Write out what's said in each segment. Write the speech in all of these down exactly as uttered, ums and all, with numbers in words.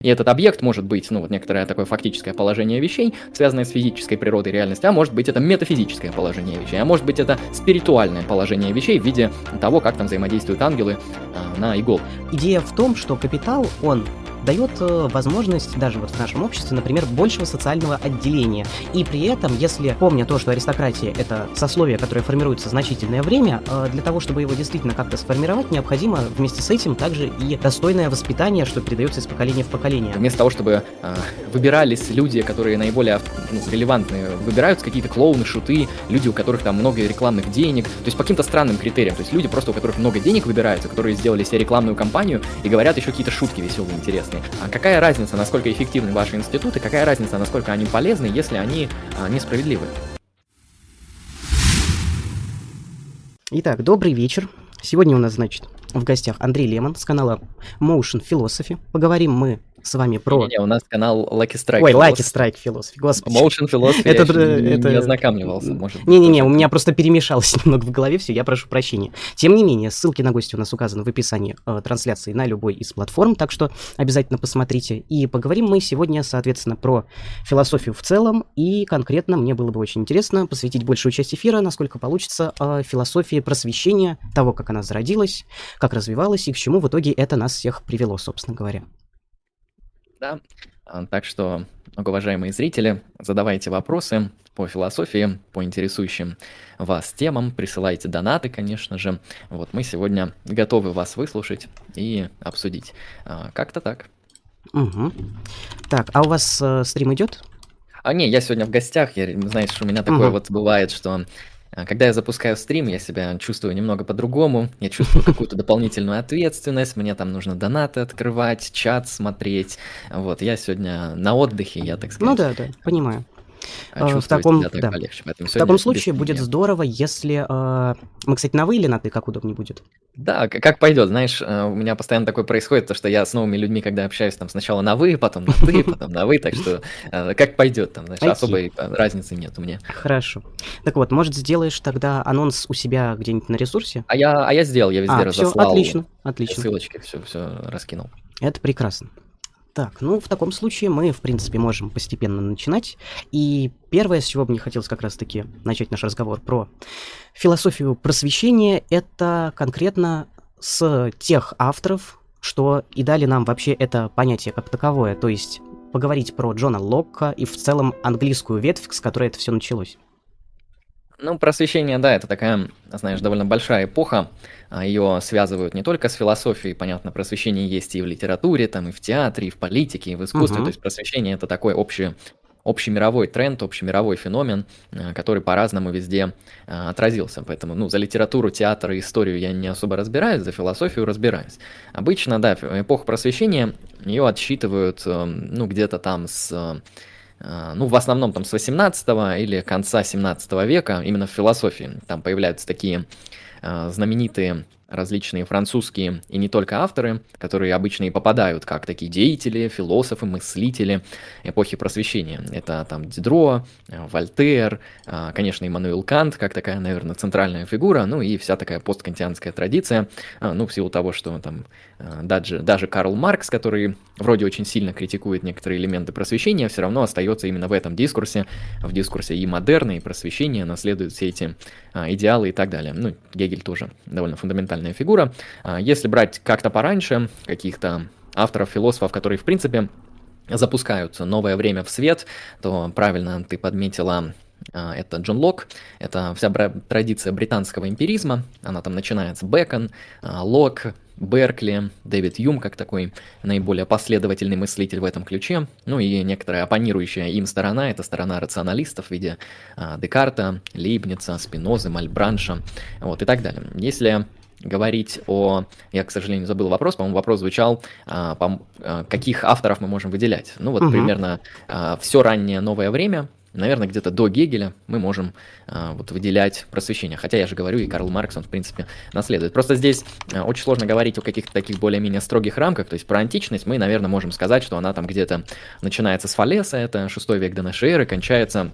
И этот объект может быть, ну, вот некоторое такое фактическое положение вещей, связанное с физической природой реальности, а может быть это метафизическое положение вещей, а может быть это спиритуальное положение вещей в виде того, как там взаимодействуют ангелы а, на иголку. Идея в том, что капитал, он дает э, возможность даже вот в нашем обществе, например, большего социального отделения. И при этом, если, помня то, что аристократия — это сословие, которое формируется значительное время, э, для того, чтобы его действительно как-то сформировать, необходимо вместе с этим также и достойное воспитание, что передается из поколения в поколение. Вместо того, чтобы э, выбирались люди, которые наиболее ну, релевантные, выбираются какие-то клоуны, шуты, люди, у которых там много рекламных денег, то есть по каким-то странным критериям, то есть люди просто, у которых много денег выбираются, которые сделали себе рекламную кампанию и говорят еще какие-то шутки веселые, интересные. А какая разница, насколько эффективны ваши институты, какая разница, насколько они полезны, если они а, несправедливы? Итак, добрый вечер. Сегодня у нас, значит, в гостях Андрей Лемон с канала Motion Philosophy. Поговорим мы с вами про... Не-не, у нас канал Lucky Strike. Ой, Lucky Strike Philosophy, господи. Motion Philosophy это, я еще это... не ознакомливался, может быть. Не-не-не, у меня просто перемешалось немного в голове все, я прошу прощения. Тем не менее, ссылки на гостя у нас указаны в описании э, трансляции на любой из платформ, так что обязательно посмотрите. И поговорим мы сегодня, соответственно, про философию в целом, и конкретно мне было бы очень интересно посвятить большую часть эфира, насколько получится, э, философии просвещения, того, как она зародилась, как развивалась и к чему в итоге это нас всех привело, собственно говоря. Да, так что, многоуважаемые зрители, задавайте вопросы по философии, по интересующим вас темам, присылайте донаты, конечно же. Вот мы сегодня готовы вас выслушать и обсудить. Как-то так. Угу. Так, а у вас э, стрим идет? А не, я сегодня в гостях, я, знаешь, у меня такое угу. вот бывает, что... Когда я запускаю стрим, я себя чувствую немного по-другому, я чувствую какую-то дополнительную ответственность, мне там нужно донаты открывать, чат смотреть, вот, я сегодня на отдыхе, я, так сказать... Ну да, да, понимаю. В таком, да. полегче, в таком случае будет здорово, если... Э, мы, кстати, на вы или на ты, как удобнее будет? Да, как пойдет, знаешь, у меня постоянно такое происходит, то, что я с новыми людьми, когда общаюсь, там сначала на вы, потом на ты, потом на вы, так что как пойдет, там, знаешь, особой разницы нет у меня. Хорошо. Так вот, может, сделаешь тогда анонс у себя где-нибудь на ресурсе? А я, а я сделал, я везде а, разослал. Все, отлично, отлично. Ссылочки, все, все раскинул. Это прекрасно. Так, ну, в таком случае мы, в принципе, можем постепенно начинать. И первое, с чего бы мне хотелось как раз-таки начать наш разговор про философию просвещения, это конкретно с тех авторов, что и дали нам вообще это понятие как таковое, то есть поговорить про Джона Локка и в целом английскую ветвь, с которой это все началось. Ну, просвещение, да, это такая, знаешь, довольно большая эпоха. Ее связывают не только с философией, понятно, просвещение есть и в литературе, там, и в театре, и в политике, и в искусстве. Uh-huh. То есть просвещение — это такой общий, общемировой тренд, общемировой феномен, который по-разному везде отразился. Поэтому, ну, за литературу, театр и историю я не особо разбираюсь, за философию разбираюсь. Обычно, да, эпоха просвещения, ее отсчитывают, ну, где-то там с... Ну, в основном там с восемнадцатого или конца семнадцатого века, именно в философии. Там появляются такие э, знаменитые различные французские и не только авторы, которые обычно и попадают как такие деятели, философы, мыслители эпохи просвещения. Это там Дидро, Вольтер, конечно, Иммануил Кант, как такая, наверное, центральная фигура, ну и вся такая посткантианская традиция, ну, в силу того, что там даже, даже Карл Маркс, который вроде очень сильно критикует некоторые элементы просвещения, все равно остается именно в этом дискурсе, в дискурсе и модерна, и просвещения, наследует все эти идеалы и так далее. Ну, Гегель тоже довольно фундаментальный фигура. Если брать как-то пораньше каких-то авторов, философов, которые, в принципе, запускают новое время в свет, то правильно ты подметила, это Джон Лок, это вся традиция британского эмпиризма, она там начинается: Бэкон, Лок, Беркли, Дэвид Юм, как такой наиболее последовательный мыслитель в этом ключе, ну и некоторая оппонирующая им сторона, это сторона рационалистов в виде Декарта, Лейбница, Спинозы, Мальбранша, вот и так далее. Если говорить о... Я, к сожалению, забыл вопрос, по-моему, вопрос звучал, а, по, а, каких авторов мы можем выделять. Ну вот угу. примерно а, все раннее новое время, наверное, где-то до Гегеля мы можем а, вот, выделять просвещение. Хотя я же говорю, и Карл Маркс, он, в принципе, наследует. Просто здесь а, очень сложно говорить о каких-то таких более-менее строгих рамках. То есть про античность мы, наверное, можем сказать, что она там где-то начинается с Фалеса, это шестой век до нашей эры, кончается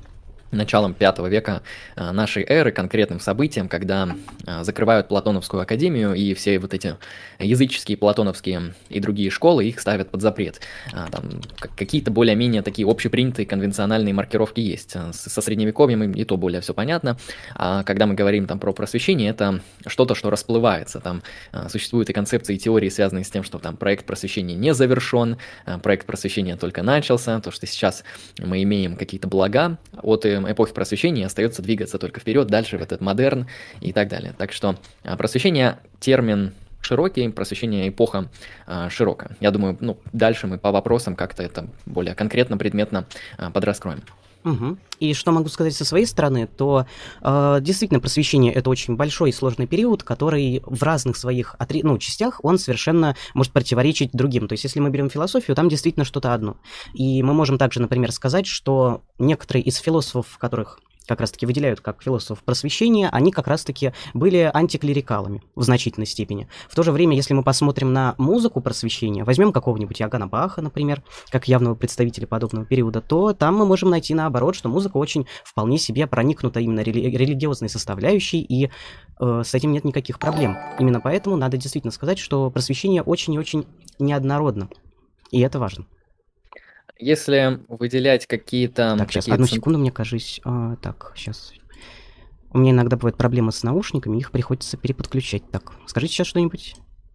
началом пятого века а, нашей эры конкретным событием, когда а, закрывают Платоновскую академию и все вот эти языческие, платоновские и другие школы, их ставят под запрет. А, Там к- какие-то более-менее такие общепринятые конвенциональные маркировки есть. А, с- Со средневековьем им и то более все понятно. А когда мы говорим там про просвещение, это что-то, что расплывается. Там а, существуют и концепции, и теории, связанные с тем, что там проект просвещения не завершен, а, проект просвещения только начался, то, что сейчас мы имеем какие-то блага от э, эпохи просвещения, остается двигаться только вперед, дальше в этот модерн и так далее. Так что а, просвещение термин широкий, просвещение эпоха а, широкая. Я думаю, ну, дальше мы по вопросам как-то это более конкретно, предметно а, подраскроем. Мгм. И что могу сказать со своей стороны, то э, действительно просвещение это очень большой и сложный период, который в разных своих отре- ну, частях он совершенно может противоречить другим. То есть если мы берем философию, там действительно что-то одно. И мы можем также, например, сказать, что некоторые из философов, которых как раз-таки выделяют как философов просвещения, они как раз-таки были антиклерикалами в значительной степени. В то же время, если мы посмотрим на музыку просвещения, возьмем какого-нибудь Иоганна Баха, например, как явного представителя подобного периода, то там мы можем найти наоборот, что музыка очень вполне себе проникнута именно рели- религиозной составляющей, и э, с этим нет никаких проблем. Именно поэтому надо действительно сказать, что просвещение очень и очень неоднородно, и это важно. Если выделять какие-то Так, сейчас, такие одну цен- секунду, мне кажется. а, так, сейчас. У меня иногда бывают проблемы с наушниками, их приходится переподключать. Так, скажите сейчас что-нибудь.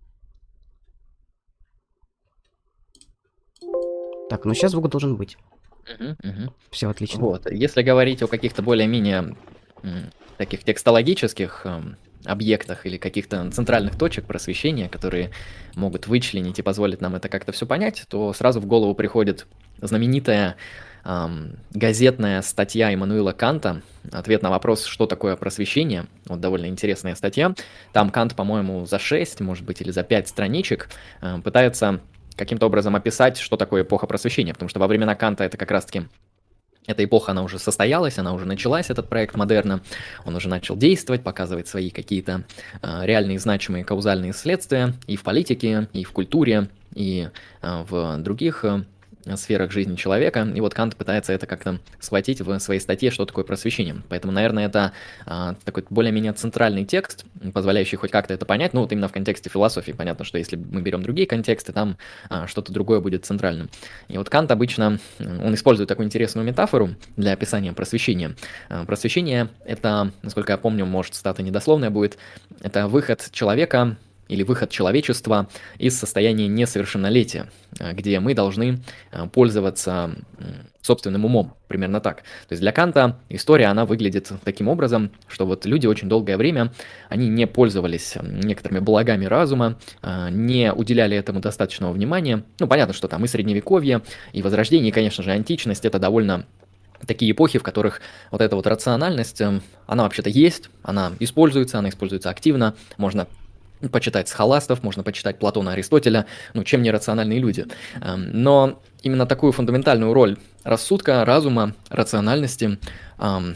Так, ну сейчас звук должен быть. Мгм, мгм. Все отлично. Вот. Если говорить о каких-то более-менее м, таких текстологических эм, объектах или каких-то центральных точек просвещения, которые могут вычленить и позволить нам это как-то все понять, то сразу в голову приходит знаменитая ам, газетная статья Иммануила Канта «Ответ на вопрос, что такое просвещение». Вот довольно интересная статья. Там Кант, по-моему, за шесть, может быть, или за пять страничек э, пытается каким-то образом описать, что такое эпоха просвещения, потому что во времена Канта это как раз-таки эта эпоха, она уже состоялась, она уже началась, этот проект модерна, он уже начал действовать, показывать свои какие-то э, реальные значимые каузальные следствия и в политике, и в культуре, и э, в других э, сферах жизни человека. И вот Кант пытается это как-то схватить в своей статье, что такое просвещение. Поэтому, наверное, это а, такой более-менее центральный текст, позволяющий хоть как-то это понять. Ну, вот именно в контексте философии. Понятно, что если мы берем другие контексты, там а, что-то другое будет центральным. И вот Кант обычно, он использует такую интересную метафору для описания просвещения. А, Просвещение — это, насколько я помню, может, цитата недословная будет, это выход человека или выход человечества из состояния несовершеннолетия, а, где мы должны а, пользоваться м, собственным умом, примерно так. То есть для Канта история, она выглядит таким образом, что вот люди очень долгое время, они не пользовались м, некоторыми благами разума, а, не уделяли этому достаточного внимания. Ну, понятно, что там и Средневековье, и Возрождение, и, конечно же, античность — это довольно такие эпохи, в которых вот эта вот рациональность, эм, она вообще-то есть, она используется, она используется активно, можно почитать схоластов, можно почитать Платона, Аристотеля, ну, чем не рациональные люди. Эм, Но именно такую фундаментальную роль рассудка, разума, рациональности, эм,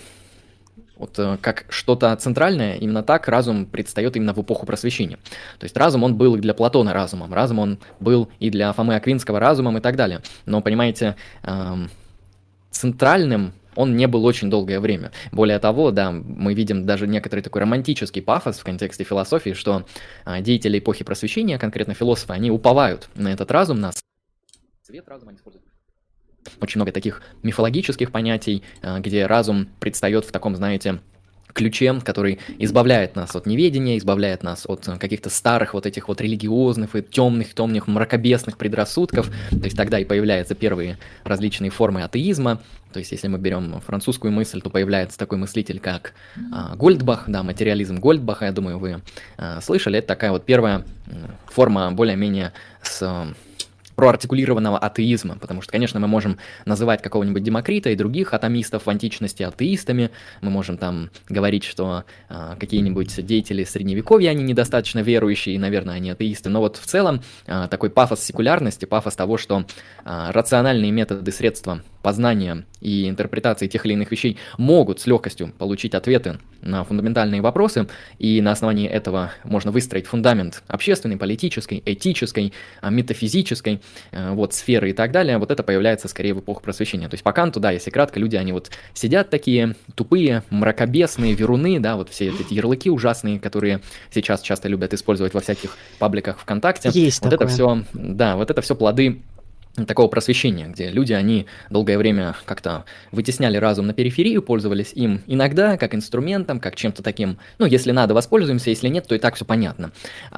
вот э, как что-то центральное, именно так разум предстает именно в эпоху просвещения. То есть разум, он был и для Платона разумом, разум, он был и для Фомы Аквинского разумом и так далее. Но, понимаете, эм, центральным он не был очень долгое время. Более того, да, мы видим даже некоторый такой романтический пафос в контексте философии, что а, деятели эпохи просвещения, конкретно философы, они уповают на этот разум, на свет разума они используют. Очень много таких мифологических понятий, а, где разум предстает в таком, знаете, ключе, который избавляет нас от неведения, избавляет нас от э, каких-то старых вот этих вот религиозных и темных, темных, мракобесных предрассудков. То есть тогда и появляются первые различные формы атеизма. То есть если мы берем французскую мысль, то появляется такой мыслитель, как а, Гольдбах, да, материализм Гольдбаха, я думаю, вы а, слышали. Это такая вот первая м, форма более-менее с... а, проартикулированного атеизма, потому что, конечно, мы можем называть какого-нибудь Демокрита и других атомистов в античности атеистами, мы можем там говорить, что а, какие-нибудь деятели Средневековья, они недостаточно верующие, и, наверное, они атеисты, но вот в целом а, такой пафос секулярности, пафос того, что а, рациональные методы, средства познания и интерпретации тех или иных вещей могут с легкостью получить ответы на фундаментальные вопросы, и на основании этого можно выстроить фундамент общественной, политической, этической, метафизической вот, сферы и так далее, вот это появляется скорее в эпоху просвещения. То есть по Канту, да, если кратко, люди, они вот сидят такие тупые, мракобесные, веруны, да, вот все эти ярлыки ужасные, которые сейчас часто любят использовать во всяких пабликах ВКонтакте. Есть вот такое. Это все, да, вот это все плоды такого просвещения, где люди, они долгое время как-то вытесняли разум на периферию, пользовались им иногда как инструментом, как чем-то таким, ну, если надо, воспользуемся, если нет, то и так все понятно.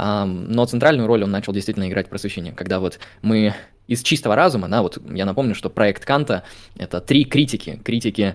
Но центральную роль он начал действительно играть в просвещении, когда вот мы из чистого разума, да, вот я напомню, что проект Канта – это три критики, критики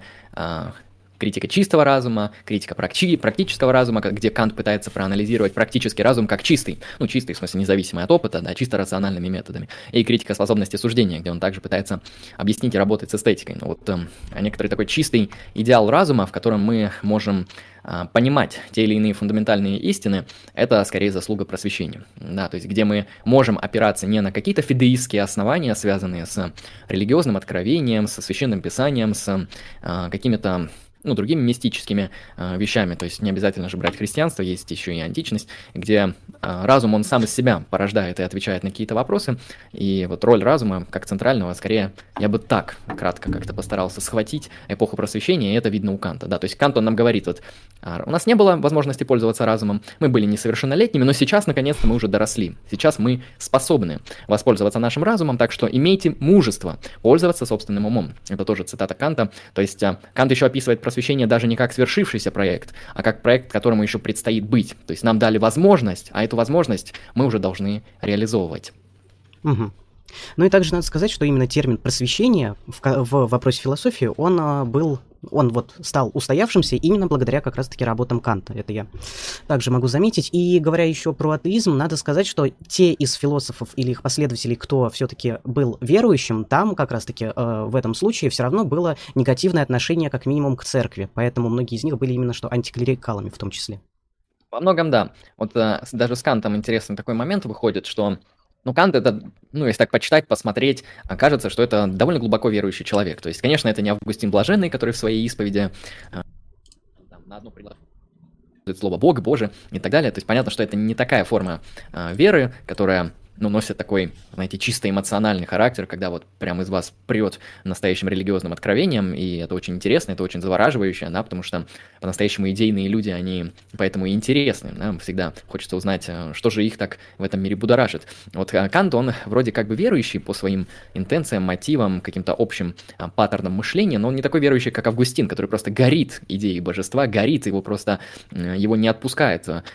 критика чистого разума, критика практи- практического разума, где Кант пытается проанализировать практический разум как чистый, ну, чистый, в смысле, независимый от опыта, да, чисто рациональными методами, и критика способности суждения, где он также пытается объяснить и работать с эстетикой. Ну, вот э, некоторый такой чистый идеал разума, в котором мы можем э, понимать те или иные фундаментальные истины, это скорее заслуга просвещения, да, то есть где мы можем опираться не на какие-то фидеистские основания, связанные с религиозным откровением, со священным писанием, с э, какими-то ну, другими мистическими э, вещами, то есть не обязательно же брать христианство, есть еще и античность, где э, разум, он сам из себя порождает и отвечает на какие-то вопросы, и вот роль разума, как центрального, скорее, я бы так кратко как-то постарался схватить эпоху просвещения, и это видно у Канта, да, то есть Кант, он нам говорит, вот, у нас не было возможности пользоваться разумом, мы были несовершеннолетними, но сейчас, наконец-то, мы уже доросли, сейчас мы способны воспользоваться нашим разумом, так что имейте мужество пользоваться собственным умом, это тоже цитата Канта, то есть э, Кант еще описывает просвещение Просвещение даже не как свершившийся проект, а как проект, которому еще предстоит быть. То есть нам дали возможность, а эту возможность мы уже должны реализовывать. Угу. Ну и также надо сказать, что именно термин просвещение в, в вопросе философии, он а, был, он вот стал устоявшимся именно благодаря как раз-таки работам Канта. Это я также могу заметить. И говоря еще про атеизм, надо сказать, что те из философов или их последователей, кто все-таки был верующим, там как раз-таки э, в этом случае все равно было негативное отношение как минимум к церкви. Поэтому многие из них были именно что антиклерикалами в том числе. Во многом да. Вот э, даже с Кантом интересный такой момент выходит, что Ну, Кант это, ну, если так почитать, посмотреть, окажется, что это довольно глубоко верующий человек. То есть, конечно, это не Августин Блаженный, который в своей исповеди э, там, на одно предложение слово «Бог», «Боже» и так далее. То есть, понятно, что это не такая форма э, веры, которая, ну, носит такой, знаете, чисто эмоциональный характер, когда вот прямо из вас прет настоящим религиозным откровением, и это очень интересно, это очень завораживающе, да, потому что по-настоящему идейные люди, они поэтому и интересны, да, всегда хочется узнать, что же их так в этом мире будоражит. Вот Кант, он вроде как бы верующий по своим интенциям, мотивам, каким-то общим а, паттернам мышления, но он не такой верующий, как Августин, который просто горит идеей божества, горит, его просто, его не отпускает а,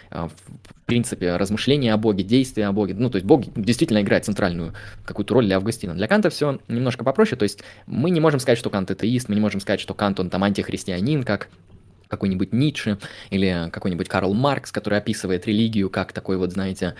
в принципе, размышления о Боге, действия о Боге. Ну, то есть Бог действительно играет центральную какую-то роль для Августина. Для Канта все немножко попроще, то есть мы не можем сказать, что Кант атеист, мы не можем сказать, что Кант, он там антихристианин, как какой-нибудь Ницше или какой-нибудь Карл Маркс, который описывает религию как такой вот, знаете,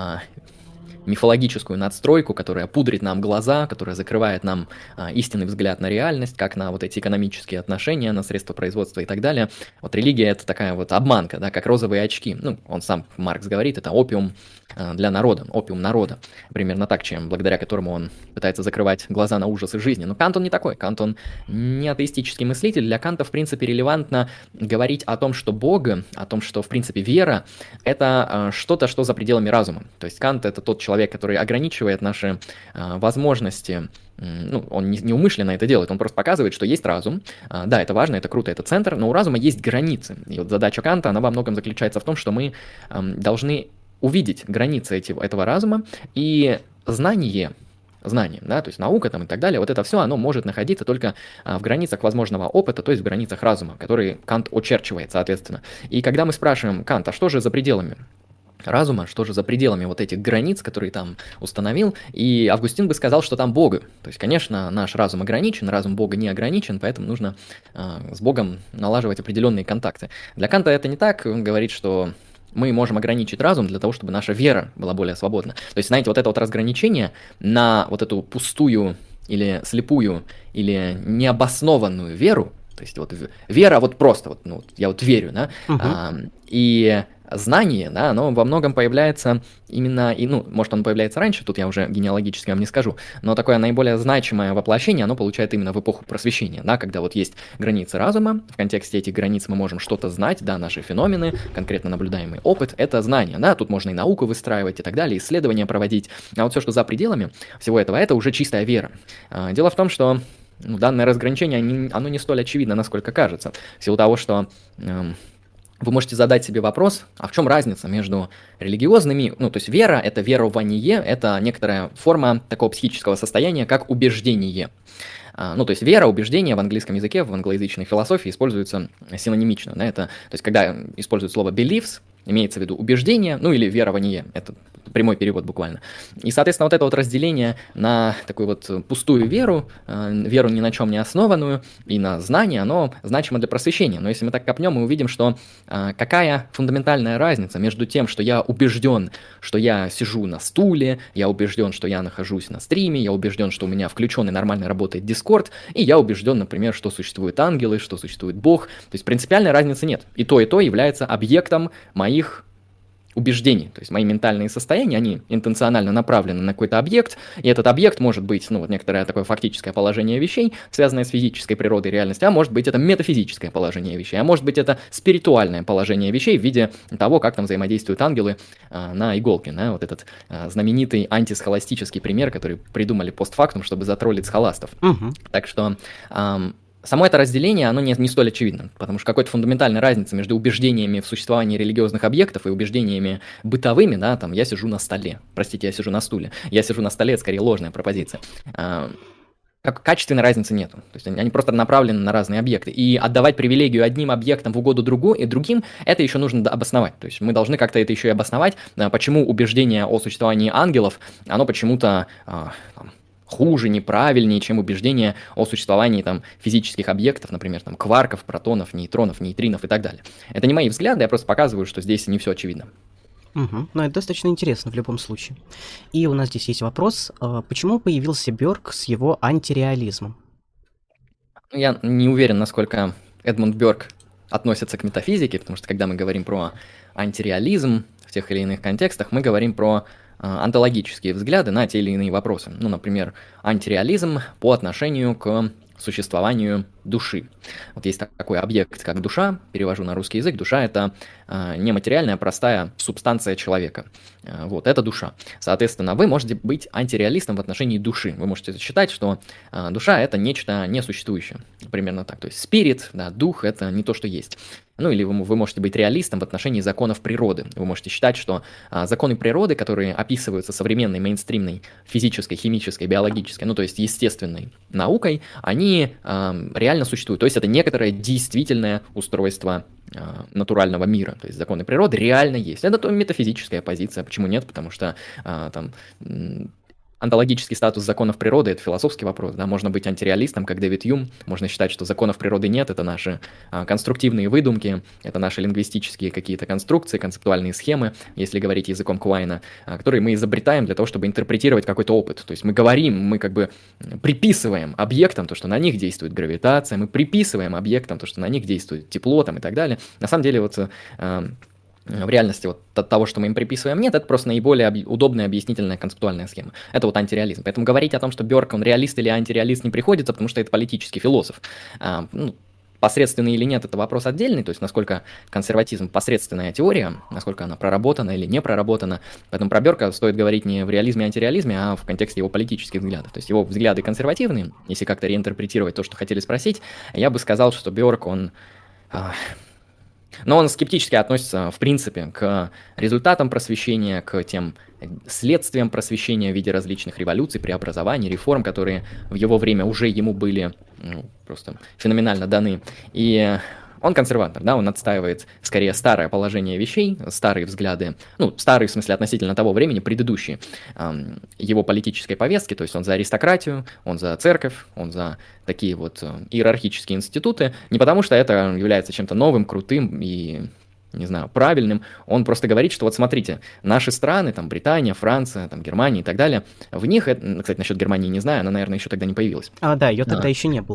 мифологическую надстройку, которая пудрит нам глаза, которая закрывает нам а, истинный взгляд на реальность, как на вот эти экономические отношения, на средства производства и так далее. Вот религия — это такая вот обманка, да, как розовые очки. Ну, он сам, Маркс, говорит, это опиум а, для народа, опиум народа. Примерно так, чем благодаря которому он пытается закрывать глаза на ужасы жизни. Но Кант, он не такой. Кант, он не атеистический мыслитель. Для Канта, в принципе, релевантно говорить о том, что Бог, о том, что, в принципе, вера — это а, что-то, что за пределами разума. То есть Кант — это тот человек, человек, который ограничивает наши э, возможности, э, ну, он не, неумышленно это делает, он просто показывает, что есть разум, э, да, это важно, это круто, это центр, но у разума есть границы, и вот задача Канта, она во многом заключается в том, что мы э, должны увидеть границы эти, этого разума, и знание, знание, да, то есть наука там и так далее, вот это все, оно может находиться только а, в границах возможного опыта, то есть в границах разума, который Кант очерчивает, соответственно. И когда мы спрашиваем Канта, а что же за пределами разума, что же за пределами вот этих границ, которые там установил, и Августин бы сказал, что там Бога. То есть, конечно, наш разум ограничен, разум Бога не ограничен, поэтому нужно э, с Богом налаживать определенные контакты. Для Канта это не так, он говорит, что мы можем ограничить разум для того, чтобы наша вера была более свободна. То есть, знаете, вот это вот разграничение на вот эту пустую или слепую, или необоснованную веру, то есть вот вера вот просто, вот, ну, я вот верю, да, uh-huh. а, и знание, да, оно во многом появляется именно, и, ну, может, оно появляется раньше, тут я уже генеалогически вам не скажу, но такое наиболее значимое воплощение, оно получает именно в эпоху просвещения, да, когда вот есть границы разума, в контексте этих границ мы можем что-то знать, да, наши феномены, конкретно наблюдаемый опыт, это знание, да, тут можно и науку выстраивать и так далее, исследования проводить, а вот все, что за пределами всего этого, это уже чистая вера. Дело в том, что ну, данное разграничение, они, оно не столь очевидно, насколько кажется, в силу того, что э, вы можете задать себе вопрос, а в чем разница между религиозными, ну, то есть вера – это верование, это некоторая форма такого психического состояния, как убеждение. Ну, то есть вера, убеждение в английском языке, в англоязычной философии используются синонимично. Да, это, то есть когда используют слово beliefs, имеется в виду убеждение, ну или верование, это прямой перевод буквально. И, соответственно, вот это вот разделение на такую вот пустую веру, веру ни на чем не основанную, и на знание, оно значимо для просвещения. Но если мы так копнем, мы увидим, что какая фундаментальная разница между тем, что я убежден, что я сижу на стуле, я убежден, что я нахожусь на стриме, я убежден, что у меня включен и нормально работает Discord, и я убежден, например, что существуют ангелы, что существует Бог. То есть принципиальной разницы нет. И то, и то является объектом моих убеждений, то есть мои ментальные состояния, они интенционально направлены на какой-то объект, и этот объект может быть, ну, вот некоторое такое фактическое положение вещей, связанное с физической природой реальности, а может быть это метафизическое положение вещей, а может быть это спиритуальное положение вещей в виде того, как там взаимодействуют ангелы а, на иголке, да, вот этот а, знаменитый антисхоластический пример, который придумали постфактум, чтобы затроллить схоластов. Угу. Так что... Ам, Само это разделение, оно не, не столь очевидно, потому что какой-то фундаментальной разницы между убеждениями в существовании религиозных объектов и убеждениями бытовыми, да, там, я сижу на столе, простите, я сижу на стуле, я сижу на столе, это скорее ложная пропозиция. А, как качественной разницы нету, то есть они, они просто направлены на разные объекты, и отдавать привилегию одним объектам в угоду другу и другим, это еще нужно обосновать, то есть мы должны как-то это еще и обосновать, почему убеждение о существовании ангелов, оно почему-то... А, там, хуже, неправильнее, чем убеждение о существовании там, физических объектов, например, там, кварков, протонов, нейтронов, нейтринов и так далее. Это не мои взгляды, я просто показываю, что здесь не все очевидно. Угу. Ну, это достаточно интересно в любом случае. И у нас здесь есть вопрос, почему появился Бёрк с его антиреализмом? Я не уверен, насколько Эдмунд Бёрк относится к метафизике, потому что когда мы говорим про антиреализм в тех или иных контекстах, мы говорим про онтологические взгляды на те или иные вопросы. Ну, например, антиреализм по отношению к существованию души. Вот есть такой объект, как душа, перевожу на русский язык, душа – это э, нематериальная, простая субстанция человека. Э, вот, это душа. Соответственно, вы можете быть антиреалистом в отношении души. Вы можете считать, что э, душа – это нечто несуществующее. Примерно так. То есть спирит, да, дух – это не то, что есть. Ну, или вы, вы можете быть реалистом в отношении законов природы. Вы можете считать, что а, законы природы, которые описываются современной мейнстримной физической, химической, биологической, ну, то есть естественной наукой, они а, реально существуют. То есть это некоторое действительное устройство а, натурального мира. То есть законы природы реально есть. Это то метафизическая позиция. Почему нет? Потому что а, там... Онтологический статус законов природы – это философский вопрос. Да? Можно быть антиреалистом, как Дэвид Юм. Можно считать, что законов природы нет. Это наши а, конструктивные выдумки, это наши лингвистические какие-то конструкции, концептуальные схемы, если говорить языком Квайна, а, которые мы изобретаем для того, чтобы интерпретировать какой-то опыт. То есть мы говорим, мы как бы приписываем объектам то, что на них действует гравитация, мы приписываем объектам то, что на них действует тепло там, и так далее. На самом деле вот... А, в реальности вот от того, что мы им приписываем, нет, это просто наиболее об... удобная объяснительная концептуальная схема. Это вот антиреализм. Поэтому говорить о том, что Бёрк, он реалист или антиреалист, не приходится, потому что это политический философ. А, ну, посредственный или нет, это вопрос отдельный, то есть насколько консерватизм посредственная теория, насколько она проработана или не проработана. Поэтому про Бёрка стоит говорить не в реализме и антиреализме, а в контексте его политических взглядов. То есть его взгляды консервативные, если как-то реинтерпретировать то, что хотели спросить, я бы сказал, что Бёрк, он... Но он скептически относится, в принципе, к результатам просвещения, к тем следствиям просвещения в виде различных революций, преобразований, реформ, которые в его время уже ему были ну, просто феноменально даны. И он консерватор, да, он отстаивает скорее старое положение вещей, старые взгляды, ну, старые в смысле относительно того времени, предыдущие эм, его политической повестки, то есть он за аристократию, он за церковь, он за такие вот э, иерархические институты, не потому что это является чем-то новым, крутым и, не знаю, правильным, он просто говорит, что вот смотрите, наши страны, там, Британия, Франция, там, Германия и так далее, в них, это, кстати, насчет Германии не знаю, она, наверное, еще тогда не появилась. А, да, ее тогда а. еще не было.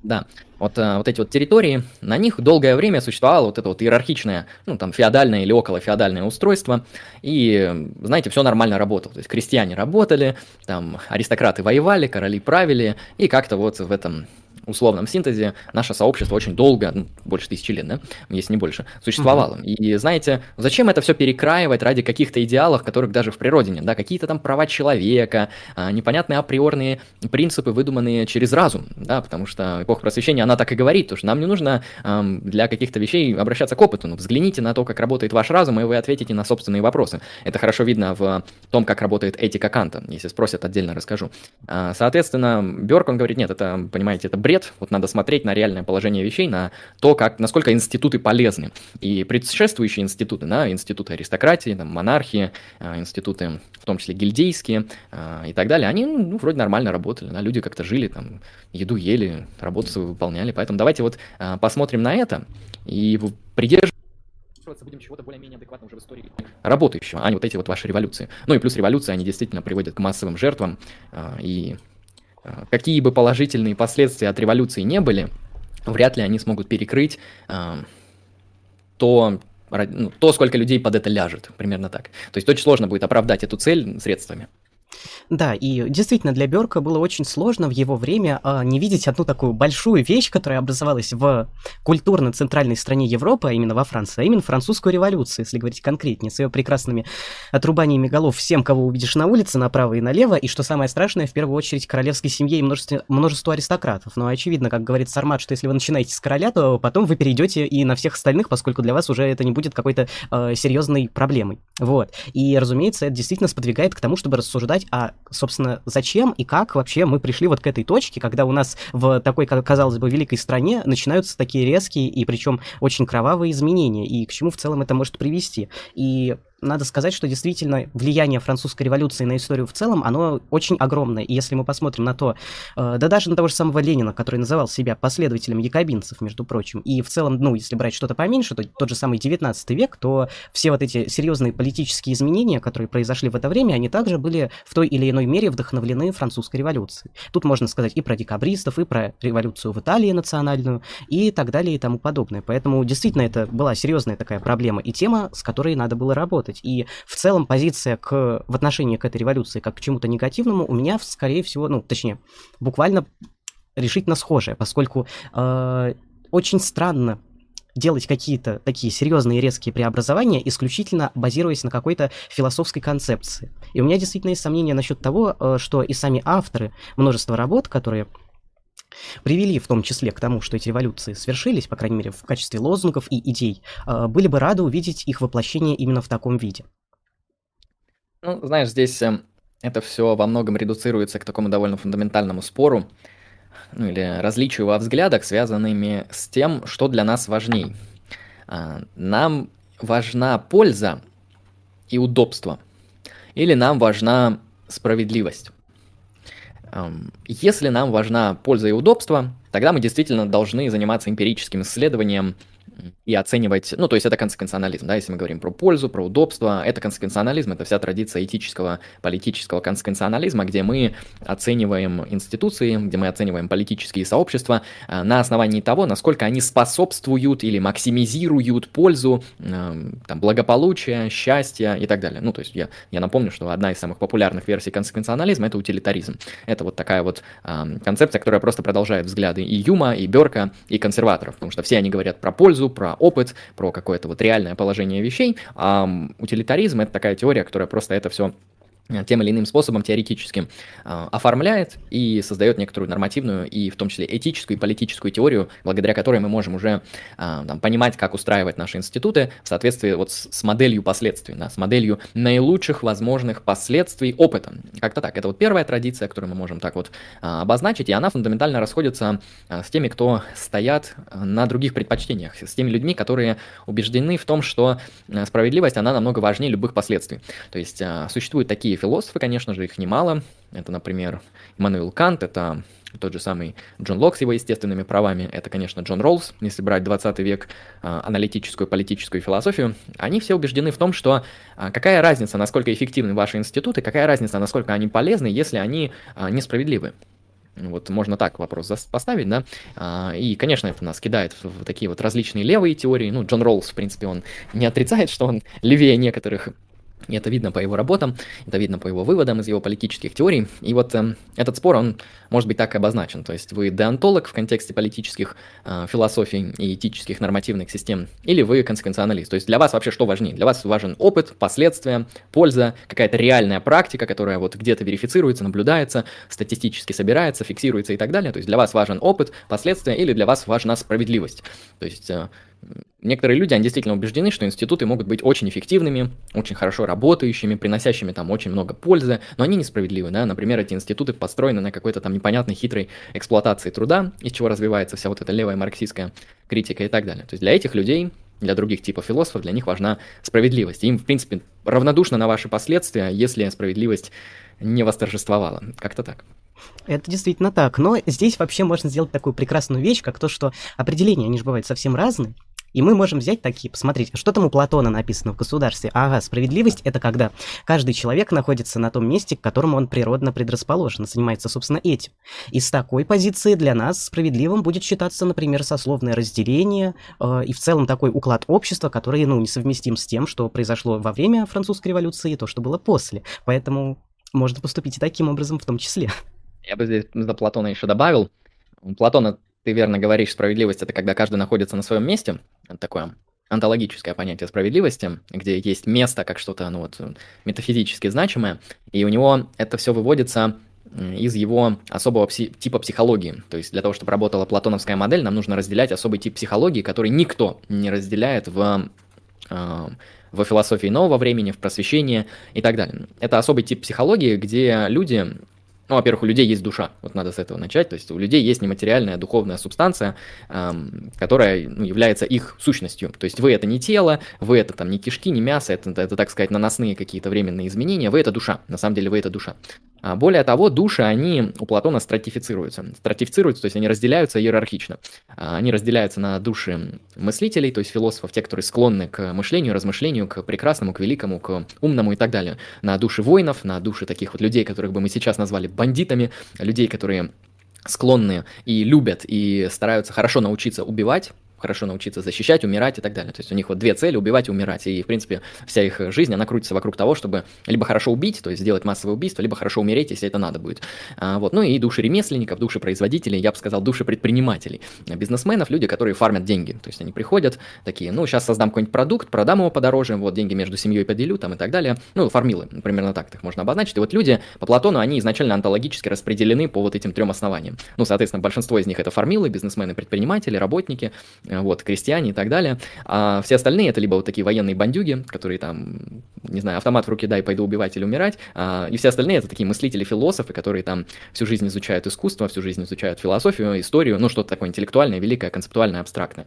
Да, вот, а, вот эти вот территории, на них долгое время существовало вот это вот иерархичное, ну, там, феодальное или околофеодальное устройство, и, знаете, все нормально работало, то есть крестьяне работали, там, аристократы воевали, короли правили, и как-то вот в этом условном синтезе наше сообщество очень долго, ну, больше тысячи лет, да, если не больше, существовало. Uh-huh. И знаете, зачем это все перекраивать ради каких-то идеалов, которых даже в природе нет, да, какие-то там права человека, непонятные априорные принципы, выдуманные через разум, да, потому что эпоха просвещения, она так и говорит, то, что нам не нужно эм, для каких-то вещей обращаться к опыту, ну, взгляните на то, как работает ваш разум, и вы ответите на собственные вопросы. Это хорошо видно в том, как работает этика Канта, если спросят, отдельно расскажу. Соответственно, Бёрк, он говорит, нет, это, понимаете, это бред. Вот надо смотреть на реальное положение вещей, на то, как, насколько институты полезны. И предшествующие институты, да, институты аристократии, там, монархии, институты, в том числе гильдейские и так далее, они, ну, вроде нормально работали, да, люди как-то жили, там, еду ели, работу свою выполняли. Поэтому давайте вот посмотрим на это и придерживаться будем чего-то более-менее адекватного уже в истории работающего, а не вот эти вот ваши революции. Ну и плюс революции, они действительно приводят к массовым жертвам, и какие бы положительные последствия от революции не были, вряд ли они смогут перекрыть э, то, ну, то, сколько людей под это ляжет, примерно так. То есть очень сложно будет оправдать эту цель средствами. Да, и действительно для Бёрка было очень сложно в его время а, не видеть одну такую большую вещь, которая образовалась в культурно-центральной стране Европы, а именно во Франции, а именно французскую революцию, если говорить конкретнее, с ее прекрасными отрубаниями голов всем, кого увидишь на улице, направо и налево, и, что самое страшное, в первую очередь, королевской семье и множество, множество аристократов. Но очевидно, как говорит Сармат, что если вы начинаете с короля, то потом вы перейдете и на всех остальных, поскольку для вас уже это не будет какой-то э, серьезной проблемой. Вот. И, разумеется, это действительно сподвигает к тому, чтобы рассуждать, а собственно, зачем и как вообще мы пришли вот к этой точке, когда у нас в такой, казалось бы, великой стране начинаются такие резкие и причем очень кровавые изменения, и к чему в целом это может привести. И надо сказать, что действительно влияние французской революции на историю в целом, оно очень огромное. И если мы посмотрим на то, э, да даже на того же самого Ленина, который называл себя последователем якобинцев, между прочим, и в целом, ну, если брать что-то поменьше, то тот же самый девятнадцатый век, то все вот эти серьезные политические изменения, которые произошли в это время, они также были в той или иной мере вдохновлены французской революцией. Тут можно сказать и про декабристов, и про революцию в Италии национальную, и так далее, и тому подобное. Поэтому действительно это была серьезная такая проблема и тема, с которой надо было работать. И в целом позиция к, в отношении к этой революции как к чему-то негативному у меня, скорее всего, ну, точнее, буквально решительно схожая, поскольку э, очень странно делать какие-то такие серьезные и резкие преобразования, исключительно базируясь на какой-то философской концепции. И у меня действительно есть сомнения насчет того, э, что и сами авторы множества работ, которые привели в том числе к тому, что эти революции свершились, по крайней мере, в качестве лозунгов и идей, были бы рады увидеть их воплощение именно в таком виде. Ну, знаешь, здесь это все во многом редуцируется к такому довольно фундаментальному спору, ну или различию во взглядах, связанными с тем, что для нас важней. Нам важна польза и удобство, или нам важна справедливость? Если нам важна польза и удобство, тогда мы действительно должны заниматься эмпирическим исследованием и оценивать, ну, то есть это консеквенционализм, да, если мы говорим про пользу, про удобство, это консеквенционализм, это вся традиция этического, политического консеквенционализма, где мы оцениваем институции, где мы оцениваем политические сообщества на основании того, насколько они способствуют или максимизируют пользу, там, благополучия, счастья и так далее. Ну, то есть я, я напомню, что одна из самых популярных версий консеквенционализма — это утилитаризм. Это вот такая вот э, концепция, которая просто продолжает взгляды и Юма, и Бёрка, и консерваторов, потому что все они говорят про пользу, про опыт, про какое-то вот реальное положение вещей, а утилитаризм — это такая теория, которая просто это все тем или иным способом теоретически э, оформляет и создает некоторую нормативную и в том числе этическую и политическую теорию, благодаря которой мы можем уже э, там, понимать, как устраивать наши институты в соответствии вот с, с моделью последствий, да, с моделью наилучших возможных последствий опыта. Как-то так. Это вот первая традиция, которую мы можем так вот э, обозначить, и она фундаментально расходится э, с теми, кто стоят на других предпочтениях, с теми людьми, которые убеждены в том, что э, справедливость, она намного важнее любых последствий. То есть э, существуют такие философы, конечно же, их немало. Это, например, Иммануил Кант, это тот же самый Джон Лок с его естественными правами, это, конечно, Джон Роллс, если брать двадцатый век, аналитическую, политическую философию. Они все убеждены в том, что какая разница, насколько эффективны ваши институты, какая разница, насколько они полезны, если они несправедливы. Вот можно так вопрос зас- поставить, да. А, И, конечно, это нас кидает в в такие вот различные левые теории. Ну, Джон Роллс, в принципе, он не отрицает, что он левее некоторых. И это видно по его работам, это видно по его выводам из его политических теорий. И вот эм, этот спор, он может быть так и обозначен. То есть вы деонтолог в контексте политических э, философий и этических нормативных систем, или вы консеквенционалист. То есть для вас вообще что важнее? Для вас важен опыт, последствия, польза, какая-то реальная практика, которая вот где-то верифицируется, наблюдается, статистически собирается, фиксируется и так далее. То есть для вас важен опыт, последствия, или для вас важна справедливость. То есть э, некоторые люди, они действительно убеждены, что институты могут быть очень эффективными, очень хорошо работающими, приносящими там очень много пользы, но они несправедливы, да, например, эти институты построены на какой-то там непонятной хитрой эксплуатации труда, из чего развивается вся вот эта левая марксистская критика и так далее. То есть для этих людей, для других типов философов, для них важна справедливость. Им, в принципе, равнодушно на ваши последствия, если справедливость не восторжествовала. Как-то так. Это действительно так. Но здесь вообще можно сделать такую прекрасную вещь, как то, что определения, они же бывают совсем разные. И мы можем взять такие, посмотреть, что там у Платона написано в «Государстве». Ага, справедливость — это когда каждый человек находится на том месте, к которому он природно предрасположен, занимается, собственно, этим. И с такой позиции для нас справедливым будет считаться, например, сословное разделение э, и в целом такой уклад общества, который, ну, несовместим с тем, что произошло во время французской революции и то, что было после. Поэтому можно поступить и таким образом в том числе. Я бы здесь за Платона еще добавил. У Платона, ты верно говоришь, справедливость — это когда каждый находится на своем месте. Это такое онтологическое понятие справедливости, где есть место как что-то, ну вот, метафизически значимое, и у него это все выводится из его особого пси- типа психологии. То есть для того, чтобы работала платоновская модель, нам нужно разделять особый тип психологии, который никто не разделяет в, э, во философии нового времени, в просвещении и так далее. Это особый тип психологии, где люди... Ну, во-первых, у людей есть душа, вот надо с этого начать, то есть у людей есть нематериальная духовная субстанция, эм, которая, ну, является их сущностью, то есть вы это не тело, вы это там не кишки, не мясо, это, это, так сказать, наносные какие-то временные изменения, вы это душа, на самом деле вы это душа. А более того, души, они у Платона стратифицируются, стратифицируются, то есть они разделяются иерархично, они разделяются на души мыслителей, то есть философов, те, которые склонны к мышлению, размышлению, к прекрасному, к великому, к умному и так далее, на души воинов, на души таких вот людей, которых бы мы сейчас назвали бандитами, людей, которые склонны и любят, и стараются хорошо научиться убивать, хорошо научиться защищать, умирать и так далее. То есть у них вот две цели — убивать и умирать. И, в принципе, вся их жизнь, она крутится вокруг того, чтобы либо хорошо убить, то есть сделать массовое убийство, либо хорошо умереть, если это надо будет. А, вот. Ну и души ремесленников, души производителей, я бы сказал, души предпринимателей, бизнесменов, люди, которые фармят деньги. То есть они приходят такие, ну, сейчас создам какой-нибудь продукт, продам его подороже, вот, деньги между семьей поделю там и так далее. Ну, фармилы, примерно так их можно обозначить. И вот люди по Платону, они изначально онтологически распределены по вот этим трем основаниям. Ну, соответственно, большинство из них — это фармилы, бизнесмены, предприниматели, работники, вот, крестьяне и так далее, а все остальные — это либо вот такие военные бандюги, которые там, не знаю, автомат в руки дай, пойду убивать или умирать, а, и все остальные — это такие мыслители-философы, которые там всю жизнь изучают искусство, всю жизнь изучают философию, историю, ну, что-то такое интеллектуальное, великое, концептуальное, абстрактное.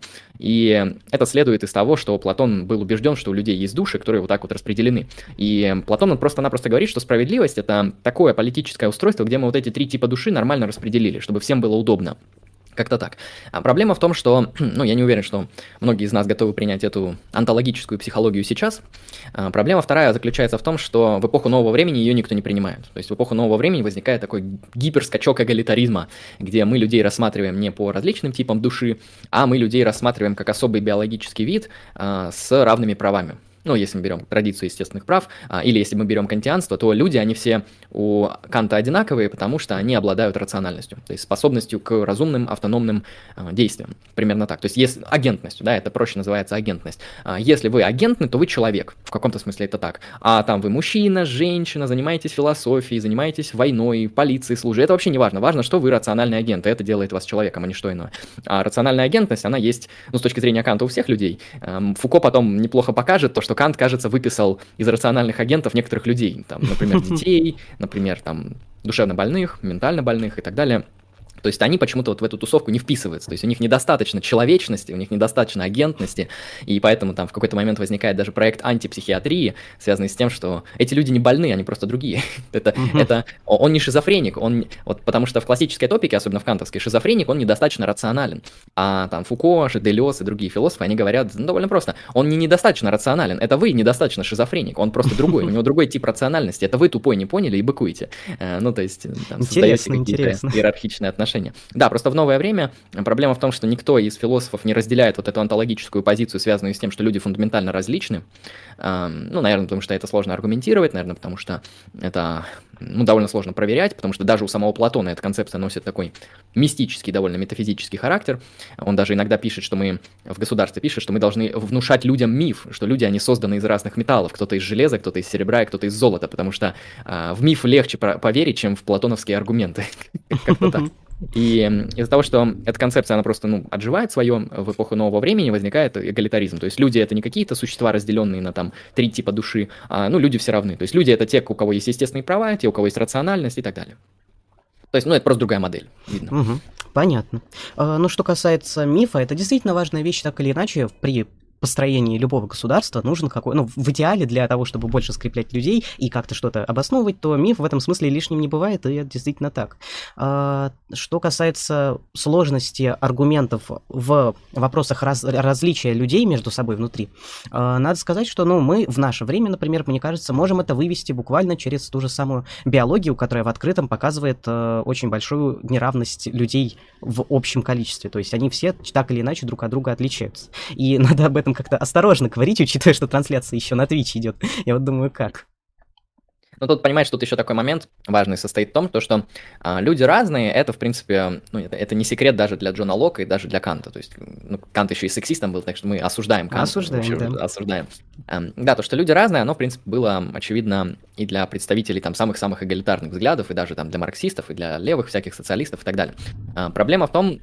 И это следует из того, что Платон был убежден, что у людей есть души, которые вот так вот распределены. И Платон, он просто-напросто говорит, что справедливость — это такое политическое устройство, где мы вот эти три типа души нормально распределили, чтобы всем было удобно. Как-то так. А проблема в том, что, ну, я не уверен, что многие из нас готовы принять эту онтологическую психологию сейчас. А проблема вторая заключается в том, что в эпоху нового времени ее никто не принимает. То есть в эпоху нового времени возникает такой гиперскачок эгалитаризма, где мы людей рассматриваем не по различным типам души, а мы людей рассматриваем как особый биологический вид а, с равными правами. Ну, если мы берем традицию естественных прав, а, или если мы берем кантианство, то люди, они все у Канта одинаковые, потому что они обладают рациональностью, то есть способностью к разумным автономным а, действиям. Примерно так. То есть, есть агентностью, да, это проще называется агентность. А, если вы агентны, то вы человек, в каком-то смысле это так. А там вы мужчина, женщина, занимаетесь философией, занимаетесь войной, полицией служите. Это вообще не важно. Важно, что вы рациональный агент, и это делает вас человеком, а не что иное. А рациональная агентность, она есть, ну, с точки зрения Канта, у всех людей. Фуко потом неплохо покажет то, что Кант, кажется, выписал из рациональных агентов некоторых людей, там, например, детей, например, там, душевно больных, ментально больных и так далее. То есть они почему-то вот в эту тусовку не вписываются, то есть у них недостаточно человечности, у них недостаточно агентности, и поэтому там в какой-то момент возникает даже проект антипсихиатрии, связанный с тем, что эти люди не больны, они просто другие. это, uh-huh. это, он не шизофреник, он, вот, потому что в классической топике, особенно в кантовской, шизофреник, он недостаточно рационален. А там Фуко, Делез и другие философы, они говорят ну, довольно просто, он не недостаточно рационален, это вы недостаточно шизофреник, он просто другой, у него другой тип рациональности, это вы тупой не поняли и быкуете. Ну, то есть там создаете какие-то иерархичные отношения. Да, просто в новое время проблема в том, что никто из философов не разделяет вот эту онтологическую позицию, связанную с тем, что люди фундаментально различны. Ну, наверное, потому что это сложно аргументировать, наверное, потому что это ну, довольно сложно проверять, потому что даже у самого Платона эта концепция носит такой мистический, довольно метафизический характер. Он даже иногда пишет, что мы в государстве пишет, что мы должны внушать людям миф, что люди, они созданы из разных металлов, кто-то из железа, кто-то из серебра и кто-то из золота, потому что а, в миф легче поверить, чем в платоновские аргументы. Как-то так. И из-за того, что эта концепция, она просто ну, отживает свое в эпоху нового времени, возникает эгалитаризм. То есть люди — это не какие-то существа, разделенные на там три типа души, а ну, люди все равны. То есть люди — это те, у кого есть естественные права, те, у кого есть рациональность и так далее. То есть, ну, это просто другая модель, видно. Угу, понятно. А, ну, что касается мифа, это действительно важная вещь, так или иначе, при построении любого государства нужен какой, ну, в идеале для того, чтобы больше скреплять людей и как-то что-то обосновывать, то миф в этом смысле лишним не бывает, и это действительно так. А, что касается сложности аргументов в вопросах раз, различия людей между собой внутри, а, надо сказать, что, ну, мы в наше время, например, мне кажется, можем это вывести буквально через ту же самую биологию, которая в открытом показывает а, очень большую неравность людей в общем количестве, то есть они все так или иначе друг от друга отличаются, и надо об этом как-то осторожно говорить, учитывая, что трансляция еще на Twitch идет. Я вот думаю, как? Ну, тут, понимаешь, тут еще такой момент важный состоит в том, то, что а, люди разные, это, в принципе, ну, это, это не секрет даже для Джона Лока и даже для Канта. То есть, ну, Кант еще и сексистом был, так что мы осуждаем Канта. Осуждаем, вообще, да. Осуждаем. А, да, то, что люди разные, оно, в принципе, было очевидно и для представителей там самых-самых эгалитарных взглядов, и даже там для марксистов, и для левых всяких социалистов и так далее. А, проблема в том,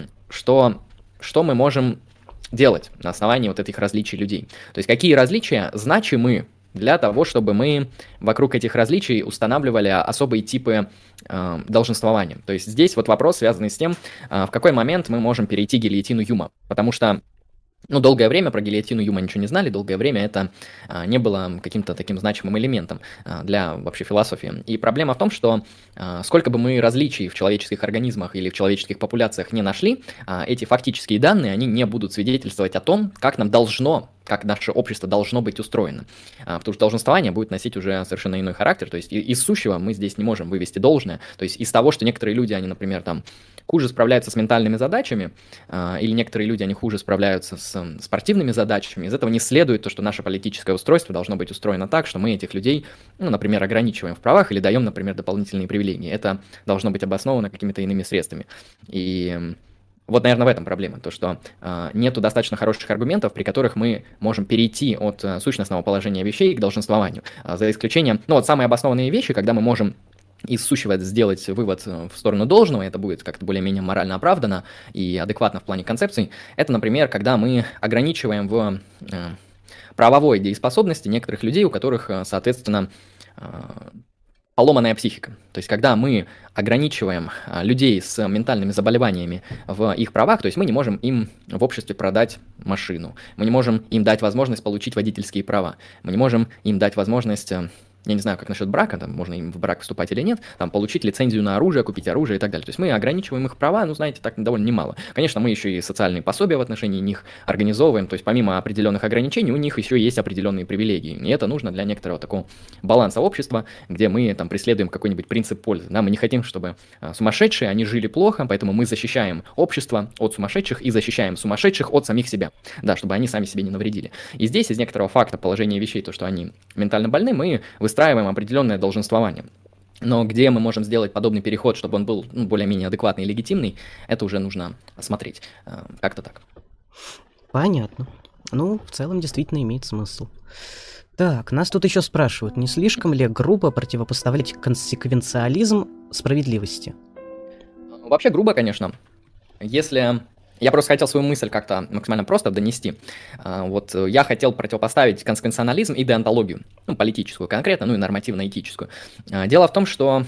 что, что мы можем делать на основании вот этих различий людей. То есть какие различия значимы для того, чтобы мы вокруг этих различий устанавливали особые типы э, долженствования. То есть здесь вот вопрос, связанный с тем, э, в какой момент мы можем перейти гильотину Юма. Потому что ну, долгое время про гильотину Юма ничего не знали, долгое время это а, не было каким-то таким значимым элементом а, для вообще философии. И проблема в том, что а, сколько бы мы различий в человеческих организмах или в человеческих популяциях не нашли, а, эти фактические данные, они не будут свидетельствовать о том, как нам должно, как наше общество должно быть устроено. А, потому что долженствование будет носить уже совершенно иной характер, то есть из сущего мы здесь не можем вывести должное, то есть из того, что некоторые люди, они, например, там хуже справляются с ментальными задачами, а, или некоторые люди, они хуже справляются с спортивными задачами, из этого не следует то, что наше политическое устройство должно быть устроено так, что мы этих людей, ну, например, ограничиваем в правах или даем, например, дополнительные привилегии. Это должно быть обосновано какими-то иными средствами. И вот, наверное, в этом проблема, то, что э, нету достаточно хороших аргументов, при которых мы можем перейти от э, сущностного положения вещей к долженствованию. А за исключением, ну, вот самые обоснованные вещи, когда мы можем из сущего сделать вывод в сторону должного, это будет как-то более-менее морально оправдано и адекватно в плане концепций, это, например, когда мы ограничиваем в э, правовой дееспособности некоторых людей, у которых, соответственно, э, поломанная психика. То есть, когда мы ограничиваем э, людей с ментальными заболеваниями в их правах, то есть мы не можем им в обществе продать машину, мы не можем им дать возможность получить водительские права, мы не можем им дать возможность... Э, я не знаю, как насчет брака, там можно им в брак вступать или нет, там получить лицензию на оружие, купить оружие и так далее. То есть мы ограничиваем их права, ну, знаете, так довольно немало. Конечно, мы еще и социальные пособия в отношении них организовываем, то есть помимо определенных ограничений, у них еще есть определенные привилегии. И это нужно для некоторого такого баланса общества, где мы там преследуем какой-нибудь принцип пользы. Да, мы не хотим, чтобы а, сумасшедшие, они жили плохо, поэтому мы защищаем общество от сумасшедших и защищаем сумасшедших от самих себя, да, чтобы они сами себе не навредили. И здесь из некоторого факта положения вещей, то, что они ментально больны, мы выстраиваем определенное долженствование. Но где мы можем сделать подобный переход, чтобы он был ну, более-менее адекватный и легитимный, это уже нужно осмотреть. Как-то так. Понятно. Ну, в целом действительно имеет смысл. Так, нас тут еще спрашивают, не слишком ли грубо противопоставлять консеквенциализм справедливости? Вообще грубо, конечно. Если... Я просто хотел свою мысль как-то максимально просто донести. Вот я хотел противопоставить консеквенционализм и деонтологию, ну, политическую конкретно, ну и нормативно-этическую. Дело в том, что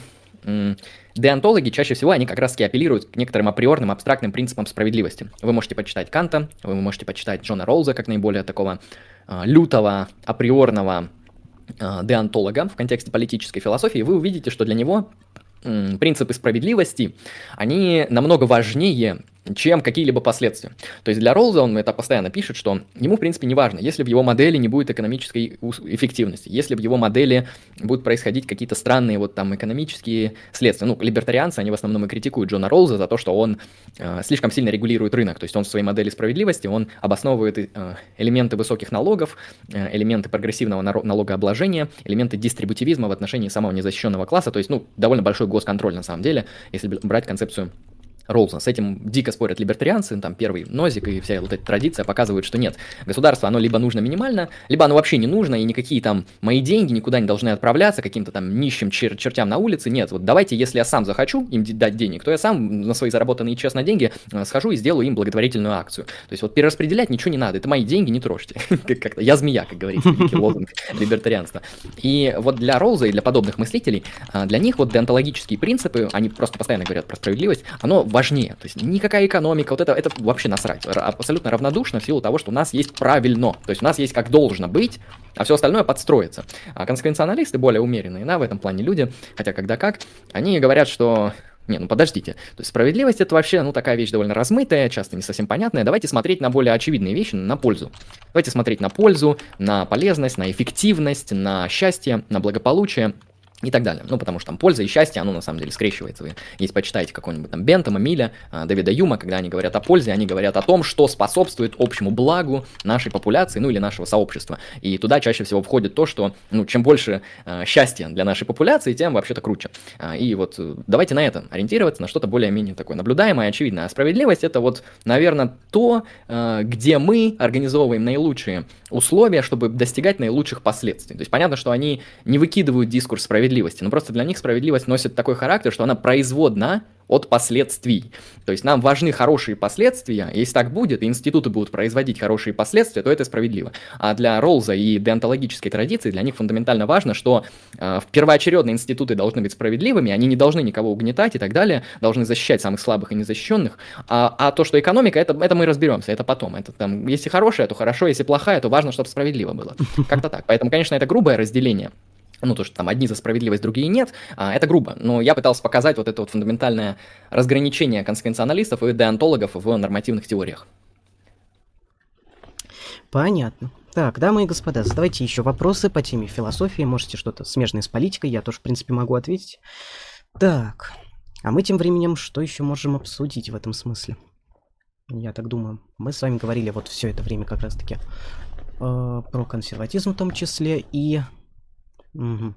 деонтологи чаще всего, они как раз-таки апеллируют к некоторым априорным, абстрактным принципам справедливости. Вы можете почитать Канта, вы можете почитать Джона Роллза, как наиболее такого э, лютого, априорного э, деонтолога в контексте политической философии, и вы увидите, что для него э, принципы справедливости, они намного важнее, чем какие-либо последствия. То есть для Роллза, он это постоянно пишет, что ему, в принципе, не важно, если в его модели не будет экономической эффективности, если в его модели будут происходить какие-то странные вот там экономические следствия. Ну, либертарианцы, они в основном и критикуют Джона Роллза за то, что он э, слишком сильно регулирует рынок. То есть он в своей модели справедливости, он обосновывает э, элементы высоких налогов, э, элементы прогрессивного налогообложения, элементы дистрибутивизма в отношении самого незащищенного класса. То есть, ну, довольно большой госконтроль на самом деле, если брать концепцию Роллза. С этим дико спорят либертарианцы, там первый Нозик и вся вот эта традиция показывают, что нет, государство, оно либо нужно минимально, либо оно вообще не нужно, и никакие там мои деньги никуда не должны отправляться каким-то там нищим чер- чертям на улице, нет, вот давайте, если я сам захочу им дать денег, то я сам на свои заработанные честно деньги схожу и сделаю им благотворительную акцию. То есть вот перераспределять ничего не надо, это мои деньги, не трожьте. Как-то я змея, как говорится, великий лозунг либертарианства. И вот для Роллза и для подобных мыслителей, для них вот деонтологические принципы, они просто постоянно говорят про справедливость, оно важнее. То есть никакая экономика, вот это, это вообще насрать. Абсолютно равнодушно в силу того, что у нас есть правильно. То есть у нас есть как должно быть, а все остальное подстроится. А консеквенционалисты, более умеренные, да, в этом плане люди, хотя когда как, они говорят, что... Не, ну подождите. То есть справедливость — это вообще, ну, такая вещь довольно размытая, часто не совсем понятная. Давайте смотреть на более очевидные вещи, на пользу. Давайте смотреть на пользу, на полезность, на эффективность, на счастье, на благополучие и так далее. Ну, потому что там польза и счастье, оно на самом деле скрещивается. Вы, если почитаете какого-нибудь там Бентама, Миля, Дэвида Юма, когда они говорят о пользе, они говорят о том, что способствует общему благу нашей популяции, ну, или нашего сообщества. И туда чаще всего входит то, что, ну, чем больше э, счастья для нашей популяции, тем вообще-то круче. А, и вот давайте на это ориентироваться, на что-то более-менее такое наблюдаемое, очевидное. А справедливость — это вот, наверное, то, э, где мы организовываем наилучшие условия, чтобы достигать наилучших последствий. То есть понятно, что они не выкидывают дискурс справедливости, но просто для них справедливость носит такой характер, что она производна от последствий. То есть нам важны хорошие последствия, если так будет, и институты будут производить хорошие последствия, то это справедливо. А для Роллза и деонтологической традиции для них фундаментально важно, что э, первоочередно институты должны быть справедливыми, они не должны никого угнетать и так далее, должны защищать самых слабых и незащищенных, а, а то, что экономика, это, это мы разберемся, это потом. Это, там, если хорошая, то хорошо, если плохая, то важно, чтобы справедливо было. Как-то так. Поэтому, конечно, это грубое разделение. Ну, то, что там одни за справедливость, другие нет, а, это грубо. Но я пытался показать вот это вот фундаментальное разграничение консеквенционалистов и деонтологов в нормативных теориях. Понятно. Так, дамы и господа, задавайте еще вопросы по теме философии, можете что-то смежное с политикой, я тоже, в принципе, могу ответить. Так, а мы тем временем что еще можем обсудить в этом смысле? Я так думаю, мы с вами говорили вот все это время как раз-таки э, про консерватизм в том числе и... Угу.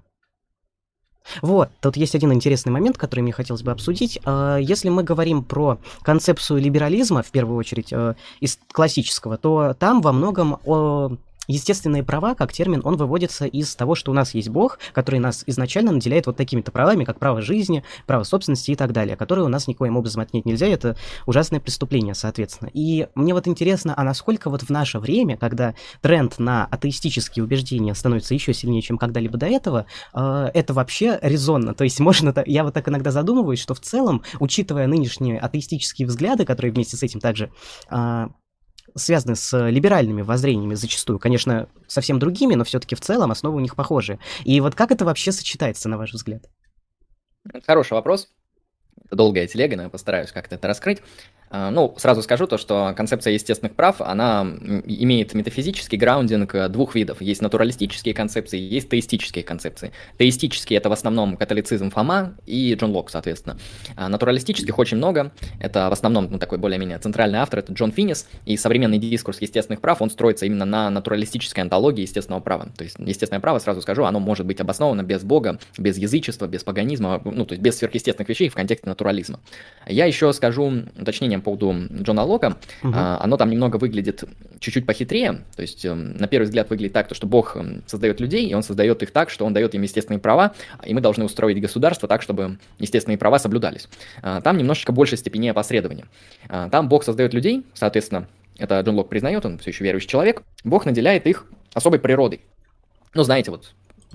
Вот, тут есть один интересный момент, который мне хотелось бы обсудить. Если мы говорим про концепцию либерализма, в первую очередь, из классического, то там во многом естественные права, как термин, он выводится из того, что у нас есть Бог, который нас изначально наделяет вот такими-то правами, как право жизни, право собственности и так далее, которые у нас никоим образом отнять нельзя, это ужасное преступление, соответственно. И мне вот интересно, а насколько вот в наше время, когда тренд на атеистические убеждения становится еще сильнее, чем когда-либо до этого, э, это вообще резонно? То есть можно, я вот так иногда задумываюсь, что в целом, учитывая нынешние атеистические взгляды, которые вместе с этим также... Э, связаны с либеральными воззрениями зачастую, конечно, совсем другими, но все-таки в целом основы у них похожи. И вот как это вообще сочетается, на ваш взгляд? Хороший вопрос. Это долгая телега, но я постараюсь как-то это раскрыть. Ну, сразу скажу то, что концепция естественных прав, она имеет метафизический граундинг двух видов. Есть натуралистические концепции, есть теистические концепции. Теистические — это в основном католицизм Фома и Джон Лок, соответственно. А натуралистических очень много. Это в основном, ну, такой более-менее центральный автор, это Джон Финнис. И современный дискурс естественных прав, он строится именно на натуралистической антологии естественного права. То есть естественное право, сразу скажу, оно может быть обосновано без Бога, без язычества, без паганизма, ну, то есть без сверхъестественных вещей в контексте натурализма. Я еще скажу уточнение по поводу Джона Лока, uh-huh. а, оно там немного выглядит чуть-чуть похитрее, то есть э, на первый взгляд выглядит так, что Бог создает людей, и он создает их так, что он дает им естественные права, и мы должны устроить государство так, чтобы естественные права соблюдались. А, там немножечко больше степени опосредования. А, там Бог создает людей, соответственно, это Джон Лок признает, он все еще верующий человек, Бог наделяет их особой природой. Ну, знаете, вот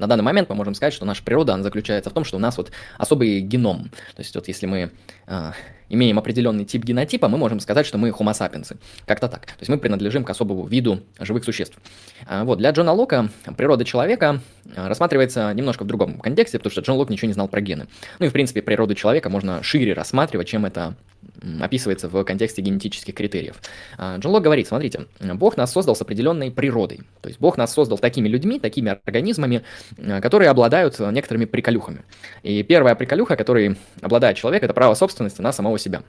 На данный момент мы можем сказать, что наша природа, она заключается в том, что у нас вот особый геном. То есть вот если мы э, имеем определенный тип генотипа, мы можем сказать, что мы homo sapiens. Как-то так. То есть мы принадлежим к особому виду живых существ. А, вот, для Джона Лока природа человека рассматривается немножко в другом контексте, потому что Джон Лок ничего не знал про гены. Ну и, в принципе, природу человека можно шире рассматривать, чем это описывается в контексте генетических критериев. Джон Лок говорит, смотрите, Бог нас создал с определенной природой. То есть Бог нас создал такими людьми, такими организмами, которые обладают некоторыми приколюхами. И первая приколюха, которой обладает человек, это право собственности на самого себя.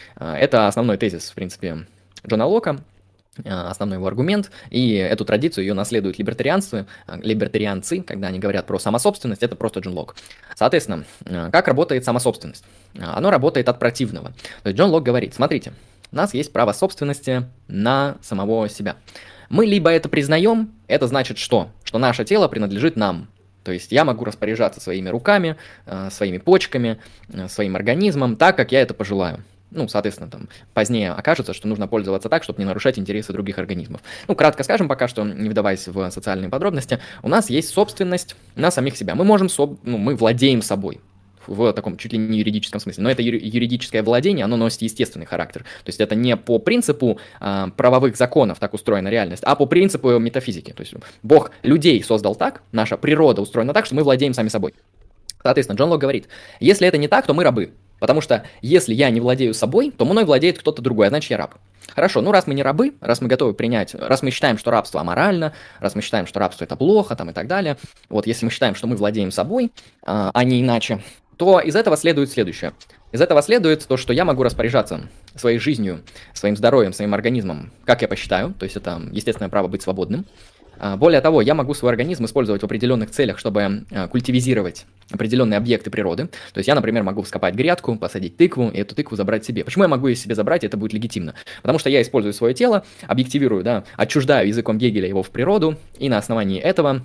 Это основной тезис, в принципе, Джона Лока, основной его аргумент, и эту традицию ее наследуют либертарианцы, либертарианцы, когда они говорят про самособственность, это просто Джон Лок. Соответственно, как работает самособственность? Оно работает от противного. То есть Джон Лок говорит, смотрите, у нас есть право собственности на самого себя. Мы либо это признаем, это значит что? Что наше тело принадлежит нам. То есть я могу распоряжаться своими руками, своими почками, своим организмом так, как я это пожелаю. Ну, соответственно, там позднее окажется, что нужно пользоваться так, чтобы не нарушать интересы других организмов. Ну, кратко скажем пока что, не вдаваясь в социальные подробности, у нас есть собственность на самих себя. Мы можем, соб... ну, мы владеем собой в таком чуть ли не юридическом смысле. Но это юридическое владение, оно носит естественный характер. То есть это не по принципу э, правовых законов так устроена реальность, а по принципу метафизики. То есть Бог людей создал так, наша природа устроена так, что мы владеем сами собой. Соответственно, Джон Лок говорит, если это не так, то мы рабы. Потому что если я не владею собой, то мной владеет кто-то другой, а значит я раб. Хорошо, ну раз мы не рабы, раз мы готовы принять, раз мы считаем, что рабство аморально, раз мы считаем, что рабство это плохо, там и так далее, вот если мы считаем, что мы владеем собой, а, а не иначе, то из этого следует следующее. Из этого следует то, что я могу распоряжаться своей жизнью, своим здоровьем, своим организмом, как я посчитаю, то есть это естественное право быть свободным. Более того, я могу свой организм использовать в определенных целях, чтобы культивизировать определенные объекты природы. То есть я, например, могу вскопать грядку, посадить тыкву и эту тыкву забрать себе. Почему я могу ее себе забрать, и это будет легитимно? Потому что я использую свое тело, объективирую, да, отчуждаю языком Гегеля его в природу, и на основании этого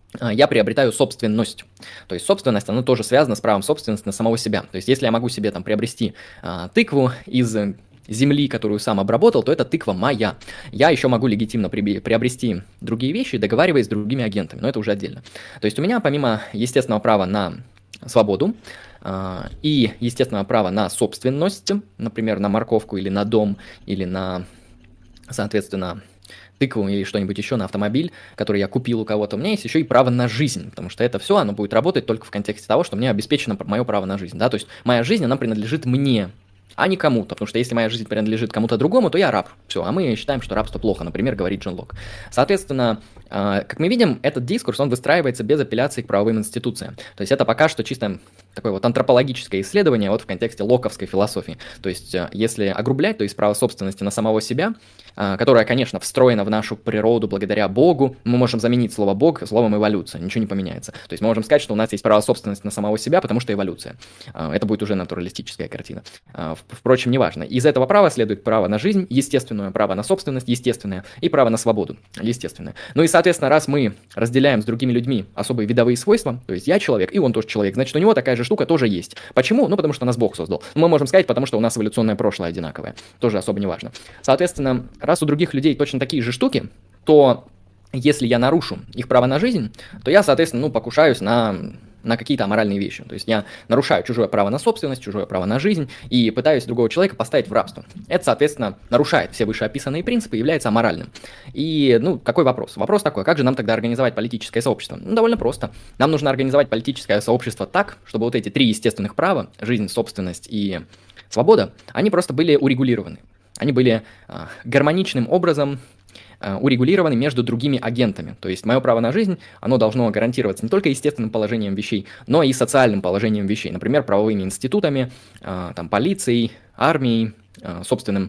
я приобретаю собственность. То есть собственность, она тоже связана с правом собственности на самого себя. То есть если я могу себе там приобрести а, тыкву из земли, которую сам обработал, то эта тыква моя. Я еще могу легитимно приобрести другие вещи, договариваясь с другими агентами, но это уже отдельно. То есть у меня помимо естественного права на свободу э, и естественного права на собственность, например, на морковку или на дом, или на, соответственно, тыкву или что-нибудь еще, на автомобиль, который я купил у кого-то, у меня есть еще и право на жизнь, потому что это все, оно будет работать только в контексте того, что мне обеспечено мое право на жизнь. Да? То есть моя жизнь, она принадлежит мне, а не кому-то, потому что если моя жизнь принадлежит кому-то другому, то я раб. Все, а мы считаем, что рабство плохо, например, говорит Джон Лок. Соответственно, как мы видим, этот дискурс, он выстраивается без апелляции к правовым институциям. То есть это пока что чисто такое вот антропологическое исследование вот в контексте локовской философии. То есть если огрублять, то есть право собственности на самого себя, которое, конечно, встроено в нашу природу благодаря Богу, мы можем заменить слово «Бог» словом «эволюция», ничего не поменяется. То есть мы можем сказать, что у нас есть право собственности на самого себя, потому что эволюция. Это будет уже натуралистическая картина. Впрочем, неважно. Из этого права следует право на жизнь, естественное право на собственность, естественное, и право на свободу, естественное. Ну и, соответственно, раз мы разделяем с другими людьми особые видовые свойства, то есть я человек, и он тоже человек, значит, у него такая же штука тоже есть. Почему? Ну, потому что нас Бог создал. Мы можем сказать, потому что у нас эволюционное прошлое одинаковое. Тоже особо не важно. Соответственно, раз у других людей точно такие же штуки, то если я нарушу их право на жизнь, то я, соответственно, ну, покушаюсь на... на какие-то аморальные вещи. То есть я нарушаю чужое право на собственность, чужое право на жизнь и пытаюсь другого человека поставить в рабство. Это, соответственно, нарушает все вышеописанные принципы и является аморальным. И, ну, какой вопрос? Вопрос такой, как же нам тогда организовать политическое сообщество? Ну, довольно просто. Нам нужно организовать политическое сообщество так, чтобы вот эти три естественных права, жизнь, собственность и свобода, они просто были урегулированы. Они были а, гармоничным образом урегулированы между другими агентами. То есть мое право на жизнь, оно должно гарантироваться не только естественным положением вещей, но и социальным положением вещей. Например, правовыми институтами, там, полицией, армией, собственным,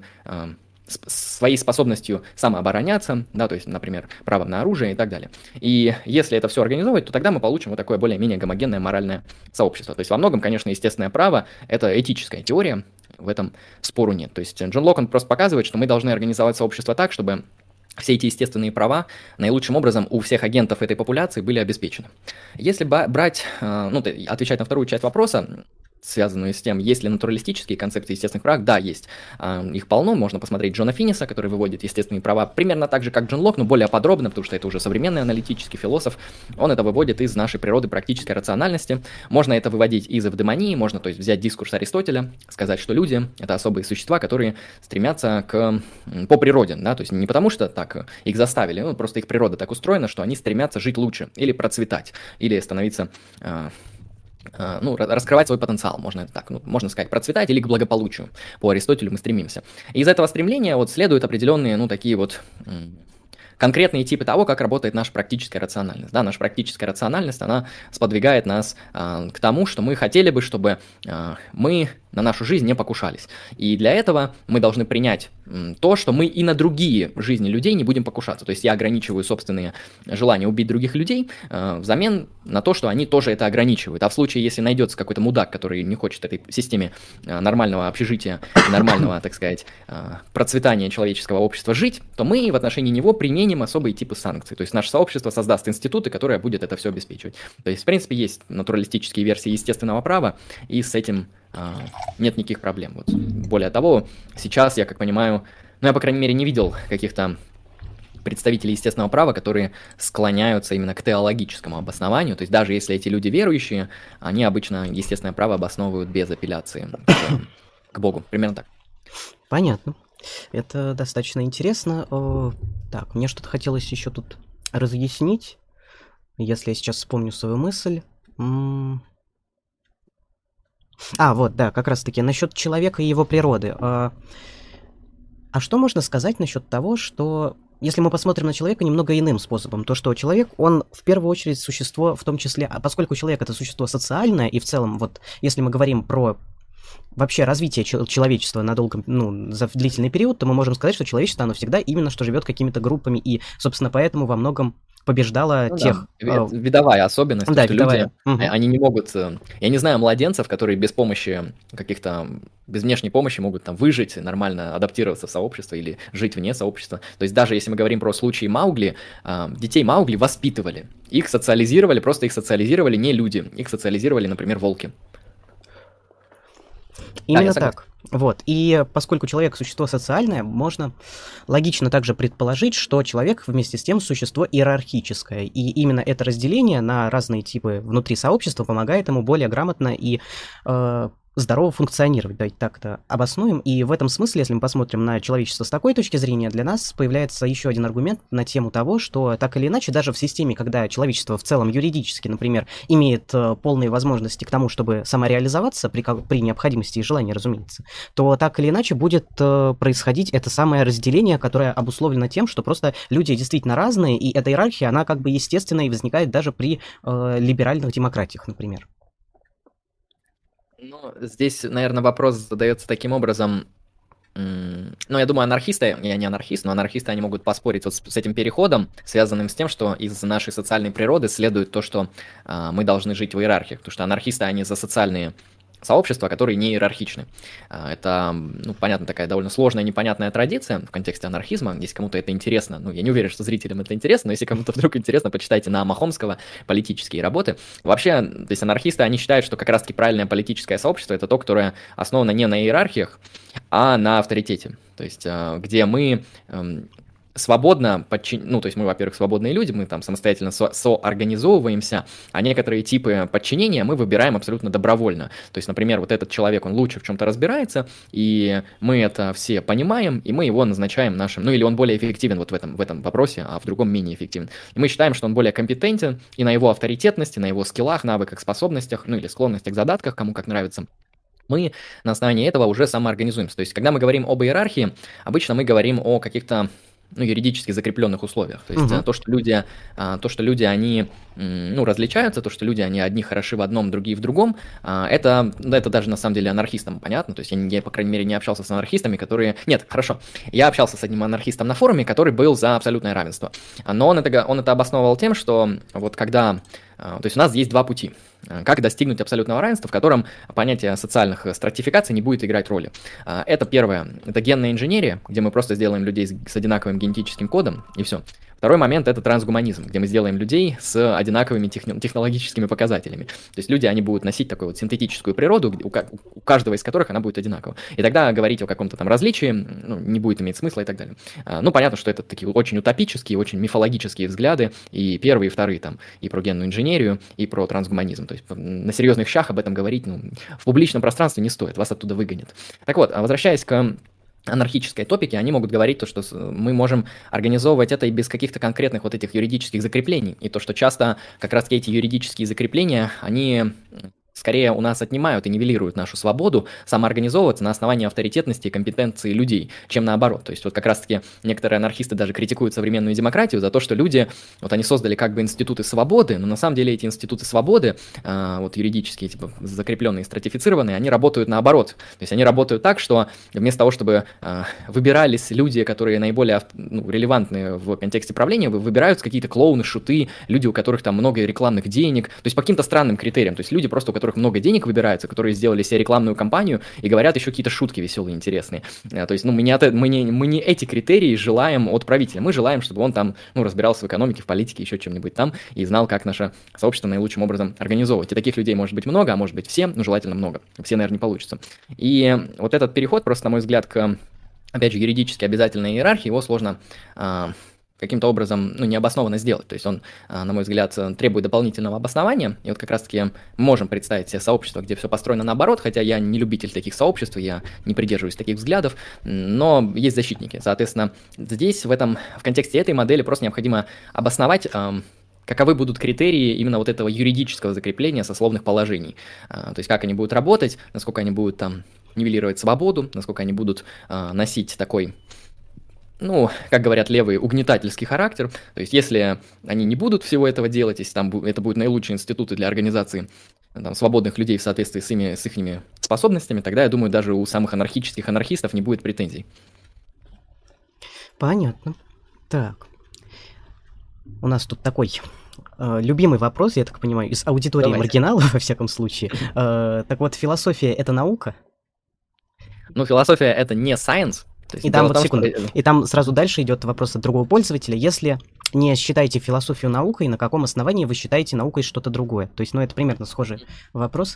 своей способностью самообороняться, да, то есть, например, правом на оружие и так далее. И если это все организовывать, то тогда мы получим вот такое более-менее гомогенное моральное сообщество. То есть во многом, конечно, естественное право – это этическая теория, в этом спору нет. То есть Джон Лок, он просто показывает, что мы должны организовать сообщество так, чтобы все эти естественные права наилучшим образом у всех агентов этой популяции были обеспечены. Если брать, ну, отвечать на вторую часть вопроса, связанную с тем, есть ли натуралистические концепции естественных прав. Да, есть. Их полно. Можно посмотреть Джона Финниса, который выводит естественные права примерно так же, как Джон Лок, но более подробно, потому что это уже современный аналитический философ. Он это выводит из нашей природы практической рациональности. Можно это выводить из эвдемонии, можно, то есть, взять дискурс Аристотеля, сказать, что люди — это особые существа, которые стремятся к, по природе, да, то есть не потому что так их заставили, ну, просто их природа так устроена, что они стремятся жить лучше или процветать, или становиться... ну, раскрывать свой потенциал, можно это так, ну, можно сказать, процветать или к благополучию. По Аристотелю мы стремимся. И из этого стремления вот следуют определенные, ну, такие вот конкретные типы того, как работает наша практическая рациональность. Да, наша практическая рациональность, она сподвигает нас э, к тому, что мы хотели бы, чтобы э, мы на нашу жизнь не покушались. И для этого мы должны принять м, то, что мы и на другие жизни людей не будем покушаться. То есть я ограничиваю собственные желания убить других людей э, взамен на то, что они тоже это ограничивают. А в случае, если найдется какой-то мудак, который не хочет этой системе э, нормального общежития, нормального, так сказать, э, процветания человеческого общества жить, то мы в отношении него применим особые типы санкций. То есть наше сообщество создаст институты, которые будет это все обеспечивать. То есть, в принципе, есть натуралистические версии естественного права, и с этим а, нет никаких проблем. Вот. Более того, сейчас, я как понимаю, ну, я, по крайней мере, не видел каких-то представителей естественного права, которые склоняются именно к теологическому обоснованию. То есть даже если эти люди верующие, они обычно естественное право обосновывают без апелляции к, к Богу. Примерно так. Понятно. Это достаточно интересно. О, так, мне что-то хотелось еще тут разъяснить, если я сейчас вспомню свою мысль. М- А, вот, да, как раз-таки насчет человека и его природы. А, а что можно сказать насчет того, что если мы посмотрим на человека немного иным способом, то что человек, он в первую очередь существо, в том числе, а поскольку человек это существо социальное, и в целом, вот, если мы говорим про вообще развитие человечества на долгом, ну, за длительный период, то мы можем сказать, что человечество, оно всегда именно что живет какими-то группами, и, собственно, поэтому во многом побеждало ну, тех... Да. Видовая особенность, да, что видовая. люди, угу. они не могут... Я не знаю младенцев, которые без помощи каких-то... без внешней помощи могут там выжить, нормально адаптироваться в сообщество или жить вне сообщества. То есть даже если мы говорим про случаи Маугли, детей Маугли воспитывали, их социализировали, просто их социализировали не люди, их социализировали, например, волки. Именно да, так. Вот. И поскольку человек существо социальное, можно логично также предположить, что человек вместе с тем существо иерархическое. И именно это разделение на разные типы внутри сообщества помогает ему более грамотно и э, здорово функционировать. Давайте так это обоснуем. И в этом смысле, если мы посмотрим на человечество с такой точки зрения, для нас появляется еще один аргумент на тему того, что так или иначе, даже в системе, когда человечество в целом юридически, например, имеет э, полные возможности к тому, чтобы самореализоваться при, при необходимости и желании, разумеется, то так или иначе будет э, происходить это самое разделение, которое обусловлено тем, что просто люди действительно разные, и эта иерархия, она как бы естественна и возникает даже при э, либеральных демократиях, например. Ну, здесь, наверное, вопрос задается таким образом. Ну, я думаю, анархисты, я не анархист, но анархисты, они могут поспорить вот с, с этим переходом, связанным с тем, что из нашей социальной природы следует то, что э, мы должны жить в иерархиях, потому что анархисты, они за социальные сообщества, которые не иерархичны. Это, ну, понятно, такая довольно сложная, непонятная традиция в контексте анархизма. Если кому-то это интересно, ну, я не уверен, что зрителям это интересно, но если кому-то вдруг интересно, почитайте на Махомского политические работы. Вообще, то есть анархисты, они считают, что как раз-таки правильное политическое сообщество — это то, которое основано не на иерархиях, а на авторитете. То есть, где мы... свободно подчин... ну, то есть мы, во-первых, свободные люди, мы там самостоятельно со- соорганизовываемся, а некоторые типы подчинения мы выбираем абсолютно добровольно. То есть, например, вот этот человек, он лучше в чем-то разбирается, и мы это все понимаем, и мы его назначаем нашим, ну, или он более эффективен вот в этом, в этом вопросе, а в другом менее эффективен. И мы считаем, что он более компетентен, и на его авторитетности, на его скиллах, навыках, способностях, ну, или склонностях, задатках, кому как нравится, мы на основании этого уже самоорганизуемся. То есть, когда мы говорим об иерархии, обычно мы говорим о каких-то ну, юридически закрепленных условиях. То есть uh-huh. то, что люди, то, что люди, они ну, различаются, то, что люди, они одни хороши в одном, другие в другом, это, это даже на самом деле анархистам понятно. То есть я, я, по крайней мере, не общался с анархистами, которые... Нет, хорошо, я общался с одним анархистом на форуме, который был за абсолютное равенство. Но он это, он это обосновывал тем, что вот когда... То есть у нас есть два пути. Как достигнуть абсолютного равенства, в котором понятие социальных стратификаций не будет играть роли. Это первое, это генная инженерия, где мы просто сделаем людей с одинаковым генетическим кодом, и все. Второй момент – это трансгуманизм, где мы сделаем людей с одинаковыми техни- технологическими показателями. То есть люди, они будут носить такую вот синтетическую природу, у, у каждого из которых она будет одинакова. И тогда говорить о каком-то там различии ну, не будет иметь смысла и так далее. А, ну, понятно, что это такие очень утопические, очень мифологические взгляды, и первые, и вторые там, и про генную инженерию, и про трансгуманизм. То есть на серьезных щах об этом говорить ну, в публичном пространстве не стоит, вас оттуда выгонят. Так вот, возвращаясь к анархической топике, они могут говорить то, что мы можем организовывать это и без каких-то конкретных вот этих юридических закреплений. И то, что часто как раз эти юридические закрепления, они скорее у нас отнимают и нивелируют нашу свободу самоорганизовываться на основании авторитетности и компетенции людей, чем наоборот. То есть вот как раз-таки некоторые анархисты даже критикуют современную демократию за то, что люди, вот они создали как бы институты свободы, но на самом деле эти институты свободы, э, вот юридические, типа закрепленные, стратифицированные, они работают наоборот. То есть они работают так, что вместо того, чтобы э, выбирались люди, которые наиболее ну, релевантны в контексте правления, выбираются какие-то клоуны, шуты, люди, у которых там много рекламных денег, то есть по каким-то странным критериям, то есть люди просто, у которых много денег выбираются, которые сделали себе рекламную кампанию и говорят еще какие-то шутки веселые, интересные. То есть, ну, мы не, от, мы, не, мы не эти критерии желаем от правителя. Мы желаем, чтобы он там, ну, разбирался в экономике, в политике, еще чем-нибудь там, и знал, как наше сообщество наилучшим образом организовывать. И таких людей может быть много, а может быть все, ну, желательно много. Все, наверное, не получится. И вот этот переход, просто, на мой взгляд, к, опять же, юридически обязательной иерархии, его сложно каким-то образом ну, необоснованно сделать. То есть он, на мой взгляд, требует дополнительного обоснования. И вот как раз-таки можем представить себе сообщество, где все построено наоборот, хотя я не любитель таких сообществ, я не придерживаюсь таких взглядов, но есть защитники. Соответственно, здесь, в, этом, в контексте этой модели просто необходимо обосновать, каковы будут критерии именно вот этого юридического закрепления сословных положений. То есть как они будут работать, насколько они будут там нивелировать свободу, насколько они будут носить такой... ну, как говорят левые, угнетательский характер. То есть, если они не будут всего этого делать, если там это будут наилучшие институты для организации там, свободных людей в соответствии с, ими, с их способностями, тогда, я думаю, даже у самых анархических анархистов не будет претензий. Понятно. Так. У нас тут такой э, любимый вопрос, я так понимаю, из аудитории Давайте. Маргиналов, во всяком случае. Э, так вот, философия — это наука? Ну, философия — это не science. И там, вот, секунду, что... и там сразу дальше идет вопрос от другого пользователя. Если не считаете философию наукой, на каком основании вы считаете наукой что-то другое? То есть, ну, это примерно схожий вопрос.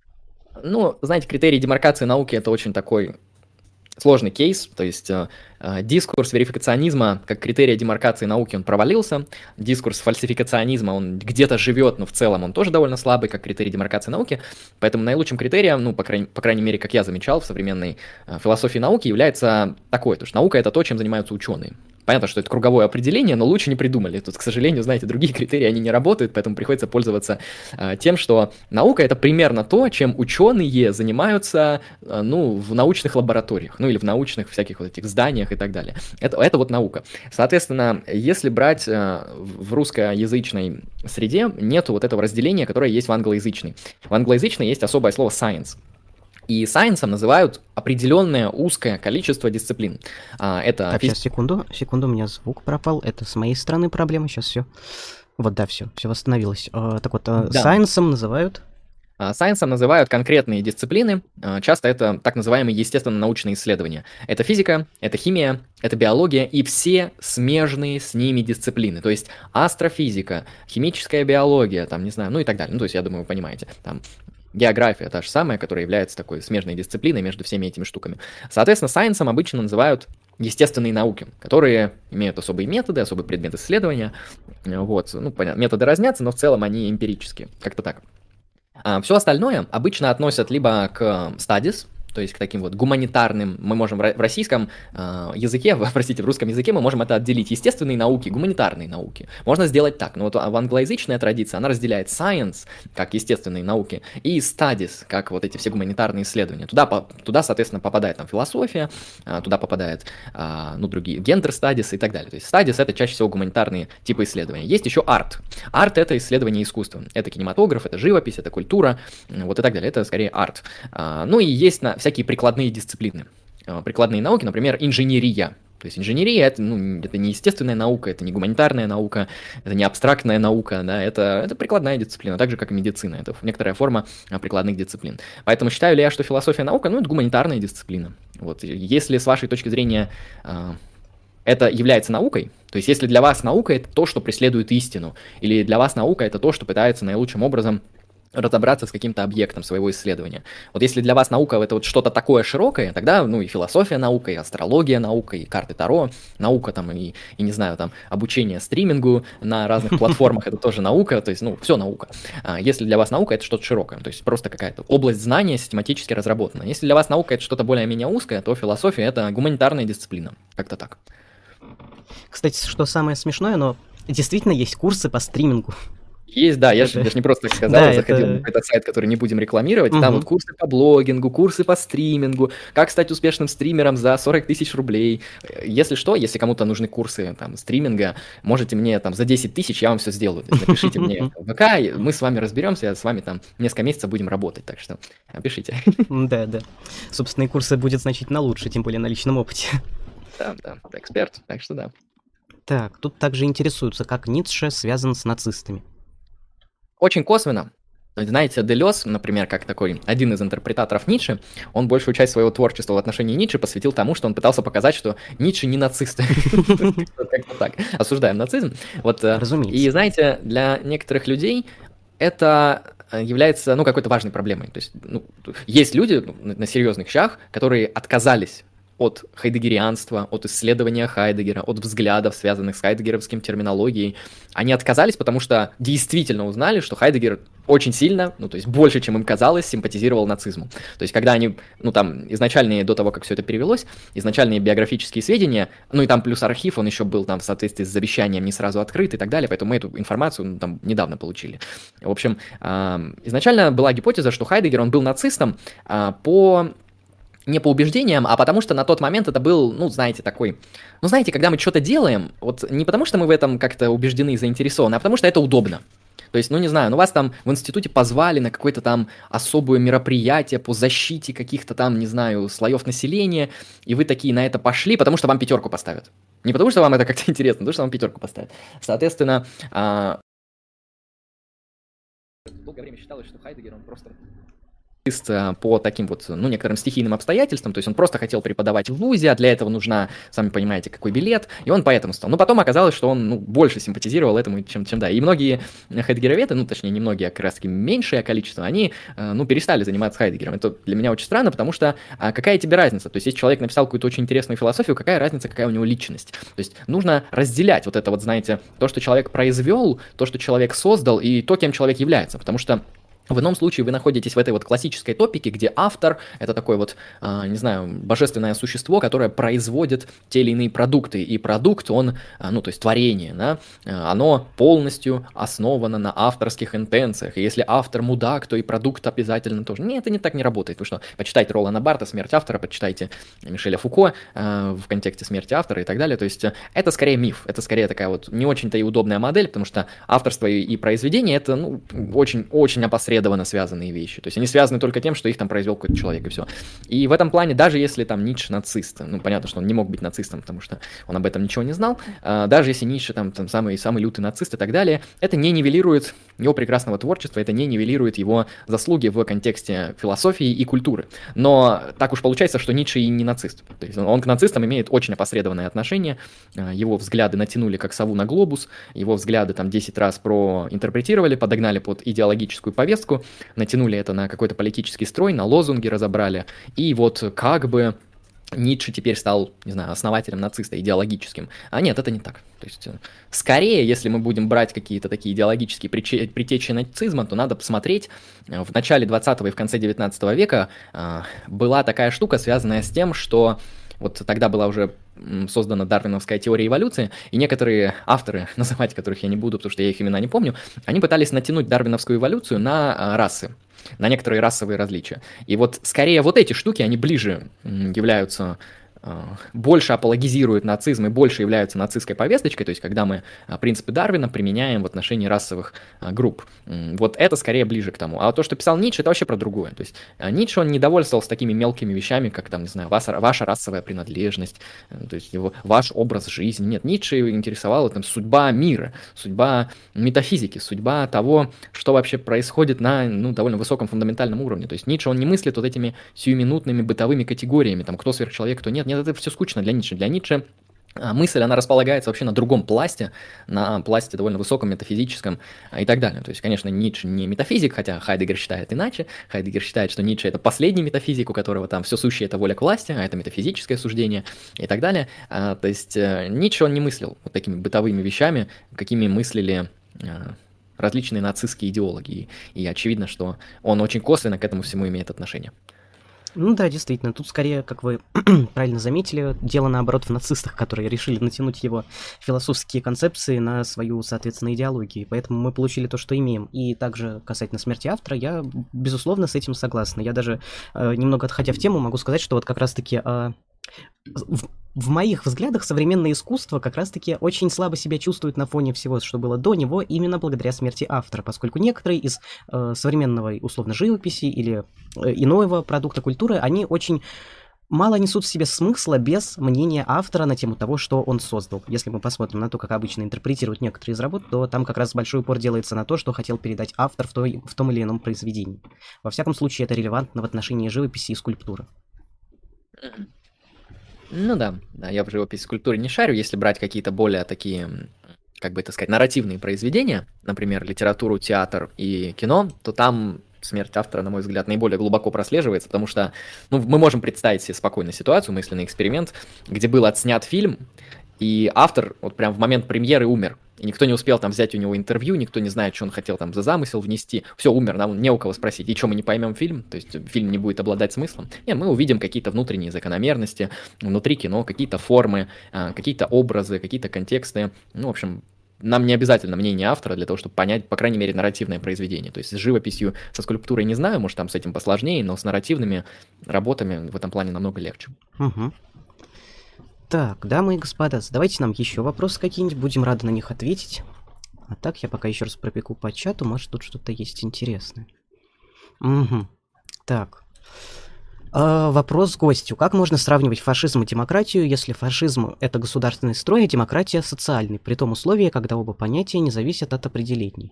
Ну, знаете, критерий демаркации науки – это очень такой сложный кейс. То есть, э, э, дискурс верификационизма как критерий демаркации науки, он провалился. Дискурс фальсификационизма, он где-то живет, но в целом он тоже довольно слабый, как критерий демаркации науки. Поэтому наилучшим критерием, ну, по крайней, по крайней мере, как я замечал, в современной э, философии науки является такой, то что наука – это то, чем занимаются ученые. Понятно, что это круговое определение, но лучше не придумали. Тут, к сожалению, знаете, другие критерии, они не работают, поэтому приходится пользоваться э, тем, что наука – это примерно то, чем ученые занимаются, э, ну, в научных лабораториях, ну, или в научных всяких вот этих зданиях и так далее. Это, это вот наука. Соответственно, если брать э, в русскоязычной среде, нету вот этого разделения, которое есть в англоязычной. В англоязычной есть особое слово science. И сайенсом называют определенное узкое количество дисциплин. А, это так, физ... сейчас, секунду, секунду, у меня звук пропал. Это с моей стороны проблема, сейчас все. Вот, да, все, все восстановилось. А, так вот, да. Сайенсом называют... Сайенсом называют конкретные дисциплины. Часто это так называемые естественно-научные исследования. Это физика, это химия, это биология и все смежные с ними дисциплины. То есть астрофизика, химическая биология, там, не знаю, ну и так далее. Ну, то есть, я думаю, вы понимаете, там... География та же самая, которая является такой смежной дисциплиной между всеми этими штуками. Соответственно, сайенсом обычно называют естественные науки, которые имеют особые методы, особый предмет исследования. Вот. Ну, понятно, методы разнятся, но в целом они эмпирические, как-то так. А все остальное обычно относят либо к studies, то есть к таким вот гуманитарным, мы можем в российском э, языке, простите, в русском языке мы можем это отделить. Естественные науки, гуманитарные науки. Можно сделать так, но вот в англоязычная традиция, она разделяет science, как естественные науки, и studies, как вот эти все гуманитарные исследования. Туда, по, туда соответственно, попадает там философия, э, туда попадает, э, ну, другие, gender studies и так далее. То есть studies — это чаще всего гуманитарные типы исследований. Есть еще арт. Арт — это исследование искусства. Это кинематограф, это живопись, это культура, вот и так далее. Это скорее арт. Э, ну и есть на всякие прикладные дисциплины. Прикладные науки, например, инженерия. То есть инженерия это, ну, это не естественная наука, это не гуманитарная наука, это не абстрактная наука, да, это, это прикладная дисциплина, так же, как и медицина. Это некоторая форма прикладных дисциплин. Поэтому считаю ли я, что философия наука, ну, это гуманитарная дисциплина. Вот. Если с вашей точки зрения это является наукой, то есть если для вас наука – это то, что преследует истину, или для вас наука – это то, что пытается наилучшим образом разобраться с каким-то объектом своего исследования. Вот если для вас наука – это вот что-то такое широкое, тогда, ну, и философия наука, и астрология наука, и карты Таро наука, там, и, и не знаю, там, обучение стримингу на разных платформах – это тоже наука, то есть, ну, все наука. А если для вас наука – это что-то широкое, то есть просто какая-то область знания систематически разработана. Если для вас наука – это что-то более-менее узкое, то философия – это гуманитарная дисциплина, как-то так. Кстати, что самое смешное, но действительно есть курсы по стримингу. Есть, да, я же не просто так сказал, Да, я заходил это- на какой-то сайт, который не будем рекламировать, там Мгм. вот курсы по блогингу, курсы по стримингу, как стать успешным стримером за сорок тысяч рублей. Если что, если кому-то нужны курсы там стриминга, можете мне там за десять тысяч, я вам все сделаю. То есть напишите мне в ВК, и мы с вами разберемся, с вами там несколько месяцев будем работать, так что пишите. Да, да. Собственные курсы будет значительно лучше, тем более на личном опыте. Да, да, эксперт, так что да. Так, тут также интересуются, как Ницше связан с нацистами. Очень косвенно. То есть, знаете, Делез, например, как такой один из интерпретаторов Ницше, он большую часть своего творчества в отношении Ницше посвятил тому, что он пытался показать, что Ницше не нацист. Как-то так. Осуждаем нацизм. Вот, э, Разумеется. и знаете, для некоторых людей это э, является, ну, какой-то важной проблемой. То есть, ну, есть люди ну, на на серьезных щах, которые отказались от хайдегерианства, от исследования Хайдегера, от взглядов, связанных с хайдегеровским терминологией. Они отказались, потому что действительно узнали, что Хайдегер очень сильно, ну, то есть больше, чем им казалось, симпатизировал нацизму. То есть когда они, ну, там, изначальные, до того, как все это перевелось, изначальные биографические сведения, ну, и там плюс архив, он еще был там в соответствии с завещанием не сразу открыт и так далее, поэтому мы эту информацию, ну, там, недавно получили. В общем, а, изначально была гипотеза, что Хайдегер, он был нацистом а, по... не по убеждениям, а потому что на тот момент это был, ну, знаете, такой... Ну, знаете, когда мы что-то делаем, вот не потому что мы в этом как-то убеждены и заинтересованы, а потому что это удобно. То есть, ну, не знаю, ну, вас там в институте позвали на какое-то там особое мероприятие по защите каких-то там, не знаю, слоев населения, и вы такие на это пошли, потому что вам пятерку поставят. Не потому что вам это как-то интересно, а потому что вам пятерку поставят. Соответственно, а... долгое время считалось, что Хайдегер, он просто... по таким вот, ну, некоторым стихийным обстоятельствам, то есть он просто хотел преподавать в вузе, а для этого нужна, сами понимаете, какой билет, и он поэтому стал. Но потом оказалось, что он, ну, больше симпатизировал этому, чем, чем да. И многие хайдегероведы, ну, точнее, не многие, а как раз-таки меньшее количество, они, ну, перестали заниматься Хайдегером. Это для меня очень странно, потому что а какая тебе разница? То есть если человек написал какую-то очень интересную философию, какая разница, какая у него личность? То есть нужно разделять вот это вот, знаете, то, что человек произвел, то, что человек создал, и то, кем человек является, потому что в ином случае вы находитесь в этой вот классической топике, где автор — это такое вот, э, не знаю, божественное существо, которое производит те или иные продукты, и продукт, он, э, ну, то есть творение, да, э, оно полностью основано на авторских интенциях, и если автор мудак, то и продукт обязательно тоже. Нет, это не так не работает. Вы что, почитайте Ролана Барта «Смерть автора», почитайте Мишеля Фуко э, в контексте смерти автора и так далее, то есть э, это скорее миф, это скорее такая вот не очень-то и удобная модель, потому что авторство и, и произведение — это, ну, очень-очень опосредованно связанные вещи. То есть они связаны только тем, что их там произвел какой-то человек, и все. И в этом плане, даже если там Ницше нацист, ну, понятно, что он не мог быть нацистом, потому что он об этом ничего не знал, а, даже если Ницше там, там самый, самый лютый нацист и так далее, это не нивелирует его прекрасного творчества, это не нивелирует его заслуги в контексте философии и культуры. Но так уж получается, что Ницше и не нацист. То есть он к нацистам имеет очень опосредованное отношение, его взгляды натянули как сову на глобус, его взгляды там десять раз проинтерпретировали, подогнали под идеологическую повестку, натянули это на какой-то политический строй, на лозунги разобрали, и вот как бы Ницше теперь стал, не знаю, основателем нациста, идеологическим. А нет, это не так. То есть, скорее, если мы будем брать какие-то такие идеологические предтечи нацизма, то надо посмотреть, в начале двадцатого и в конце девятнадцатого века э, была такая штука, связанная с тем, что вот тогда была уже создана дарвиновская теория эволюции, и некоторые авторы, называть которых я не буду, потому что я их имена не помню, они пытались натянуть дарвиновскую эволюцию на расы, на некоторые расовые различия. И вот скорее вот эти штуки, они ближе являются... больше апологизируют нацизм и больше являются нацистской повесточкой, то есть когда мы принципы Дарвина применяем в отношении расовых групп. Вот это скорее ближе к тому. А то, что писал Ницше, это вообще про другое. То есть Ницше, он не довольствовался такими мелкими вещами, как там, не знаю, ваша, ваша расовая принадлежность, то есть его, ваш образ жизни. Нет, Ницше интересовала там судьба мира, судьба метафизики, судьба того, что вообще происходит на, ну, довольно высоком фундаментальном уровне. То есть Ницше, он не мыслит вот этими сиюминутными бытовыми категориями, там, кто сверхчеловек, кто нет. Нет, это все скучно для Ницше. Для Ницше а, мысль, она располагается вообще на другом пласте, на пласте довольно высоком, метафизическом а, и так далее. То есть, конечно, Ницше не метафизик, хотя Хайдеггер считает иначе. Хайдеггер считает, что Ницше – это последний метафизик, у которого там все сущее – это воля к власти, а это метафизическое суждение и так далее. А, то есть э, Ницше, он не мыслил вот такими бытовыми вещами, какими мыслили э, различные нацистские идеологи. И, и очевидно, что он очень косвенно к этому всему имеет отношение. Ну да, действительно, тут скорее, как вы правильно заметили, дело наоборот в нацистах, которые решили натянуть его философские концепции на свою, соответственно, идеологию. Поэтому мы получили то, что имеем. И также касательно смерти автора, я, безусловно, с этим согласна. Я даже, э, немного отходя в тему, могу сказать, что вот как раз-таки... Э, в, в моих взглядах современное искусство как раз-таки очень слабо себя чувствует на фоне всего, что было до него, именно благодаря смерти автора, поскольку некоторые из э, современного, условно, живописи или э, иного продукта культуры, они очень мало несут в себе смысла без мнения автора на тему того, что он создал. Если мы посмотрим на то, как обычно интерпретируют некоторые из работ, то там как раз большой упор делается на то, что хотел передать автор в, той, в том или ином произведении. Во всяком случае, это релевантно в отношении живописи и скульптуры. Ну да, да, я в живописи и скульптуре не шарю. Если брать какие-то более такие, как бы это сказать, нарративные произведения, например, литературу, театр и кино, то там смерть автора, на мой взгляд, наиболее глубоко прослеживается, потому что ну, мы можем представить себе спокойную ситуацию, мысленный эксперимент, где был отснят фильм, и автор вот прям в момент премьеры умер. И никто не успел там взять у него интервью, никто не знает, что он хотел там за замысел внести. Все, умер, нам не у кого спросить. И что, мы не поймем фильм? То есть фильм не будет обладать смыслом? Нет, мы увидим какие-то внутренние закономерности внутри кино, какие-то формы, какие-то образы, какие-то контексты. Ну, в общем, нам не обязательно мнение автора для того, чтобы понять, по крайней мере, нарративное произведение. То есть с живописью, со скульптурой не знаю, может, там с этим посложнее, но с нарративными работами в этом плане намного легче. Угу. Так, дамы и господа, задавайте нам еще вопросы какие-нибудь, будем рады на них ответить. А так, я пока еще раз пробегу по чату, может тут что-то есть интересное. Угу. Так. А, вопрос гостю. Как можно сравнивать фашизм и демократию, если фашизм — это государственный строй, а демократия — социальный, при том условии, когда оба понятия не зависят от определений?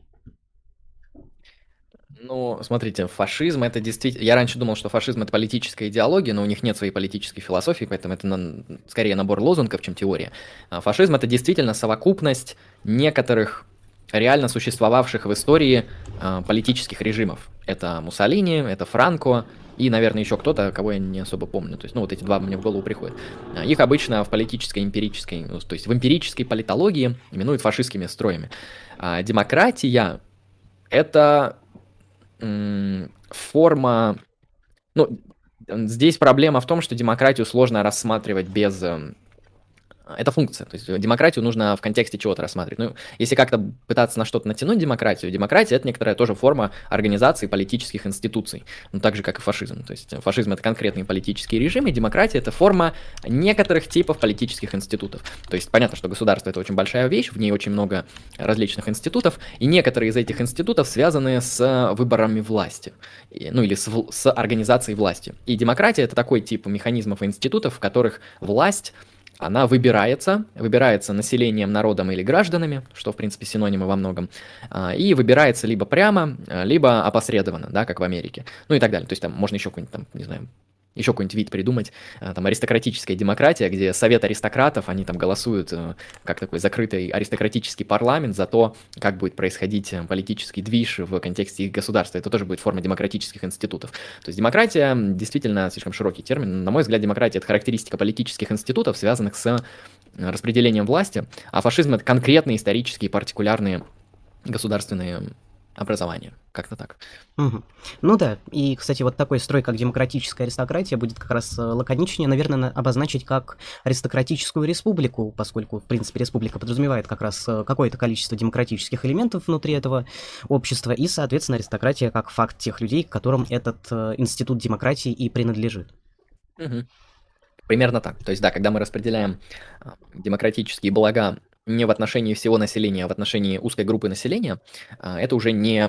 Ну, смотрите, фашизм это действительно... Я раньше думал, что фашизм это политическая идеология, но у них нет своей политической философии, поэтому это на... скорее набор лозунгов, чем теория. А фашизм это действительно совокупность некоторых реально существовавших в истории а, политических режимов. Это Муссолини, это Франко и, наверное, еще кто-то, кого я не особо помню. То есть, ну, вот эти два мне в голову приходят. Их обычно в политической, эмпирической, ну, то есть в эмпирической политологии именуют фашистскими строями. А демократия это... форма... Ну, здесь проблема в том, что демократию сложно рассматривать без... Это функция, то есть демократию нужно в контексте чего-то рассматривать. Ну, если как-то пытаться на что-то натянуть демократию, демократия – это некоторая тоже форма организации политических институций, ну, так же, как и фашизм. То есть фашизм – это конкретные политические режимы, демократия – это форма некоторых типов политических институтов. То есть понятно, что государство – это очень большая вещь, в ней очень много различных институтов, и некоторые из этих институтов связаны с выборами власти, ну, или с, с организацией власти. И демократия – это такой тип механизмов и институтов, в которых власть она выбирается, выбирается населением, народом или гражданами, что, в принципе, синонимы во многом, и выбирается либо прямо, либо опосредованно, да, как в Америке, ну и так далее. То есть там можно еще какой-нибудь, там, не знаю, еще какой-нибудь вид придумать, там, аристократическая демократия, где совет аристократов, они там голосуют, как такой закрытый аристократический парламент за то, как будет происходить политический движ в контексте их государства. Это тоже будет форма демократических институтов. То есть демократия действительно слишком широкий термин. На мой взгляд, демократия – это характеристика политических институтов, связанных с распределением власти, а фашизм – это конкретные исторические, партикулярные государственные образования. Как-то так. Угу. Ну да, и, кстати, вот такой строй, как демократическая аристократия, будет как раз лаконичнее, наверное, обозначить как аристократическую республику, поскольку, в принципе, республика подразумевает как раз какое-то количество демократических элементов внутри этого общества, и, соответственно, аристократия как факт тех людей, к которым этот институт демократии и принадлежит. Угу. Примерно так. То есть, да, когда мы распределяем демократические блага не в отношении всего населения, а в отношении узкой группы населения, это уже не...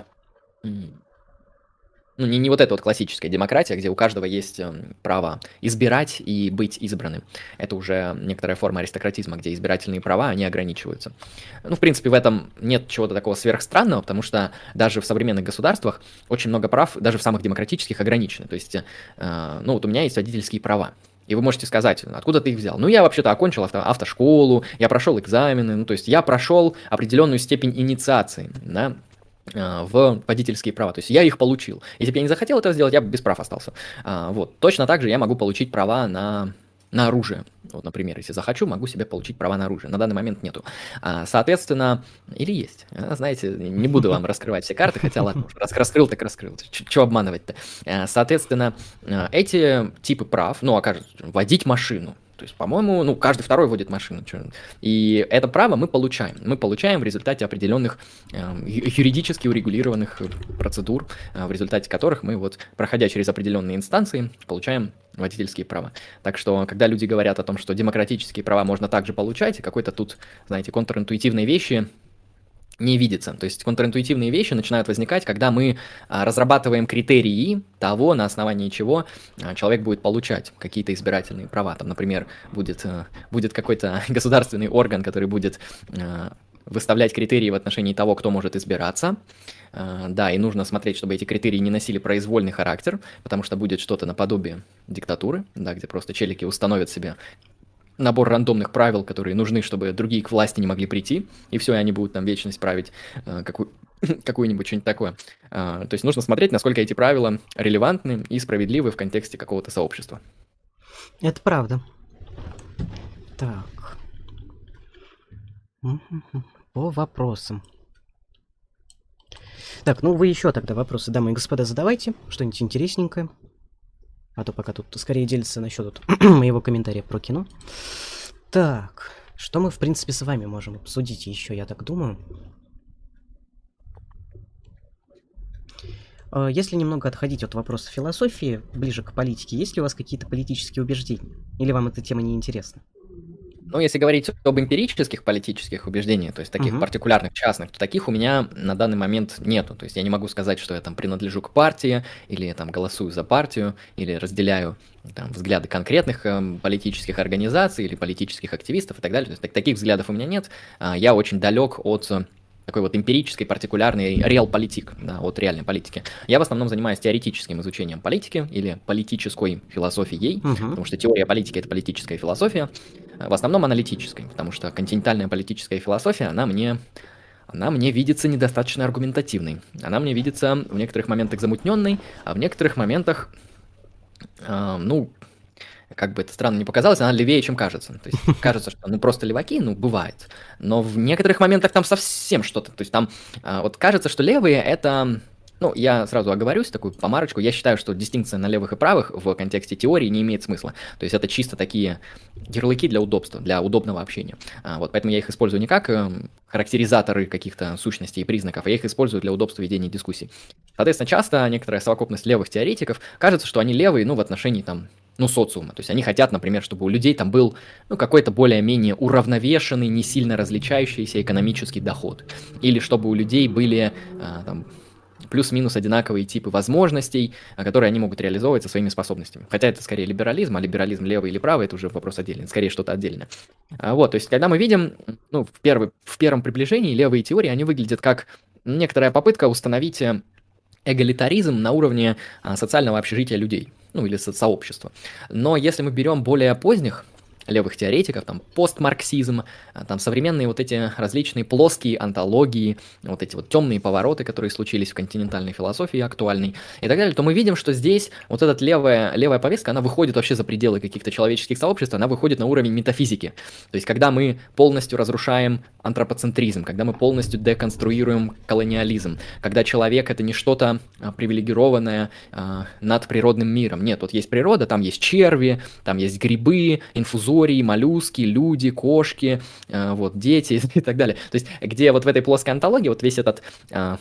Ну, не, не вот эта вот классическая демократия, где у каждого есть право избирать и быть избранным. Это уже некоторая форма аристократизма, где избирательные права, они ограничиваются. Ну, в принципе, в этом нет чего-то такого сверхстранного, потому что даже в современных государствах очень много прав, даже в самых демократических, ограничены. То есть, ну, вот у меня есть водительские права. И вы можете сказать, откуда ты их взял. Ну, я вообще-то окончил авто, автошколу, я прошел экзамены, ну, то есть я прошел определенную степень инициации, да, в водительские права. То есть я их получил. Если бы я не захотел этого сделать, я бы без прав остался. Вот. Точно так же я могу получить права на... на оружие. Вот, например, если захочу, могу себе получить права на оружие. На данный момент нету. А, соответственно, или есть. А, знаете, не буду вам раскрывать все карты, хотя ладно, раз раскрыл, так раскрыл. Чего обманывать-то? А, соответственно, эти типы прав, ну, окажется, водить машину. То есть, по-моему, ну, каждый второй водит машину. И это право мы получаем. Мы получаем в результате определенных э, юридически урегулированных процедур, э, в результате которых мы, вот, проходя через определенные инстанции, получаем водительские права. Так что, когда люди говорят о том, что демократические права можно также получать, какой-то тут, знаете, контринтуитивные вещи не видится. То есть контринтуитивные вещи начинают возникать, когда мы а, разрабатываем критерии того, на основании чего а, человек будет получать какие-то избирательные права. Там, например, будет, а, будет какой-то государственный орган, который будет а, выставлять критерии в отношении того, кто может избираться. А, да, и нужно смотреть, чтобы эти критерии не носили произвольный характер, потому что будет что-то наподобие диктатуры, да, где просто челики установят себе набор рандомных правил, которые нужны, чтобы другие к власти не могли прийти, и все, и они будут там вечность править, э, какую, какую-нибудь что-нибудь такое. Э, то есть нужно смотреть, насколько эти правила релевантны и справедливы в контексте какого-то сообщества. Это правда. Так. По вопросам. Так, ну вы еще тогда вопросы, дамы и господа, задавайте. Что-нибудь интересненькое. А то пока тут скорее делится насчет моего комментария про кино. Так, что мы, в принципе, с вами можем обсудить еще, я так думаю. Если немного отходить от вопроса философии, ближе к политике, есть ли у вас какие-то политические убеждения? Или вам эта тема не интересна? Ну, если говорить об эмпирических политических убеждениях, то есть таких uh-huh. партикулярных, частных, то таких у меня на данный момент нету. То есть я не могу сказать, что я там принадлежу к партии, или я там голосую за партию, или разделяю там взгляды конкретных э, политических организаций или политических активистов и так далее. То есть так, таких взглядов у меня нет. А, я очень далек от такой вот эмпирической, партикулярной реал-политик, да, от реальной политики. Я в основном занимаюсь теоретическим изучением политики или политической философией, uh-huh. потому что теория политики — это политическая философия, в основном аналитической, потому что континентальная политическая философия, она мне, она мне видится недостаточно аргументативной, она мне видится в некоторых моментах замутненной, а в некоторых моментах, э, ну, как бы это странно не показалось, она левее, чем кажется. То есть кажется, что ну просто леваки, ну бывает. Но в некоторых моментах там совсем что-то. То есть там а, вот кажется, что левые это... Ну, я сразу оговорюсь, такую помарочку. Я считаю, что дистинкция на левых и правых в контексте теории не имеет смысла. То есть это чисто такие ярлыки для удобства, для удобного общения. А, вот, поэтому я их использую не как э, характеризаторы каких-то сущностей и признаков, а я их использую для удобства ведения дискуссий. Соответственно, часто некоторая совокупность левых теоретиков кажется, что они левые, ну, в отношении там ну, социума. То есть они хотят, например, чтобы у людей там был, ну, какой-то более-менее уравновешенный, не сильно различающийся экономический доход. Или чтобы у людей были а, там плюс-минус одинаковые типы возможностей, которые они могут реализовывать со своими способностями. Хотя это скорее либерализм, а либерализм левый или правый — это уже вопрос отдельный, скорее что-то отдельное. А, вот, то есть когда мы видим, ну, в, первый, в первом приближении левые теории, они выглядят как некоторая попытка установить эгалитаризм на уровне а, социального общежития людей. Ну, или сообщества. Но если мы берем более поздних левых теоретиков, там, постмарксизм, там, современные вот эти различные плоские антологии, вот эти вот темные повороты, которые случились в континентальной философии актуальной и так далее, то мы видим, что здесь вот эта левая, левая повестка, она выходит вообще за пределы каких-то человеческих сообществ, она выходит на уровень метафизики. То есть, когда мы полностью разрушаем антропоцентризм, когда мы полностью деконструируем колониализм, когда человек — это не что-то привилегированное а, над природным миром. Нет, вот есть природа, там есть черви, там есть грибы, инфузории, моллюски, люди, кошки, э, вот, дети и так далее. То есть, где вот в этой плоской антологии вот весь этот э,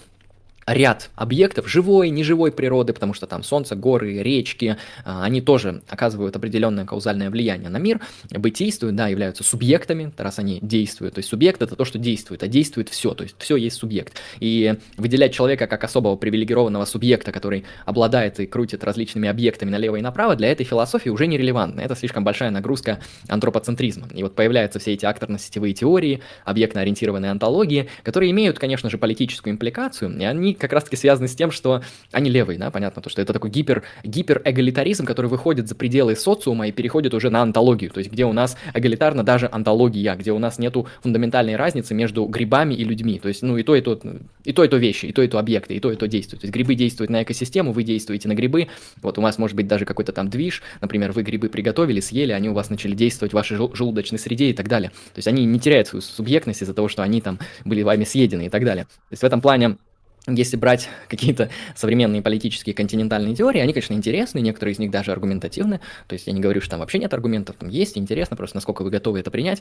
ряд объектов живой, неживой природы, потому что там солнце, горы, речки, они тоже оказывают определенное каузальное влияние на мир, бытийствуют, да, являются субъектами, раз они действуют. То есть субъект — это то, что действует, а действует все, то есть все есть субъект. И выделять человека как особого привилегированного субъекта, который обладает и крутит различными объектами налево и направо, для этой философии уже нерелевантно. Это слишком большая нагрузка антропоцентризма. И вот появляются все эти акторно-сетевые теории, объектно-ориентированные антологии, которые имеют, конечно же, политическую импликацию, и они они как раз-таки связаны с тем, что они левые, да, понятно, то, что это такой гипер, гиперэгалитаризм, который выходит за пределы социума и переходит уже на онтологию, то есть где у нас эгалитарно даже онтология, где у нас нету фундаментальной разницы между грибами и людьми, то есть, ну, и то, и то, и то, и то вещи, и то, и то объекты, и то, и то действует, то есть грибы действуют на экосистему, вы действуете на грибы, вот у вас может быть даже какой-то там движ, например, вы грибы приготовили, съели, они у вас начали действовать в вашей желудочной среде и так далее, то есть они не теряют свою субъектность из-за того, что они там были вами съедены и так далее, то есть в этом плане, если брать какие-то современные политические континентальные теории, они, конечно, интересны, некоторые из них даже аргументативны, то есть я не говорю, что там вообще нет аргументов, там есть, интересно просто, насколько вы готовы это принять,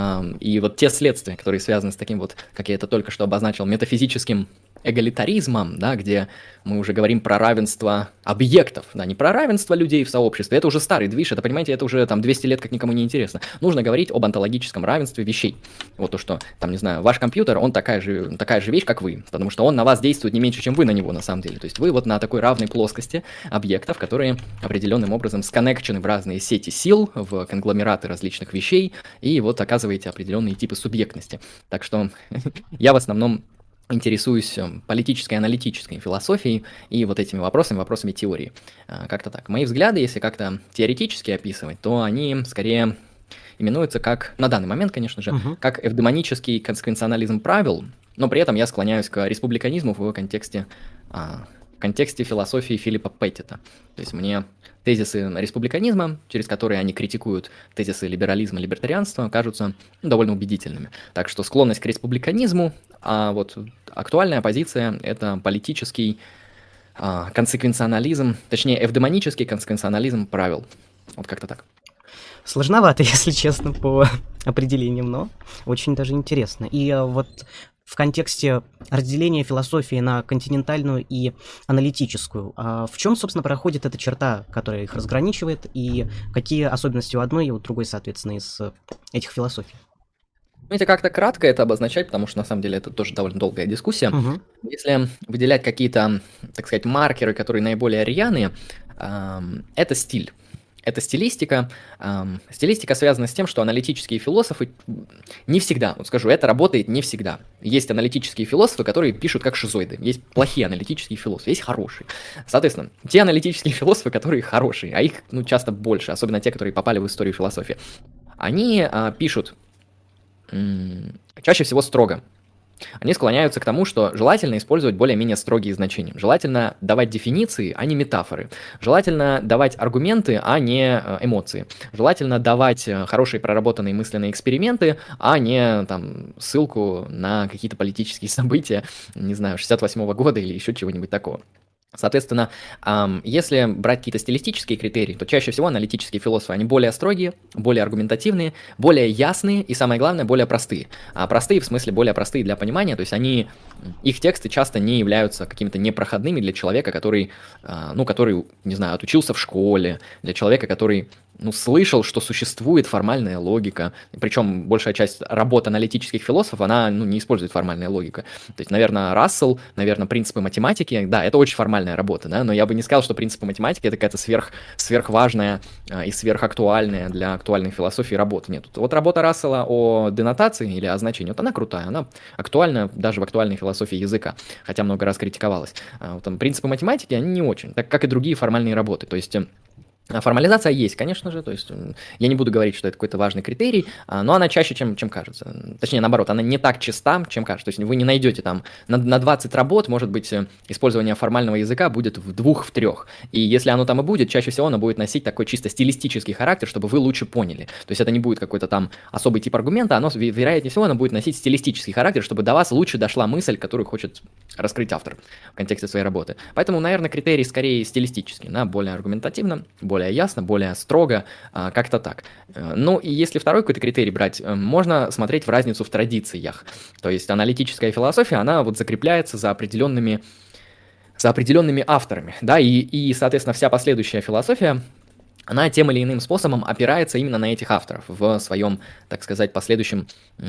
и вот те следствия, которые связаны с таким вот, как я это только что обозначил, метафизическим эгалитаризмом, да, где мы уже говорим про равенство объектов, да, не про равенство людей в сообществе, это уже старый движ, это, понимаете, это уже там двести лет как никому не интересно. Нужно говорить об онтологическом равенстве вещей. Вот то, что, там, не знаю, ваш компьютер, он такая же, такая же вещь, как вы, потому что он на вас действует не меньше, чем вы на него, на самом деле. То есть вы вот на такой равной плоскости объектов, которые определенным образом сконнекчены в разные сети сил, в конгломераты различных вещей, и вот оказываете определенные типы субъектности. Так что я в основном интересуюсь политической, аналитической философией и вот этими вопросами, вопросами теории. Как-то так. Мои взгляды, если как-то теоретически описывать, то они скорее именуются как, на данный момент, конечно же, uh-huh. как эвдемонический консеквенционализм правил, но при этом я склоняюсь к республиканизму в контексте, в контексте философии Филиппа Петтита. То есть мне тезисы республиканизма, через которые они критикуют тезисы либерализма, либертарианства, кажутся ну, довольно убедительными. Так что склонность к республиканизму, а вот актуальная позиция – это политический а, консеквенционализм, точнее, эвдемонический консеквенционализм правил. Вот как-то так. Сложновато, если честно, по определениям, но очень даже интересно. И а, вот в контексте разделения философии на континентальную и аналитическую, а в чем, собственно, проходит эта черта, которая их разграничивает, и какие особенности у одной и у другой, соответственно, из этих философий? Знаете, как-то кратко это обозначать, потому что, на самом деле, это тоже довольно долгая дискуссия. Угу. Если выделять какие-то, так сказать, маркеры, которые наиболее рьяные, э, это стиль. Это стилистика. Эм, стилистика связана с тем, что аналитические философы не всегда, вот скажу, это работает не всегда. Есть аналитические философы, которые пишут как шизоиды. Есть плохие аналитические философы, есть хорошие. Соответственно, те аналитические философы, которые хорошие, а их ну, часто больше, особенно те, которые попали в историю философии, они э, пишут м- чаще всего строго. Они склоняются к тому, что желательно использовать более-менее строгие значения. Желательно давать дефиниции, а не метафоры. Желательно давать аргументы, а не эмоции. Желательно давать хорошие проработанные мысленные эксперименты, а не там, ссылку на какие-то политические события, не знаю, шестьдесят восьмого года или еще чего-нибудь такого. Соответственно, если брать какие-то стилистические критерии, то чаще всего аналитические философы, они более строгие, более аргументативные, более ясные и, самое главное, более простые. А простые в смысле более простые для понимания, то есть они, их тексты часто не являются какими-то непроходными для человека, который, ну, который, не знаю, отучился в школе, для человека, который ну, слышал, что существует формальная логика. Причем большая часть работ аналитических философов, она ну, не использует формальную логику. То есть, наверное, Рассел, наверное, принципы математики, да, это очень формальная работа, да, но я бы не сказал, что принципы математики это какая-то сверх, сверхважная и сверхактуальная для актуальной философии работа. Нет, вот работа Рассела о денотации или о значении, вот она крутая, она актуальна даже в актуальной философии языка, хотя много раз критиковалась. Вот, там, принципы математики, они не очень, так как и другие формальные работы, то есть... Формализация есть, конечно же, то есть я не буду говорить, что это какой-то важный критерий, но она чаще, чем, чем кажется. Точнее, наоборот, она не так чиста, чем кажется. То есть вы не найдете там на, на двадцать работ, может быть, использование формального языка будет в двух, в трех. И если оно там и будет, чаще всего оно будет носить такой чисто стилистический характер, чтобы вы лучше поняли. То есть это не будет какой-то там особый тип аргумента, оно, вероятнее всего, оно будет носить стилистический характер, чтобы до вас лучше дошла мысль, которую хочет раскрыть автор в контексте своей работы. Поэтому, наверное, критерий скорее стилистический, да, более аргументативно, более ясно, более строго, как-то так. Ну и если второй какой-то критерий брать, можно смотреть в разницу в традициях. То есть аналитическая философия, она вот закрепляется за определенными, за определенными авторами, да, и, и, соответственно, вся последующая философия, она тем или иным способом опирается именно на этих авторов в своем, так сказать, последующем...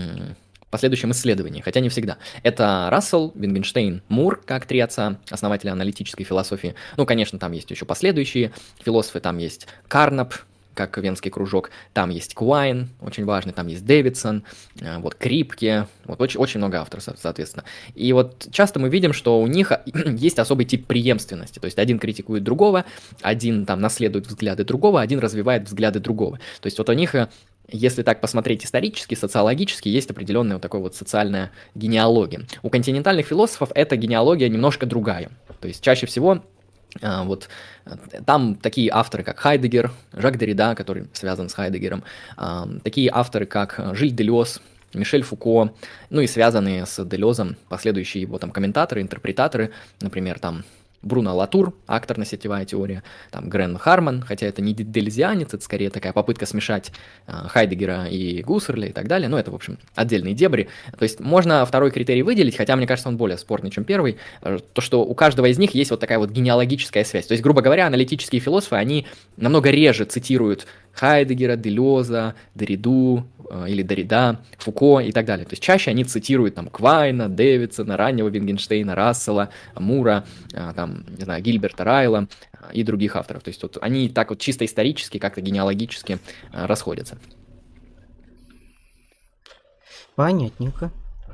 В последующем исследовании, хотя не всегда. Это Рассел, Wittgenstein, Мур, как три отца, основатели аналитической философии. Ну, конечно, там есть еще последующие философы, там есть Карнап, как венский кружок. Там есть Куайн, очень важный, там есть Дэвидсон, вот Крипке, вот очень, очень много авторов, соответственно. И вот часто мы видим, что у них есть особый тип преемственности, то есть один критикует другого, один там наследует взгляды другого, один развивает взгляды другого. То есть вот у них, если так посмотреть исторически, социологически, есть определенная вот такая вот социальная генеалогия. У континентальных философов эта генеалогия немножко другая. То есть чаще всего вот там такие авторы, как Хайдеггер, Жак Деррида, который связан с Хайдеггером, такие авторы, как Жиль Делез, Мишель Фуко, ну и связанные с Делезом последующие его там комментаторы, интерпретаторы, например, там Бруно Латур, акторно-сетевая теория, там Грен Харман, хотя это не делезианец, это скорее такая попытка смешать э, Хайдеггера и Гуссерля и так далее, но это, в общем, отдельные дебри. То есть можно второй критерий выделить, хотя мне кажется, он более спорный, чем первый, э, то, что у каждого из них есть вот такая вот генеалогическая связь. То есть, грубо говоря, аналитические философы, они намного реже цитируют Хайдеггера, Делеза, Дерриду э, или Деррида, Фуко и так далее. То есть чаще они цитируют там Квайна, Дэвидсона, раннего Wittgensteina, Рассела, Мура, э, там, не знаю, Гильберта Райла э, и других авторов. То есть вот они так вот чисто исторически, как-то генеалогически э, расходятся. Понятненько.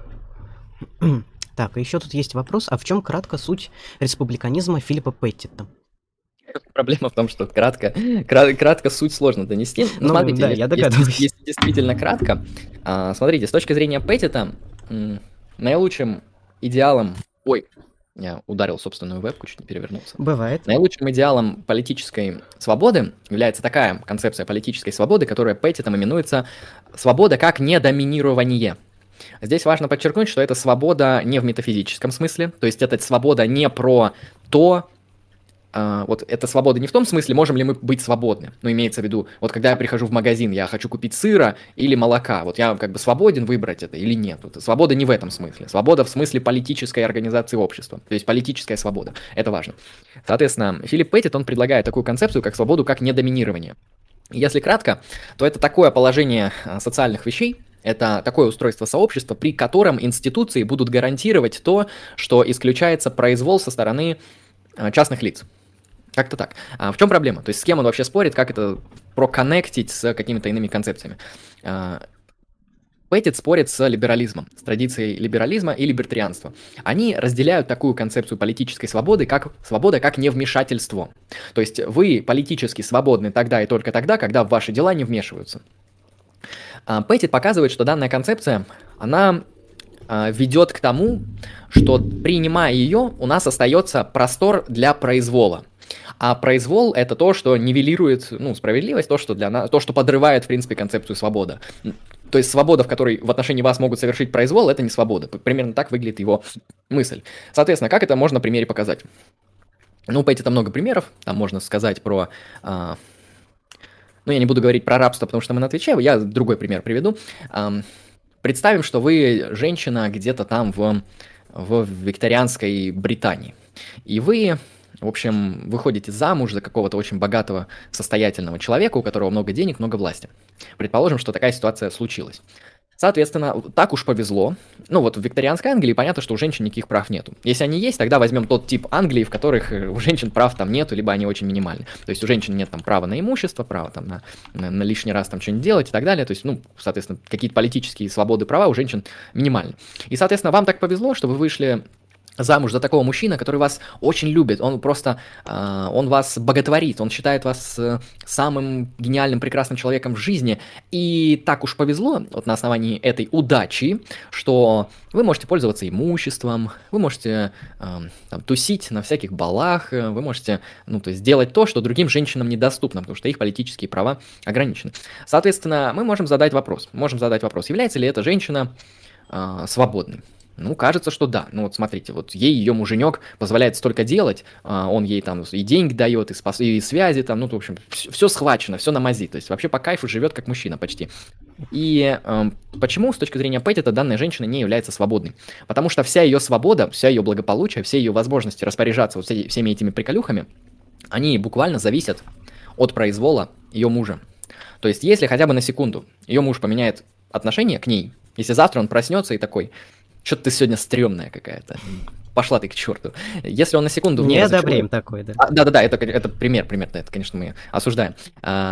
Так, еще тут есть вопрос, а в чем кратко суть республиканизма Филиппа Петтита? Проблема в том, что кратко, крат, кратко суть сложно донести. Но ну, смотрите, да, если, я догадываюсь. Если, если действительно кратко, а, смотрите, с точки зрения Петтита, м, наилучшим идеалом... Ой, я ударил собственную вебку, чуть не перевернулся. Бывает. Наилучшим идеалом политической свободы является такая концепция политической свободы, которая Петтитом именуется «свобода как недоминирование». Здесь важно подчеркнуть, что это свобода не в метафизическом смысле, то есть это свобода не про то... Uh, вот эта свобода не в том смысле, можем ли мы быть свободны, но имеется в виду, вот когда я прихожу в магазин, я хочу купить сыра или молока, вот я как бы свободен выбрать это или нет. Вот, свобода не в этом смысле, свобода в смысле политической организации общества, то есть политическая свобода, это важно. Соответственно, Филипп Петтит, он предлагает такую концепцию, как свободу как недоминирование. Если кратко, то это такое положение социальных вещей, это такое устройство сообщества, при котором институции будут гарантировать то, что исключается произвол со стороны частных лиц. Как-то так. А в чем проблема? То есть с кем он вообще спорит, как это проконнектить с какими-то иными концепциями? Петтит спорит с либерализмом, с традицией либерализма и либертарианства. Они разделяют такую концепцию политической свободы, как свобода как невмешательство. То есть вы политически свободны тогда и только тогда, когда в ваши дела не вмешиваются. Петтит показывает, что данная концепция, она ведет к тому, что, принимая ее, у нас остается простор для произвола. А произвол – это то, что нивелирует, ну, справедливость, то, что, для нас, то, что подрывает, в принципе, концепцию свободы. То есть свобода, в которой в отношении вас могут совершить произвол, это не свобода. Примерно так выглядит его мысль. Соответственно, как это можно на примере показать? Ну, у Петтита много примеров. Там можно сказать про... А... Ну, я не буду говорить про рабство, потому что мы на Твиче. Я другой пример приведу. А... Представим, что вы женщина где-то там в, в викторианской Британии. И вы... В общем, выходите замуж за какого-то очень богатого, состоятельного человека, у которого много денег, много власти. Предположим, что такая ситуация случилась. Соответственно, так уж повезло. Ну вот в викторианской Англии понятно, что у женщин никаких прав нету. Если они есть, тогда возьмем тот тип Англии, в которых у женщин прав там нету, либо они очень минимальны. То есть у женщин нет там права на имущество, права там на, на, на лишний раз там что-нибудь делать и так далее. То есть, ну, соответственно, какие-то политические свободы, права у женщин минимальны. И, соответственно, вам так повезло, что вы вышли замуж за такого мужчину, который вас очень любит, он просто, э, он вас боготворит, он считает вас э, самым гениальным, прекрасным человеком в жизни, и так уж повезло, вот на основании этой удачи, что вы можете пользоваться имуществом, вы можете э, там, тусить на всяких балах, вы можете, ну, то есть делать то, что другим женщинам недоступно, потому что их политические права ограничены. Соответственно, мы можем задать вопрос, можем задать вопрос, является ли эта женщина э, свободной? Ну, кажется, что да. Ну, вот смотрите, вот ей ее муженек позволяет столько делать, он ей там и деньги дает, и, спас... и связи там, ну, в общем, все схвачено, все на мази, то есть вообще по кайфу живет как мужчина почти. И э, почему, с точки зрения Петтита, данная женщина не является свободной? Потому что вся ее свобода, вся ее благополучие, все ее возможности распоряжаться вот всеми этими приколюхами, они буквально зависят от произвола ее мужа. То есть, если хотя бы на секунду ее муж поменяет отношение к ней, если завтра он проснется и такой... Что-то ты сегодня стрёмная какая-то. Пошла ты к черту. Если он на секунду... Не одобряем такой, да. А, да-да-да, это, это пример, пример, да, это, конечно, мы осуждаем. А,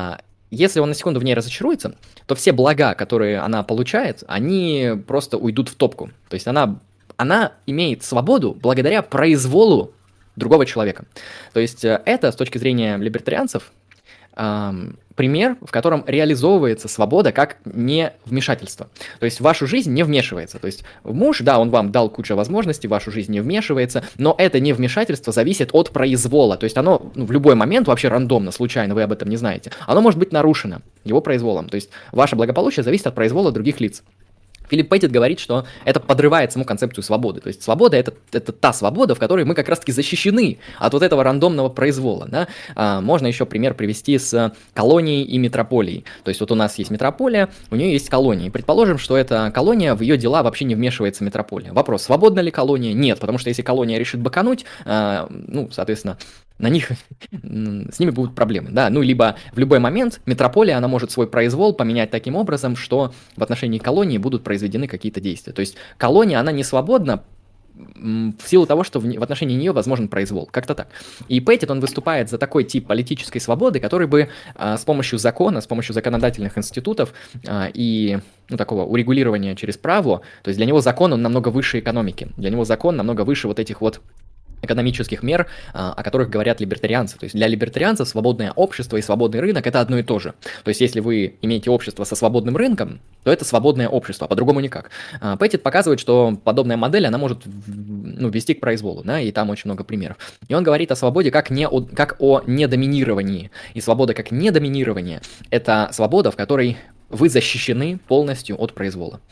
если он на секунду в ней разочаруется, то все блага, которые она получает, они просто уйдут в топку. То есть она, она имеет свободу благодаря произволу другого человека. То есть э, это, с точки зрения либертарианцев, эм, пример, в котором реализовывается свобода как не вмешательство. То есть в вашу жизнь не вмешивается. То есть муж, да, он вам дал кучу возможностей, в вашу жизнь не вмешивается, но это не вмешательство зависит от произвола. То есть оно ну, в любой момент, вообще рандомно, случайно, вы об этом не знаете, оно может быть нарушено его произволом. То есть ваше благополучие зависит от произвола других лиц. Филипп Петтит говорит, что это подрывает саму концепцию свободы. То есть свобода это, – это та свобода, в которой мы как раз-таки защищены от вот этого рандомного произвола. Да? А, можно еще пример привести с колонией и метрополией. То есть вот у нас есть метрополия, у нее есть колония. И предположим, что эта колония, в ее дела вообще не вмешивается метрополия. Вопрос, свободна ли колония? Нет, потому что если колония решит быкануть, а, ну, соответственно, на них, с ними будут проблемы, да, ну, либо в любой момент метрополия, она может свой произвол поменять таким образом, что в отношении колонии будут произведены какие-то действия, то есть колония, она не свободна в силу того, что в, в отношении нее возможен произвол, как-то так. И Петтит, он выступает за такой тип политической свободы, который бы а, с помощью закона, с помощью законодательных институтов а, и ну, такого урегулирования через право, то есть для него закон, он намного выше экономики, для него закон намного выше вот этих вот экономических мер, о которых говорят либертарианцы. То есть для либертарианцев свободное общество и свободный рынок – это одно и то же. То есть если вы имеете общество со свободным рынком, то это свободное общество, а по-другому никак. Петтит показывает, что подобная модель, она может ну, вести к произволу, да, и там очень много примеров. И он говорит о свободе как, не о, как о недоминировании. И свобода как недоминирование – это свобода, в которой вы защищены полностью от произвола.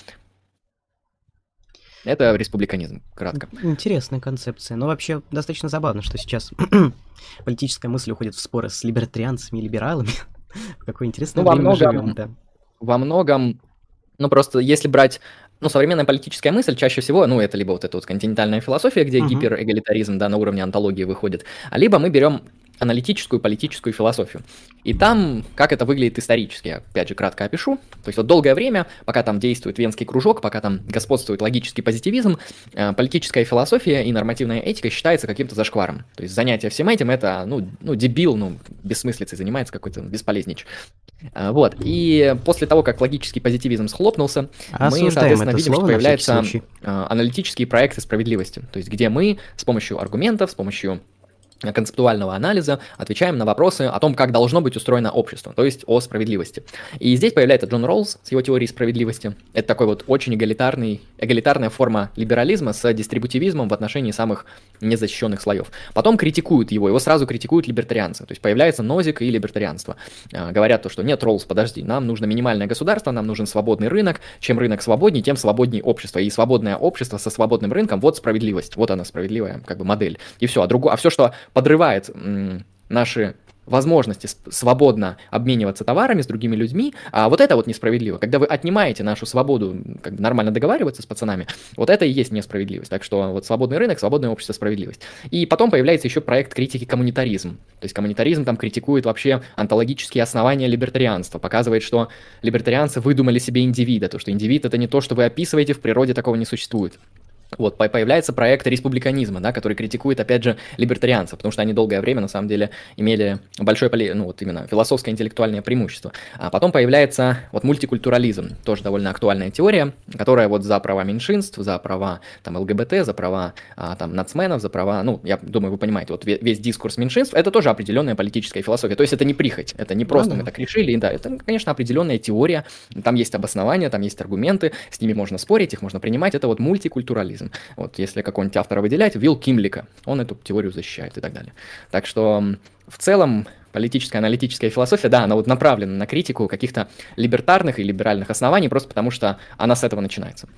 Это республиканизм, кратко. Интересная концепция. Но вообще достаточно забавно, что сейчас политическая мысль уходит в споры с либертарианцами и либералами. Какое интересное ну, время во многом, мы живем, да. Во многом, ну просто если брать, ну современная политическая мысль чаще всего, ну это либо вот эта вот континентальная философия, где uh-huh. гиперэгалитаризм, да, на уровне онтологии выходит, а либо мы берем аналитическую политическую философию. И там, как это выглядит исторически, я опять же кратко опишу. То есть вот долгое время, пока там действует Венский кружок, пока там господствует логический позитивизм, политическая философия и нормативная этика считается каким-то зашкваром. То есть занятие всем этим это, ну, ну дебил, ну, бессмыслицей занимается какой-то бесполезнич. Вот. И после того, как логический позитивизм схлопнулся, Осуждаем мы, соответственно, видим, что появляются на аналитические проекты справедливости. То есть где мы с помощью аргументов, с помощью концептуального анализа отвечаем на вопросы о том, как должно быть устроено общество, то есть о справедливости. И здесь появляется Джон Роллс с его теорией справедливости. Это такой вот очень эгалитарный, эгалитарная форма либерализма с дистрибутивизмом в отношении самых незащищенных слоев. Потом критикуют его, его сразу критикуют либертарианцы. То есть появляется нозик и либертарианство. Говорят то, что нет, Роллс, подожди, нам нужно минимальное государство, нам нужен свободный рынок. Чем рынок свободнее, тем свободнее общество. И свободное общество со свободным рынком, вот справедливость. Вот она справедливая как бы модель. И все. А, другу, а все, что подрывает м, наши возможности свободно обмениваться товарами с другими людьми, а вот это вот несправедливо. Когда вы отнимаете нашу свободу как бы нормально договариваться с пацанами, вот это и есть несправедливость. Так что вот свободный рынок, свободное общество, справедливость. И потом появляется еще проект критики коммунитаризм. То есть коммунитаризм там критикует вообще онтологические основания либертарианства, показывает, что либертарианцы выдумали себе индивида, то что индивид это не то, что вы описываете, в природе такого не существует. Вот, появляется проект республиканизма, да, который критикует, опять же, либертарианцев, потому что они долгое время, на самом деле, имели большое, ну, вот именно философское интеллектуальное преимущество. А потом появляется вот мультикультурализм, тоже довольно актуальная теория, которая вот за права меньшинств, за права там ЛГБТ, за права а, там нацменов, за права, ну, я думаю, вы понимаете, вот весь дискурс меньшинств, это тоже определенная политическая философия, то есть это не прихоть, это не просто ну, да. мы так решили, да, это, конечно, определенная теория, там есть обоснования, там есть аргументы, с ними можно спорить, их можно принимать, это вот мультикультурализм. Вот если какого-нибудь автора выделять, Вилл Кимлика, он эту теорию защищает и так далее. Так что в целом политическая аналитическая философия, да, она вот направлена на критику каких-то либертарных и либеральных оснований, просто потому что она с этого начинается.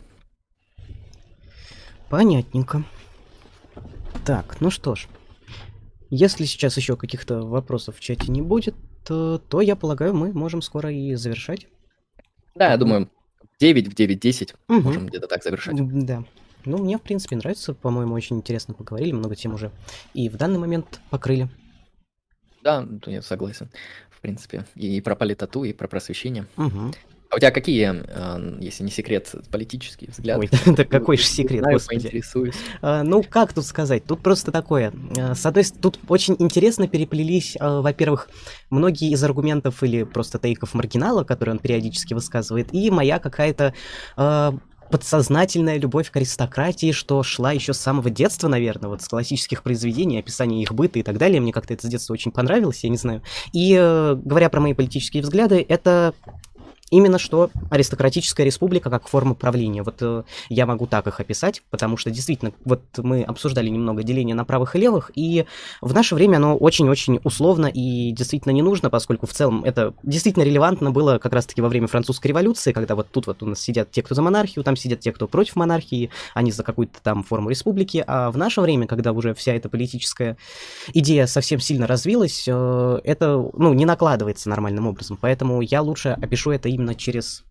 Понятненько. Так, ну что ж, если сейчас еще каких-то вопросов в чате не будет, то, то я полагаю, мы можем скоро и завершать. Да, я думаю, девять в девять десять угу. можем где-то так завершать. Да. Ну, мне, в принципе, нравится. По-моему, очень интересно поговорили. Много тем уже и в данный момент покрыли. Да, я согласен. В принципе, и про политоту, и про просвещение. Угу. А у тебя какие, э, если не секрет, политические взгляды? Ой, да какой же секрет, Знаю, господи. поинтересуюсь. А, Ну, как тут сказать? Тут просто такое. А, С одной стороны, тут очень интересно переплелись, а, во-первых, многие из аргументов или просто тейков маргинала, которые он периодически высказывает, и моя какая-то а, подсознательная любовь к аристократии, что шла еще с самого детства, наверное, вот с классических произведений, описания их быта и так далее. Мне как-то это с детства очень понравилось, я не знаю. И э, говоря про мои политические взгляды, это именно что аристократическая республика как форма правления. Вот э, я могу так их описать, потому что действительно, вот мы обсуждали немного деление на правых и левых, и в наше время оно очень-очень условно и действительно не нужно, поскольку в целом это действительно релевантно было как раз-таки во время французской революции, когда вот тут вот у нас сидят те, кто за монархию, там сидят те, кто против монархии, они за какую-то там форму республики, а в наше время, когда уже вся эта политическая идея совсем сильно развилась, э, это, ну, не накладывается нормальным образом, поэтому я лучше опишу это именно через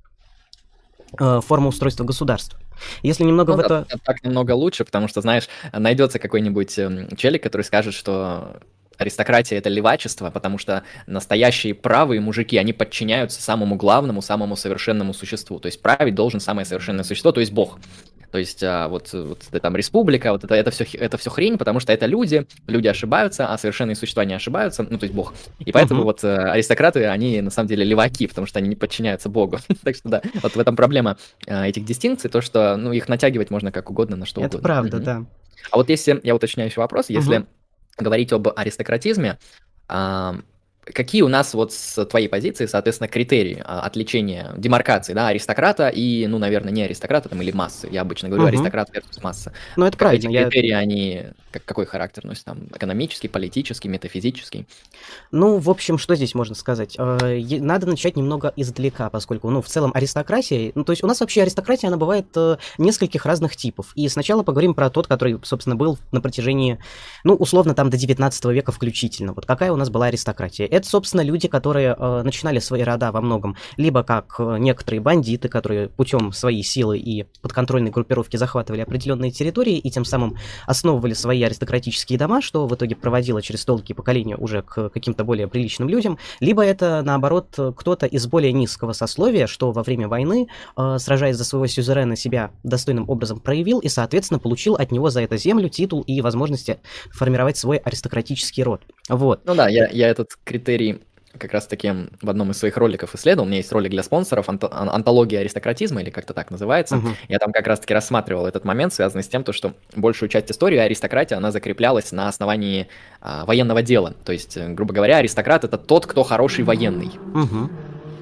э, форму устройства государства. Если немного Ну в да, это... так намного лучше, потому что, знаешь, найдется какой-нибудь эм, челик, который скажет, что аристократия — это левачество, потому что настоящие правые мужики, они подчиняются самому главному, самому совершенному существу. То есть править должен самое совершенное существо, то есть Бог. То есть а, вот, вот это там республика, вот это, это, все, это все хрень, потому что это люди, люди ошибаются, а совершенные существа не ошибаются, ну то есть Бог. И поэтому uh-huh. вот э, аристократы, они на самом деле леваки, потому что они не подчиняются Богу. Так что да, вот в этом проблема э, этих дистинкций, то что ну их натягивать можно как угодно, на что это угодно. правда, uh-huh. да. А вот если, я уточняю еще вопрос, если uh-huh. говорить об аристократизме, э, какие у нас вот с твоей позиции, соответственно, критерии а, отличения, демаркации, да, аристократа и, ну, наверное, не аристократа там или массы. Я обычно говорю Угу. аристократ versus масса. Ну, это как правильно. Эти критерии, я... они как, какой характер носят? Там, экономический, политический, метафизический? Ну, в общем, что здесь можно сказать? Надо начать немного издалека, поскольку, ну, в целом аристократия, ну, то есть у нас вообще аристократия, она бывает нескольких разных типов. И сначала поговорим про тот, который, собственно, был на протяжении, ну, условно, там до девятнадцатого века включительно. Вот какая у нас была аристократия? Это, собственно, люди, которые э, начинали свои рода во многом либо как э, некоторые бандиты, которые путем своей силы и подконтрольной группировки захватывали определенные территории и тем самым основывали свои аристократические дома, что в итоге проводило через долгие поколения уже к каким-то более приличным людям, либо это, наоборот, кто-то из более низкого сословия, что во время войны, э, сражаясь за своего сюзерена, себя достойным образом проявил и, соответственно, получил от него за это землю, титул и возможности формировать свой аристократический род. Вот. Ну да, я, я этот критерий как раз-таки в одном из своих роликов исследовал. У меня есть ролик для спонсоров, анто- антология аристократизма, или как-то так называется. Uh-huh. Я там как раз-таки рассматривал этот момент, связанный с тем, то, что большую часть истории аристократия, она закреплялась на основании а, военного дела. То есть, грубо говоря, аристократ — это тот, кто хороший военный. Uh-huh.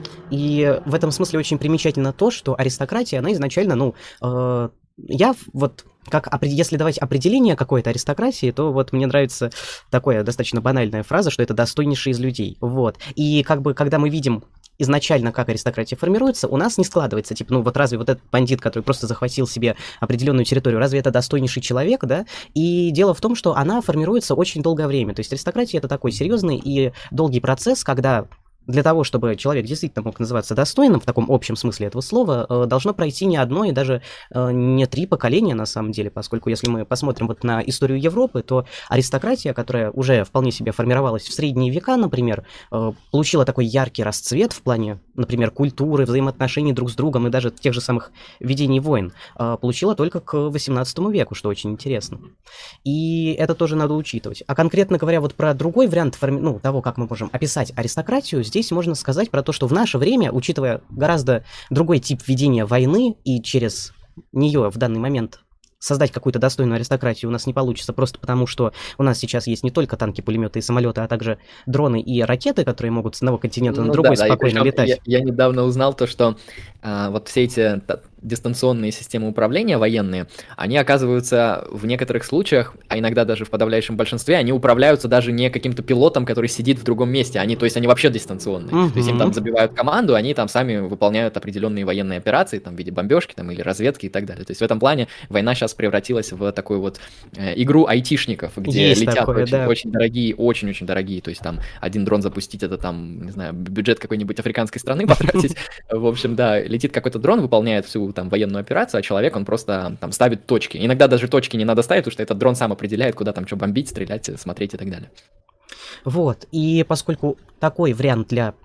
И в этом смысле очень примечательно то, что аристократия, она изначально, ну, э, я вот... Как, если давать определение какой-то аристократии, то вот мне нравится такая достаточно банальная фраза, что это достойнейший из людей. Вот. И как бы, когда мы видим изначально, как аристократия формируется, у нас не складывается, типа, ну вот разве вот этот бандит, который просто захватил себе определенную территорию, разве это достойнейший человек, да? И дело в том, что она формируется очень долгое время. То есть аристократия — это такой серьезный и долгий процесс, когда... Для того, чтобы человек действительно мог называться достойным в таком общем смысле этого слова, должно пройти не одно и даже не три поколения на самом деле, поскольку если мы посмотрим вот на историю Европы, то аристократия, которая уже вполне себе формировалась в средние века, например, получила такой яркий расцвет в плане, например, культуры, взаимоотношений друг с другом и даже тех же самых ведений войн, получила только к восемнадцатому веку, что очень интересно. И это тоже надо учитывать. А конкретно говоря вот про другой вариант форми... ну, того, как мы можем описать аристократию, здесь Здесь можно сказать про то, что в наше время, учитывая гораздо другой тип ведения войны, и через нее в данный момент создать какую-то достойную аристократию у нас не получится, просто потому что у нас сейчас есть не только танки, пулеметы и самолеты, а также дроны и ракеты, которые могут с одного континента ну, на другой да, спокойно да, летать. Я, я недавно узнал то, что а, вот все эти та, дистанционные системы управления военные, они оказываются в некоторых случаях, а иногда даже в подавляющем большинстве, они управляются даже не каким-то пилотом, который сидит в другом месте, они, то есть они вообще дистанционные. Uh-huh. То есть им там забивают команду, они там сами выполняют определенные военные операции, там в виде бомбежки там, или разведки и так далее. То есть в этом плане война сейчас превратилась в такую вот э, игру айтишников, где есть летят такое, очень, да. очень дорогие, очень-очень дорогие, то есть там один дрон запустить, это там, не знаю, бюджет какой-нибудь африканской страны потратить. В общем, да, летит какой-то дрон, выполняет всю там военную операцию, а человек, он просто там ставит точки. Иногда даже точки не надо ставить, потому что этот дрон сам определяет, куда там что бомбить, стрелять, смотреть и так далее. Вот, и поскольку такой вариант для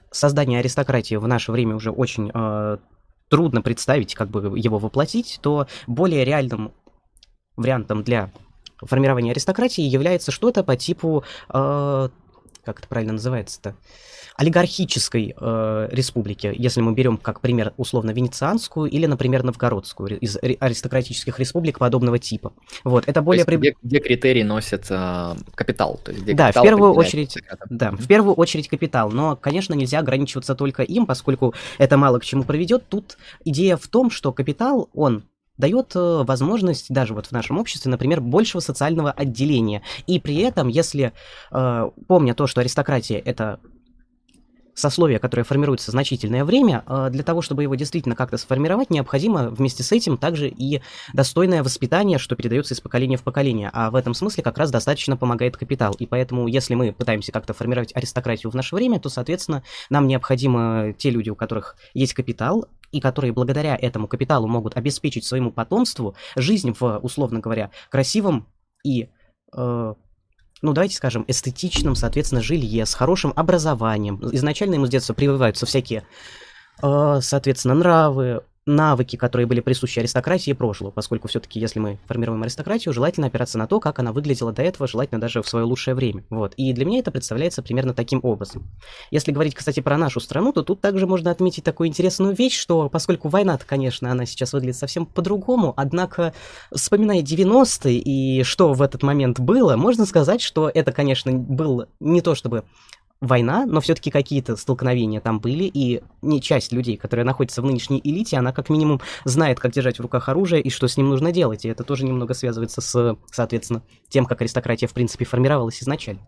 создание аристократии в наше время уже очень э, трудно представить, как бы его воплотить, то более реальным вариантом для формирования аристократии является что-то по типу, э, как это правильно называется-то, олигархической э, республики, если мы берем как пример условно венецианскую или, например, новгородскую из аристократических республик подобного типа. Вот, это более... То есть, где, где критерий носит э, капитал. То есть, где да, капитал в первую очередь, аристократов. да, в первую очередь капитал, но, конечно, нельзя ограничиваться только им, поскольку это мало к чему приведет. Тут идея в том, что капитал, он дает э, возможность даже вот в нашем обществе, например, большего социального отделения. И при этом, если, э, помня то, что аристократия — это сословие, которое формируется значительное время, для того, чтобы его действительно как-то сформировать, необходимо вместе с этим также и достойное воспитание, что передается из поколения в поколение. А в этом смысле как раз достаточно помогает капитал. И поэтому, если мы пытаемся как-то формировать аристократию в наше время, то, соответственно, нам необходимы те люди, у которых есть капитал, и которые благодаря этому капиталу могут обеспечить своему потомству жизнь в, условно говоря, красивом и... Э, ну, давайте скажем, эстетичном, соответственно, жилье, с хорошим образованием. Изначально ему с детства прививаются всякие, э, соответственно, нравы, навыки, которые были присущи аристократии прошлого, поскольку все-таки, если мы формируем аристократию, желательно опираться на то, как она выглядела до этого, желательно даже в свое лучшее время. Вот. И для меня это представляется примерно таким образом. Если говорить, кстати, про нашу страну, то тут также можно отметить такую интересную вещь, что поскольку война-то, конечно, она сейчас выглядит совсем по-другому, однако, вспоминая девяностые и что в этот момент было, можно сказать, что это, конечно, был не то чтобы война, но все-таки какие-то столкновения там были, и не часть людей, которая находится в нынешней элите, она как минимум знает, как держать в руках оружие и что с ним нужно делать, и это тоже немного связывается с, соответственно, тем, как аристократия, в принципе, формировалась изначально.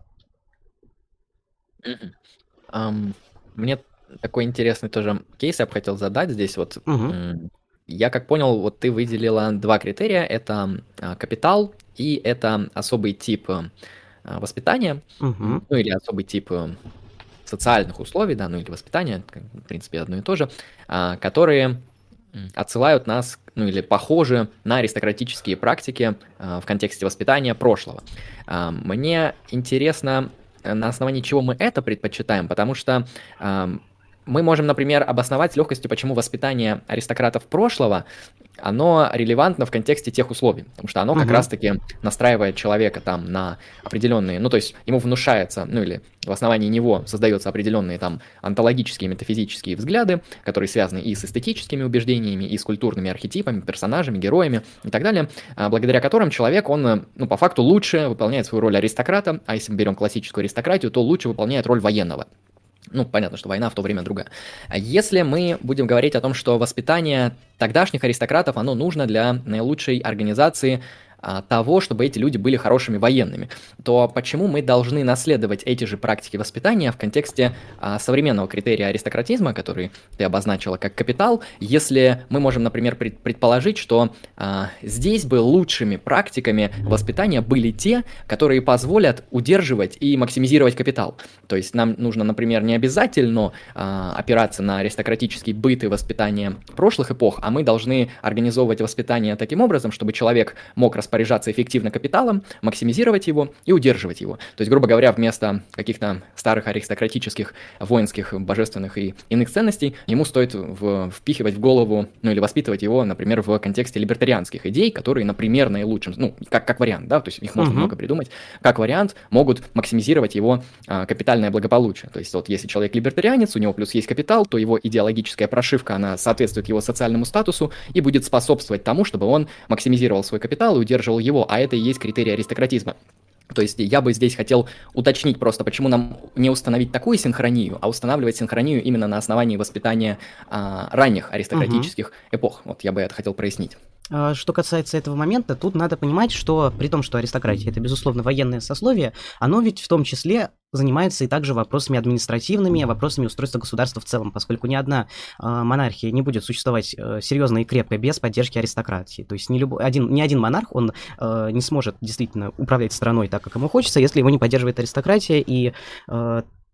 Mm-hmm. Um, мне такой интересный тоже кейс я бы хотел задать здесь. Вот uh-huh. Я как понял, вот ты выделила два критерия, это капитал и это особый тип воспитания, uh-huh. ну или особый тип социальных условий, да, ну или воспитания, в принципе, одно и то же, которые отсылают нас, ну или похожи на аристократические практики в контексте воспитания прошлого. Мне интересно, на основании чего мы это предпочитаем, потому что мы можем, например, обосновать с легкостью, почему воспитание аристократов прошлого, оно релевантно в контексте тех условий, потому что оно как uh-huh. раз-таки настраивает человека там на определенные, ну то есть ему внушается, ну или в основании него создаются определенные там онтологические, метафизические взгляды, которые связаны и с эстетическими убеждениями, и с культурными архетипами, персонажами, героями и так далее, благодаря которым человек, он, ну по факту лучше выполняет свою роль аристократа, а если мы берем классическую аристократию, то лучше выполняет роль военного. Ну, понятно, что война в то время другая. Если мы будем говорить о том, что воспитание тогдашних аристократов, оно нужно для наилучшей организации того, чтобы эти люди были хорошими военными, то почему мы должны наследовать эти же практики воспитания в контексте а, современного критерия аристократизма, который ты обозначила как капитал, если мы можем, например, пред, предположить, что а, здесь бы лучшими практиками воспитания были те, которые позволят удерживать и максимизировать капитал. То есть нам нужно, например, не обязательно а, опираться на аристократический быт и воспитание прошлых эпох, а мы должны организовывать воспитание таким образом, чтобы человек мог распоряжаться распоряжаться эффективно капиталом, максимизировать его и удерживать его. То есть, грубо говоря, вместо каких-то старых аристократических, воинских, божественных и иных ценностей, ему стоит в, впихивать в голову, ну или воспитывать его, например, в контексте либертарианских идей, которые, например, наилучшим, ну, как, как вариант, да, то есть их можно uh-huh. много придумать, как вариант могут максимизировать его а, капитальное благополучие. То есть вот если человек либертарианец, у него плюс есть капитал, то его идеологическая прошивка, она соответствует его социальному статусу и будет способствовать тому, чтобы он максимизировал свой капитал и удерживал его, а это и есть критерий аристократизма. То есть я бы здесь хотел уточнить просто, почему нам не установить такую синхронию, а устанавливать синхронию именно на основании воспитания а, ранних аристократических угу. эпох. Вот я бы это хотел прояснить. Что касается этого момента, тут надо понимать, что при том, что аристократия — это, безусловно, военное сословие, оно ведь в том числе занимается и также вопросами административными, вопросами устройства государства в целом, поскольку ни одна э, монархия не будет существовать э, серьезно и крепко без поддержки аристократии. То есть ни, любой, один, ни один монарх, он э, не сможет действительно управлять страной так, как ему хочется, если его не поддерживает аристократия, и э,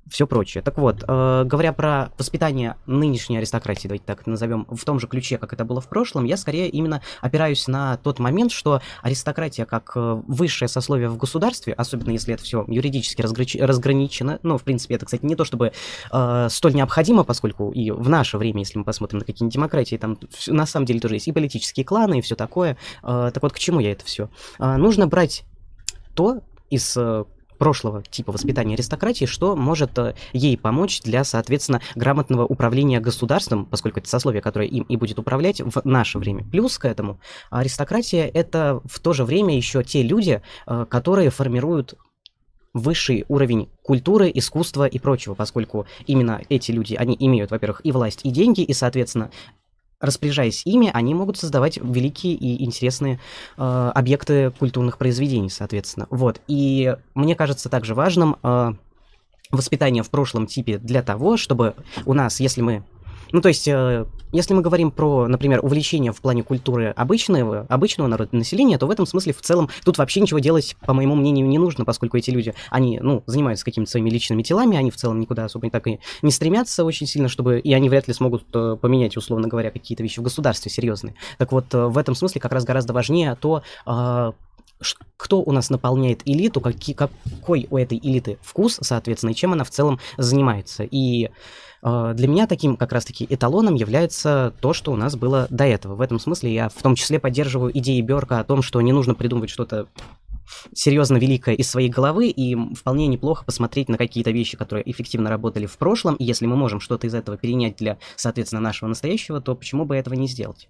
все прочее. Так вот, э, говоря про воспитание нынешней аристократии, давайте так назовем, в том же ключе, как это было в прошлом, я скорее именно опираюсь на тот момент, что аристократия как э, высшее сословие в государстве, особенно если это все юридически разграч- разграничено, ну, в принципе, это, кстати, не то чтобы э, столь необходимо, поскольку и в наше время, если мы посмотрим на какие-нибудь демократии, там вс- на самом деле тоже есть и политические кланы, и все такое. Э, так вот, к чему я это все? Э, нужно брать то из э, прошлого типа воспитания аристократии, что может э, ей помочь для, соответственно, грамотного управления государством, поскольку это сословие, которое им и будет управлять в наше время. Плюс к этому аристократия — это в то же время еще те люди, э, которые формируют высший уровень культуры, искусства и прочего, поскольку именно эти люди, они имеют, во-первых, и власть, и деньги, и, соответственно, распоряжаясь ими, они могут создавать великие и интересные э, объекты культурных произведений, соответственно. Вот. И мне кажется также важным э, воспитание в прошлом типе для того, чтобы у нас, если мы... Ну, то есть, э, если мы говорим про, например, увлечение в плане культуры обычного, обычного народа населения, то в этом смысле в целом тут вообще ничего делать, по моему мнению, не нужно, поскольку эти люди, они, ну, занимаются какими-то своими личными делами, они в целом никуда особо не так и не стремятся очень сильно, чтобы, и они вряд ли смогут э, поменять, условно говоря, какие-то вещи в государстве серьезные. Так вот, э, в этом смысле как раз гораздо важнее то, э, кто у нас наполняет элиту, какие, какой у этой элиты вкус, соответственно, и чем она в целом занимается. И э, для меня таким как раз-таки эталоном является то, что у нас было до этого. В этом смысле я в том числе поддерживаю идеи Бёрка о том, что не нужно придумывать что-то серьезно великое из своей головы, и вполне неплохо посмотреть на какие-то вещи, которые эффективно работали в прошлом, и если мы можем что-то из этого перенять для, соответственно, нашего настоящего, то почему бы этого не сделать?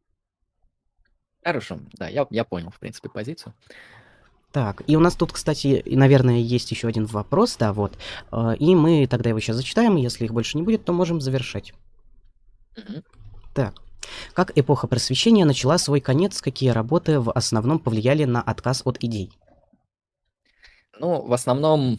Хорошо, да, я, я понял, в принципе, позицию. Так, и у нас тут, кстати, наверное, есть еще один вопрос, да, вот. Э, И мы тогда его сейчас зачитаем, если их больше не будет, то можем завершать. Мгм. Так. Как эпоха просвещения начала свой конец, какие работы в основном повлияли на отказ от идей? Ну, в основном,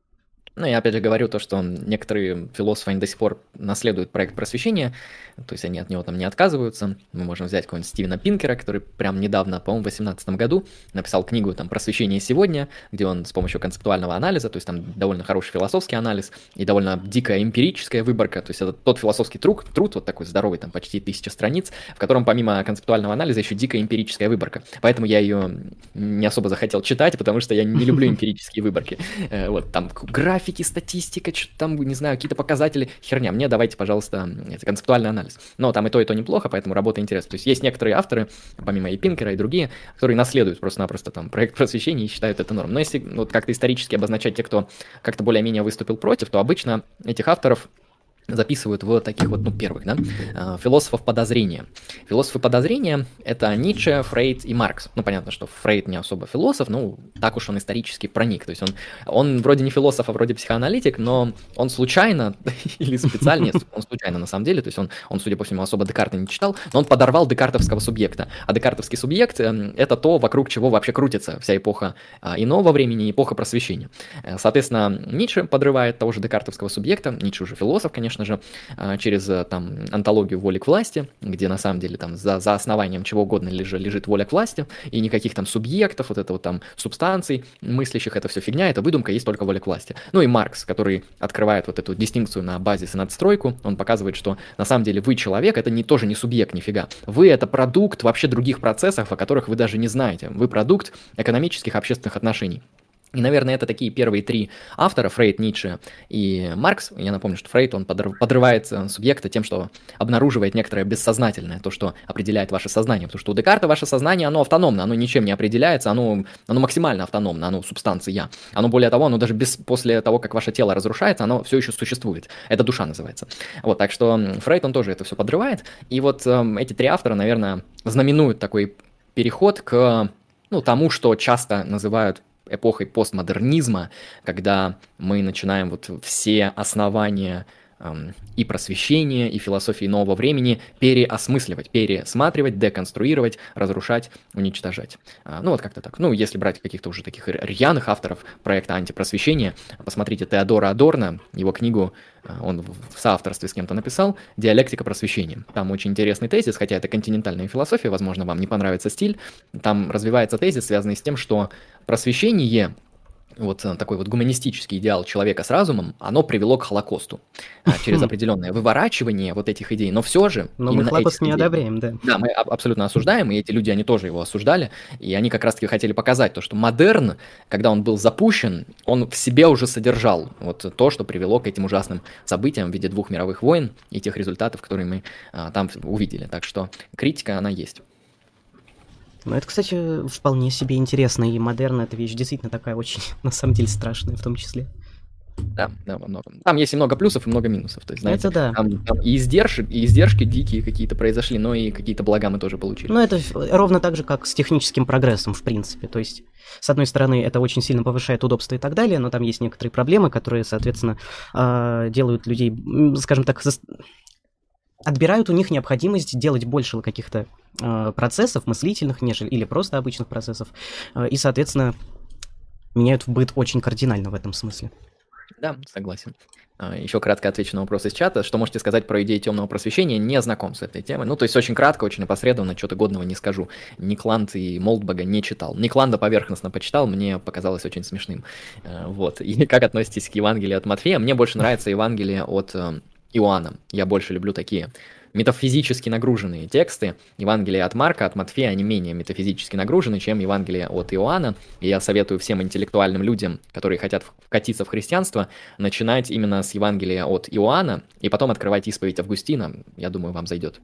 ну, я опять же говорю то, что некоторые философы, они до сих пор наследуют проект просвещения, то есть они от него там не отказываются. Мы можем взять какого-нибудь Стивена Пинкера, который прям недавно, по-моему, в две тысячи восемнадцатом году написал книгу там «Просвещение сегодня», где он с помощью концептуального анализа, то есть там довольно хороший философский анализ и довольно дикая эмпирическая выборка, то есть это тот философский труд, труд вот такой здоровый, там почти тысяча страниц, в котором помимо концептуального анализа еще дикая эмпирическая выборка. Поэтому я ее не особо захотел читать, потому что я не люблю эмпирические выборки. Э, Вот там графики, статистика, что-то там, не знаю, какие-то показатели, херня. Мне давайте, пожалуйста, это концептуальный анализ. Но там и то, и то неплохо, поэтому работа интересна. То есть есть некоторые авторы, помимо и Пинкера, и другие, которые наследуют просто-напросто там проект просвещения и считают это нормой. Но если ну, вот как-то исторически обозначать тех, кто как-то более-менее выступил против, то обычно этих авторов записывают в таких вот, ну, первых, да, э, философов подозрения. Философы подозрения — это Ницше, Фрейд и Маркс. Ну, понятно, что Фрейд не особо философ, ну, так уж он исторически проник. То есть он, он вроде не философ, а вроде психоаналитик, но он случайно или специально, нет, он случайно на самом деле, то есть он, он, судя по всему, особо Декарта не читал, но он подорвал декартовского субъекта. А декартовский субъект э, — это то, вокруг чего вообще крутится вся эпоха э, иного времени, эпоха просвещения. Э, Соответственно, Ницше подрывает того же декартовского субъекта, Ницше уже философ, конечно же, через там антологию воли к власти, где на самом деле там за, за основанием чего угодно лежит, лежит воля к власти, и никаких там субъектов, вот это вот там субстанций мыслящих, это все фигня, это выдумка, есть только воля к власти. Ну и Маркс, который открывает вот эту дистинкцию на базис и надстройку, он показывает, что на самом деле вы человек, это не, тоже не субъект нифига. Вы это продукт вообще других процессов, о которых вы даже не знаете. Вы продукт экономических, общественных отношений. И, наверное, это такие первые три автора, Фрейд, Ницше и Маркс. Я напомню, что Фрейд, он подрывает субъекта тем, что обнаруживает некоторое бессознательное, то, что определяет ваше сознание. Потому что у Декарта ваше сознание, оно автономно, оно ничем не определяется, оно, оно максимально автономно, оно субстанция. Оно, более того, оно даже без, после того, как ваше тело разрушается, оно все еще существует. Это душа называется. Вот, так что Фрейд, он тоже это все подрывает. И вот э, эти три автора, наверное, знаменуют такой переход к, ну, тому, что часто называют эпохой постмодернизма, когда мы начинаем вот все основания эм, и просвещения, и философии нового времени переосмысливать, пересматривать, деконструировать, разрушать, уничтожать. А, ну вот как-то так. Ну, если брать каких-то уже таких рьяных авторов проекта антипросвещения, посмотрите Теодора Адорно, его книгу, он в соавторстве с кем-то написал «Диалектика просвещения». Там очень интересный тезис, хотя это континентальная философия, возможно, вам не понравится стиль. Там развивается тезис, связанный с тем, что просвещение вот э, такой вот гуманистический идеал человека с разумом, оно привело к Холокосту а, через определенное выворачивание вот этих идей, но все же Но мы именно Холокост этих не идей, одобряем, да. да, мы аб- абсолютно осуждаем, и эти люди, они тоже его осуждали, и они как раз-таки хотели показать то, что модерн, когда он был запущен, он в себе уже содержал вот то, что привело к этим ужасным событиям в виде двух мировых войн и тех результатов, которые мы а, там увидели. Так что критика, она есть. Ну, это, кстати, вполне себе интересно, и модерн — это вещь действительно такая очень, на самом деле, страшная в том числе. Да, да, во многом. Там есть и много плюсов, и много минусов. То есть, знаете, Это да. там, там и издержки, и издержки дикие какие-то произошли, но и какие-то блага мы тоже получили. Ну, это ф- ровно так же, как с техническим прогрессом, в принципе. То есть, с одной стороны, это очень сильно повышает удобство и так далее, но там есть некоторые проблемы, которые, соответственно, а, делают людей, м, скажем так, зас- отбирают у них необходимость делать больше каких-то а, процессов мыслительных, нежели или просто обычных процессов, а, и, соответственно, меняют в быт очень кардинально в этом смысле. Да, согласен. А, Еще кратко отвечу на вопрос из чата. Что можете сказать про идеи темного просвещения? Не знаком с этой темой. Ну, то есть очень кратко, очень опосредованно, что-то годного не скажу. Никланд и Молдбага не читал. Никланда поверхностно почитал, мне показалось очень смешным. Э, Вот. И как относитесь к Евангелию от Матфея? Мне больше нравится Евангелие от э, Иоанна. Я больше люблю такие метафизически нагруженные тексты. Евангелие от Марка, от Матфея, они менее метафизически нагружены, чем Евангелие от Иоанна. И я советую всем интеллектуальным людям, которые хотят вкатиться в христианство, начинать именно с Евангелия от Иоанна и потом открывать исповедь Августина. Я думаю, вам зайдет.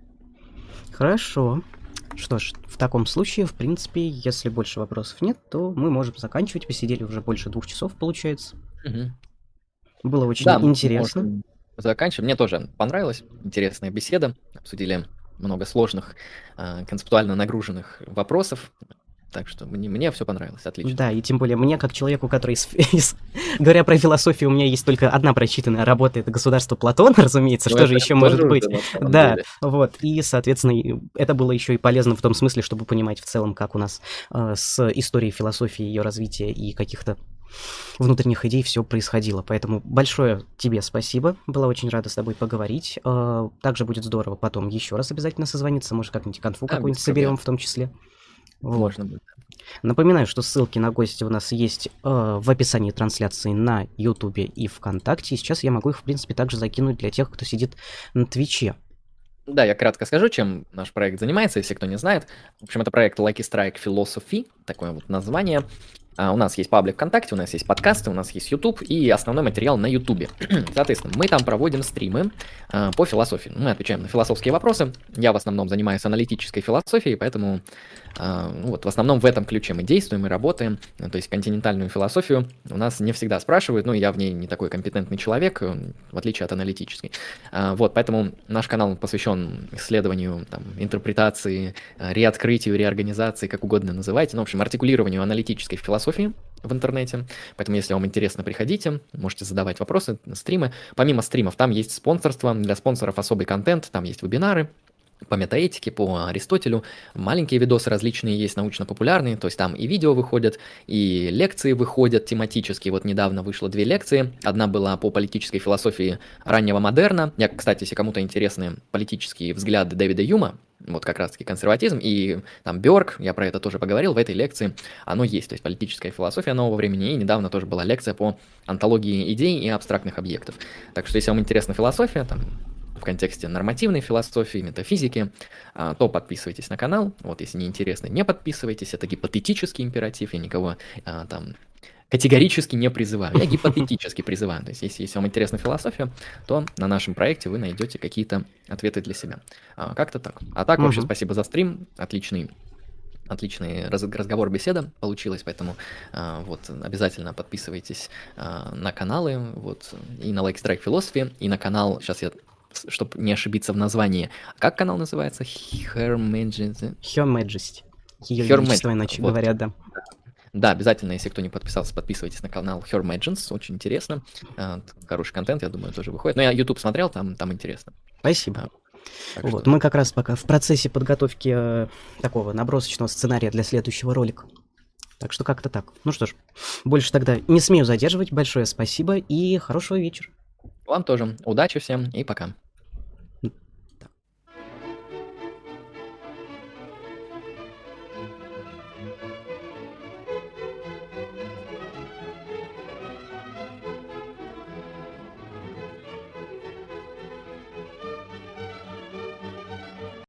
Хорошо. Что ж, в таком случае, в принципе, если больше вопросов нет, то мы можем заканчивать. Посидели уже больше двух часов, получается. Мгм. Было очень Да, интересно. можем заканчивать. Мне тоже понравилось. Интересная беседа. Обсудили много сложных, а, концептуально нагруженных вопросов. Так что мне, мне все понравилось. Отлично. Да, и тем более мне, как человеку, который, из, из- говоря про философию, у меня есть только одна прочитанная работа, это «Государство Платона», разумеется, Ну, что же это еще тоже может уже быть. на самом Да, деле. вот, и, соответственно, и это было еще и полезно в том смысле, чтобы понимать в целом, как у нас э, с историей философии, ее развития и каких-то внутренних идей все происходило. Поэтому большое тебе спасибо, была очень рада с тобой поговорить. Э, Также будет здорово потом еще раз обязательно созвониться, может, как-нибудь и конфу Да, какую-нибудь без проблем. соберем в том числе. Вот. Можно будет. Напоминаю, что ссылки на гости у нас есть э, в описании трансляции на Ютубе и ВКонтакте. И сейчас я могу их, в принципе, также закинуть для тех, кто сидит на Твиче. Да, я кратко скажу, чем наш проект занимается, если кто не знает. В общем, это проект Lucky Strike Philosophy, такое вот название. А, у нас есть паблик ВКонтакте, у нас есть подкасты, у нас есть YouTube и основной материал на Ютубе. Соответственно, мы там проводим стримы а, по философии. Мы отвечаем на философские вопросы. Я в основном занимаюсь аналитической философией, поэтому а, ну, вот в основном в этом ключе мы действуем и работаем. То есть континентальную философию у нас не всегда спрашивают, ну, я в ней не такой компетентный человек, в отличие от аналитической. А, вот, поэтому наш канал посвящен исследованию, там, интерпретации, реоткрытию, реорганизации, как угодно называйте, ну, в общем, артикулированию аналитической философии в интернете. Поэтому, если вам интересно, приходите, можете задавать вопросы на стримы. Помимо стримов, там есть спонсорство, для спонсоров особый контент, там есть вебинары по метаэтике, по Аристотелю, маленькие видосы различные есть, научно-популярные, то есть там и видео выходят, и лекции выходят тематические. Вот недавно вышло две лекции, одна была по политической философии раннего модерна. Я, кстати, если кому-то интересны политические взгляды Дэвида Юма, вот как раз-таки консерватизм, и там Бёрк, я про это тоже поговорил в этой лекции, оно есть, то есть политическая философия нового времени, и недавно тоже была лекция по антологии идей и абстрактных объектов. Так что, если вам интересна философия, там, в контексте нормативной философии, метафизики, а, то подписывайтесь на канал, вот, если не интересно, не подписывайтесь, это гипотетический императив, я никого а, там категорически не призываю, я гипотетически призываю, то есть если, если вам интересна философия, то на нашем проекте вы найдете какие-то ответы для себя, а, как-то так. А так, вообще, Мгм. спасибо за стрим, отличный Отличный раз- разговор, беседа получилась, поэтому а, вот обязательно подписывайтесь а, на каналы, вот, и на Like Strike Philosophy, и на канал, сейчас я, чтобы не ошибиться в названии, как канал называется? Her Majesty. Her Majesty. Ее Her величество, Majesty, иначе вот. говоря, да. Да, обязательно, если кто не подписался, подписывайтесь на канал Her Magents, очень интересно, а, хороший контент, я думаю, тоже выходит, но я YouTube смотрел, там, там интересно. Спасибо. А, так Вот, что- мы как раз пока в процессе подготовки э, такого набросочного сценария для следующего ролика. Так что как-то так. Ну что ж, больше тогда не смею задерживать. Большое спасибо и хорошего вечера. Вам тоже удачи всем и пока.